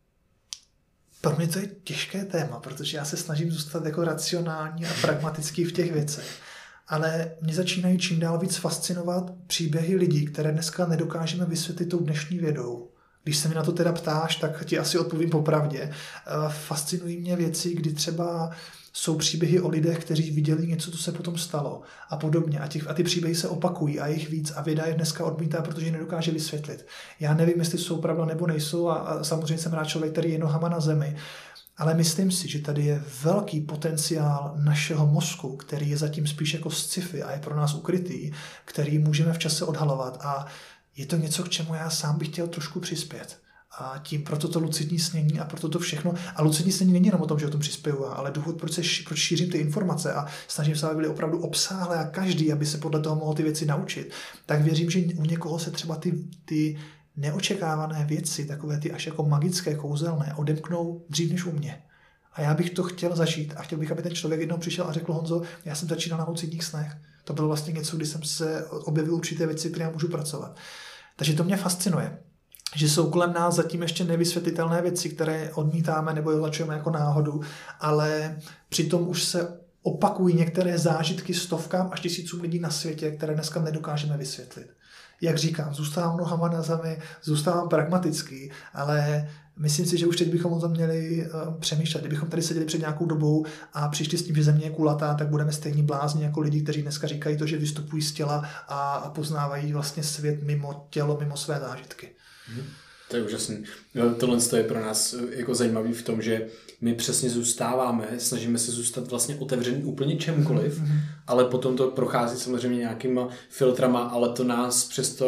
S3: Pro mě to je těžké téma, protože já se snažím zůstat jako racionální a pragmatický v těch věcech. Ale mě začínají čím dál víc fascinovat příběhy lidí, které dneska nedokážeme vysvětlit tou dnešní vědou. Když se mi na to teda ptáš, tak ti asi odpovím popravdě. Fascinují mě věci, kdy třeba jsou příběhy o lidech, kteří viděli něco, co se potom stalo a podobně. A, těch, a ty příběhy se opakují a jich víc a věda je dneska odmítá, protože je nedokáže vysvětlit. Já nevím, jestli jsou pravda nebo nejsou a, a samozřejmě jsem rád člověk, který je nohama na zemi. Ale myslím si, že tady je velký potenciál našeho mozku, který je zatím spíš jako sci-fi a je pro nás ukrytý, který můžeme v čase odhalovat a je to něco, k čemu já sám bych chtěl trošku přispět. A tím proto to lucidní snění a proto to všechno. A lucidní snění není jenom o tom, že o tom přispěju, ale důvod, proč, se, proč šířím ty informace a snažím se, aby byly opravdu obsáhlé a každý, aby se podle toho mohl ty věci naučit, tak věřím, že u někoho se třeba ty, ty neočekávané věci, takové ty až jako magické, kouzelné, odemknou dřív než u mě. A já bych to chtěl zažít a chtěl bych, aby ten člověk jednou přišel a řekl: Honzo, já jsem začínal na lucidních snech. To bylo vlastně něco, kdy jsem se objevil určité věci, které já můžu pracovat. Takže to mě fascinuje, že jsou kolem nás zatím ještě nevysvětlitelné věci, které odmítáme nebo je označujeme jako náhodu, ale přitom už se opakují některé zážitky stovkám až tisícům lidí na světě, které dneska nedokážeme vysvětlit. Jak říkám, zůstávám nohama na zemi, zůstávám pragmatický, ale myslím si, že už teď bychom o tom měli uh, přemýšlet. Kdybychom tady seděli před nějakou dobou a přišli s tím, že země je kulatá, tak budeme stejní blázni jako lidi, kteří dneska říkají to, že vystupují z těla a poznávají vlastně svět mimo tělo, mimo své zážitky.
S1: Hmm. To je úžasný. Tohle je pro nás jako zajímavý v tom, že my přesně zůstáváme, snažíme se zůstat vlastně otevřený úplně čemukoliv, mm-hmm. ale potom to prochází samozřejmě nějakýma filtrama, ale to nás přesto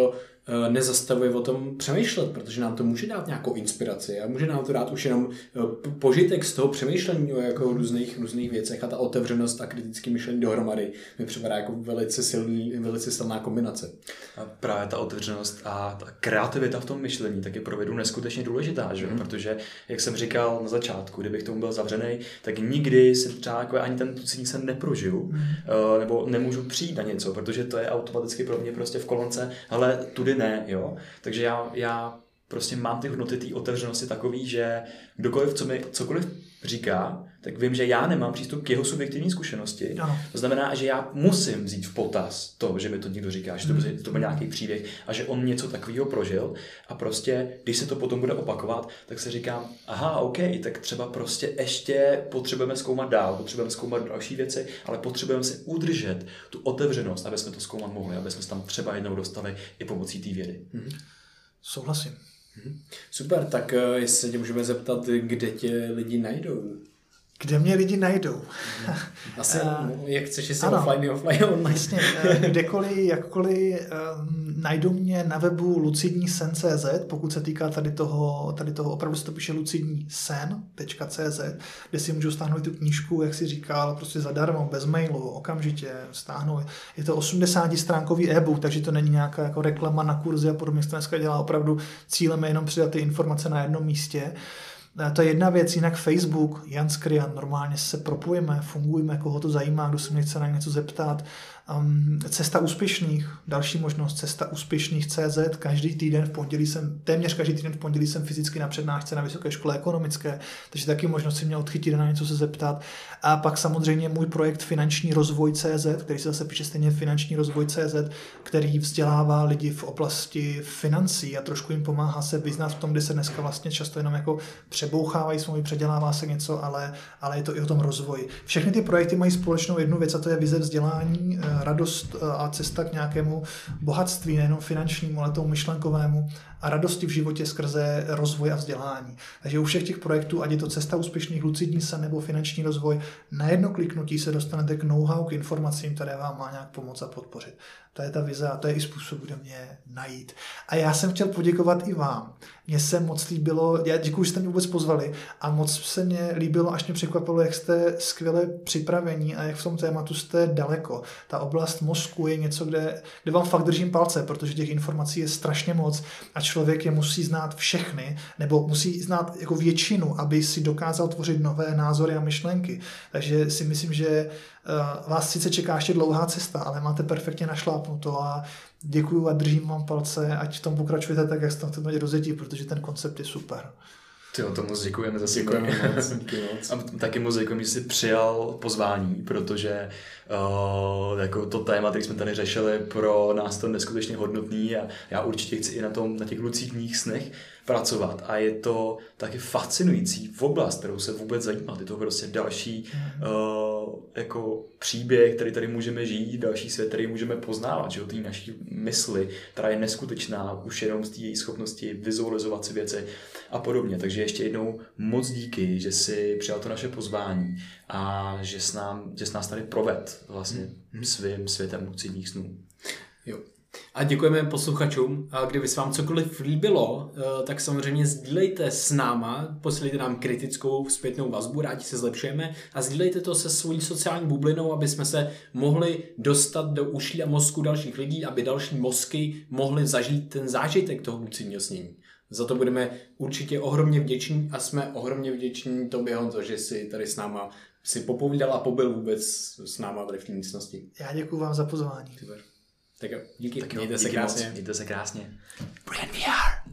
S1: nezastavuje o tom přemýšlet, protože nám to může dát nějakou inspiraci a může nám to dát už jenom požitek z toho přemýšlení o jako různých, různých věcech a ta otevřenost a kritické myšlení dohromady mi připadá jako velice, silný, velice silná kombinace.
S2: A právě ta otevřenost a ta kreativita v tom myšlení tak je pro vědu neskutečně důležitá, že? Mm. Protože, jak jsem říkal na začátku, kdybych tomu byl zavřený, tak nikdy si třeba jako ani ten lucidní sen neprožiju, mm. nebo nemůžu přijít na něco, protože to je automaticky pro mě prostě v kolonce, ale tudy ne, jo. Takže já, já prostě mám ty hodnoty té otevřenosti takový, že kdokoliv, co mi cokoliv říká, tak vím, že já nemám přístup k jeho subjektivní zkušenosti. Ano. To znamená, že já musím vzít v potaz to, že mi to někdo říká, že to, mm. to byl nějaký příběh a že on něco takového prožil a prostě, když se to potom bude opakovat, tak se říkám, aha, OK, tak třeba prostě ještě potřebujeme zkoumat dál, potřebujeme zkoumat další věci, ale potřebujeme si udržet tu otevřenost, aby jsme to zkoumat mohli, aby jsme se tam třeba jednou dostali i pomocí té vědy.
S3: Mm. Souhlasím.
S1: Super, tak jestli se tě můžeme zeptat, kde tě lidi najdou?
S3: Kde mě lidi najdou?
S1: Asi, uh, jak chceš, jestli offline, offline, online.
S3: Jasně, kdekoliv, jakkoliv, um, najdou mě na webu lucidní sen tečka cé zet, pokud se týká tady toho, tady toho opravdu se to píše lucidní sen tečka cé zet, kde si můžu stáhnout tu knížku, jak si říkal, prostě zadarmo, bez mailu, okamžitě stáhnout. Je to osmdesátistránkový e-book, takže to není nějaká jako reklama na kurzy a podobně, to dneska dělá opravdu cílem je jenom přidat ty informace na jednom místě. To je jedna věc, jinak Facebook, Jan Skrian, normálně se propojíme, fungujeme, koho to zajímá, kdo se mě chce na něco zeptat. Um, cesta úspěšných, další možnost, cesta úspěšných tečka cé zet, každý týden v pondělí jsem, téměř každý týden v pondělí jsem fyzicky na přednášce na Vysoké škole ekonomické, takže taky možnost si mě odchytit na něco se zeptat. A pak samozřejmě můj projekt Finanční rozvoj tečka cé zet, který se zase píše stejně Finanční rozvoj tečka cé zet, který vzdělává lidi v oblasti financí a trošku jim pomáhá se vyznat v tom, kde se dneska vlastně často jenom jako přebouchávají smlouvy, předělává se něco, ale, ale je to i o tom rozvoji. Všechny ty projekty mají společnou jednu věc a to je vize vzdělání, radost a cesta k nějakému bohatství, nejenom finančnímu, ale tomu myšlenkovému a radosti v životě skrze rozvoj a vzdělání. Takže u všech těch projektů, ať je to cesta úspěšných, lucidní sen nebo finanční rozvoj, na jedno kliknutí se dostanete k know-how, k informacím, které vám má nějak pomoct a podpořit. To je ta vize a to je i způsob, kde mě najít. A já jsem chtěl poděkovat i vám. Mně se moc líbilo, já děkuji, že jste mě vůbec pozvali a moc se mě líbilo, až mě překvapilo, jak jste skvěle připravení a jak v tom tématu jste daleko. Ta oblast mozku je něco, kde, kde vám fakt držím palce, protože těch informací je strašně moc a člověk je musí znát všechny, nebo musí znát jako většinu, aby si dokázal tvořit nové názory a myšlenky. Takže si myslím, že vás sice čeká ještě dlouhá cesta, ale máte perfektně našlápnuto a děkuju a držím vám palce, ať v tom pokračujete tak, jak jste to měli rozjetí, protože ten koncept je super.
S2: Tyjo, to moc děkujeme za děkujeme moc. A taky moc děkujeme, že jsi přijal pozvání, protože uh, jako to téma, který jsme tady řešili, pro nás to neskutečně hodnotný a já určitě chci i na, tom, na těch lucidních snech pracovat a je to taky fascinující v oblast, kterou se vůbec zajímat. Je to prostě další uh, jako příběh, který tady můžeme žít, další svět, který můžeme poznávat, že o té naší mysli, která je neskutečná už jenom z té její schopnosti vizualizovat si věci a podobně. Takže ještě jednou moc díky, že jsi přijal to naše pozvání a že jsi, nám, že jsi nás tady proved vlastně hmm. svým světem lucidních snů.
S1: Jo. A děkujeme posluchačům. A kdyby se vám cokoliv líbilo, tak samozřejmě sdílejte s náma, posílejte nám kritickou zpětnou vazbu, rádi se zlepšujeme a sdílejte to se svojí sociální bublinou, aby jsme se mohli dostat do uší a mozku dalších lidí, aby další mozky mohly zažít ten zážitek toho lucidního snění. Za to budeme určitě ohromně vděční a jsme ohromně vděční tobě, Honzo, že jsi tady s náma si popovídal a pobyl vůbec s náma v té místnosti.
S3: Já děkuji vám za pozvání.
S1: Super. Tak jo, díky.
S2: Tak jo,
S1: mějte
S2: díky
S1: se krásně.
S2: Moc. Mějte se krásně.
S1: Brain V R.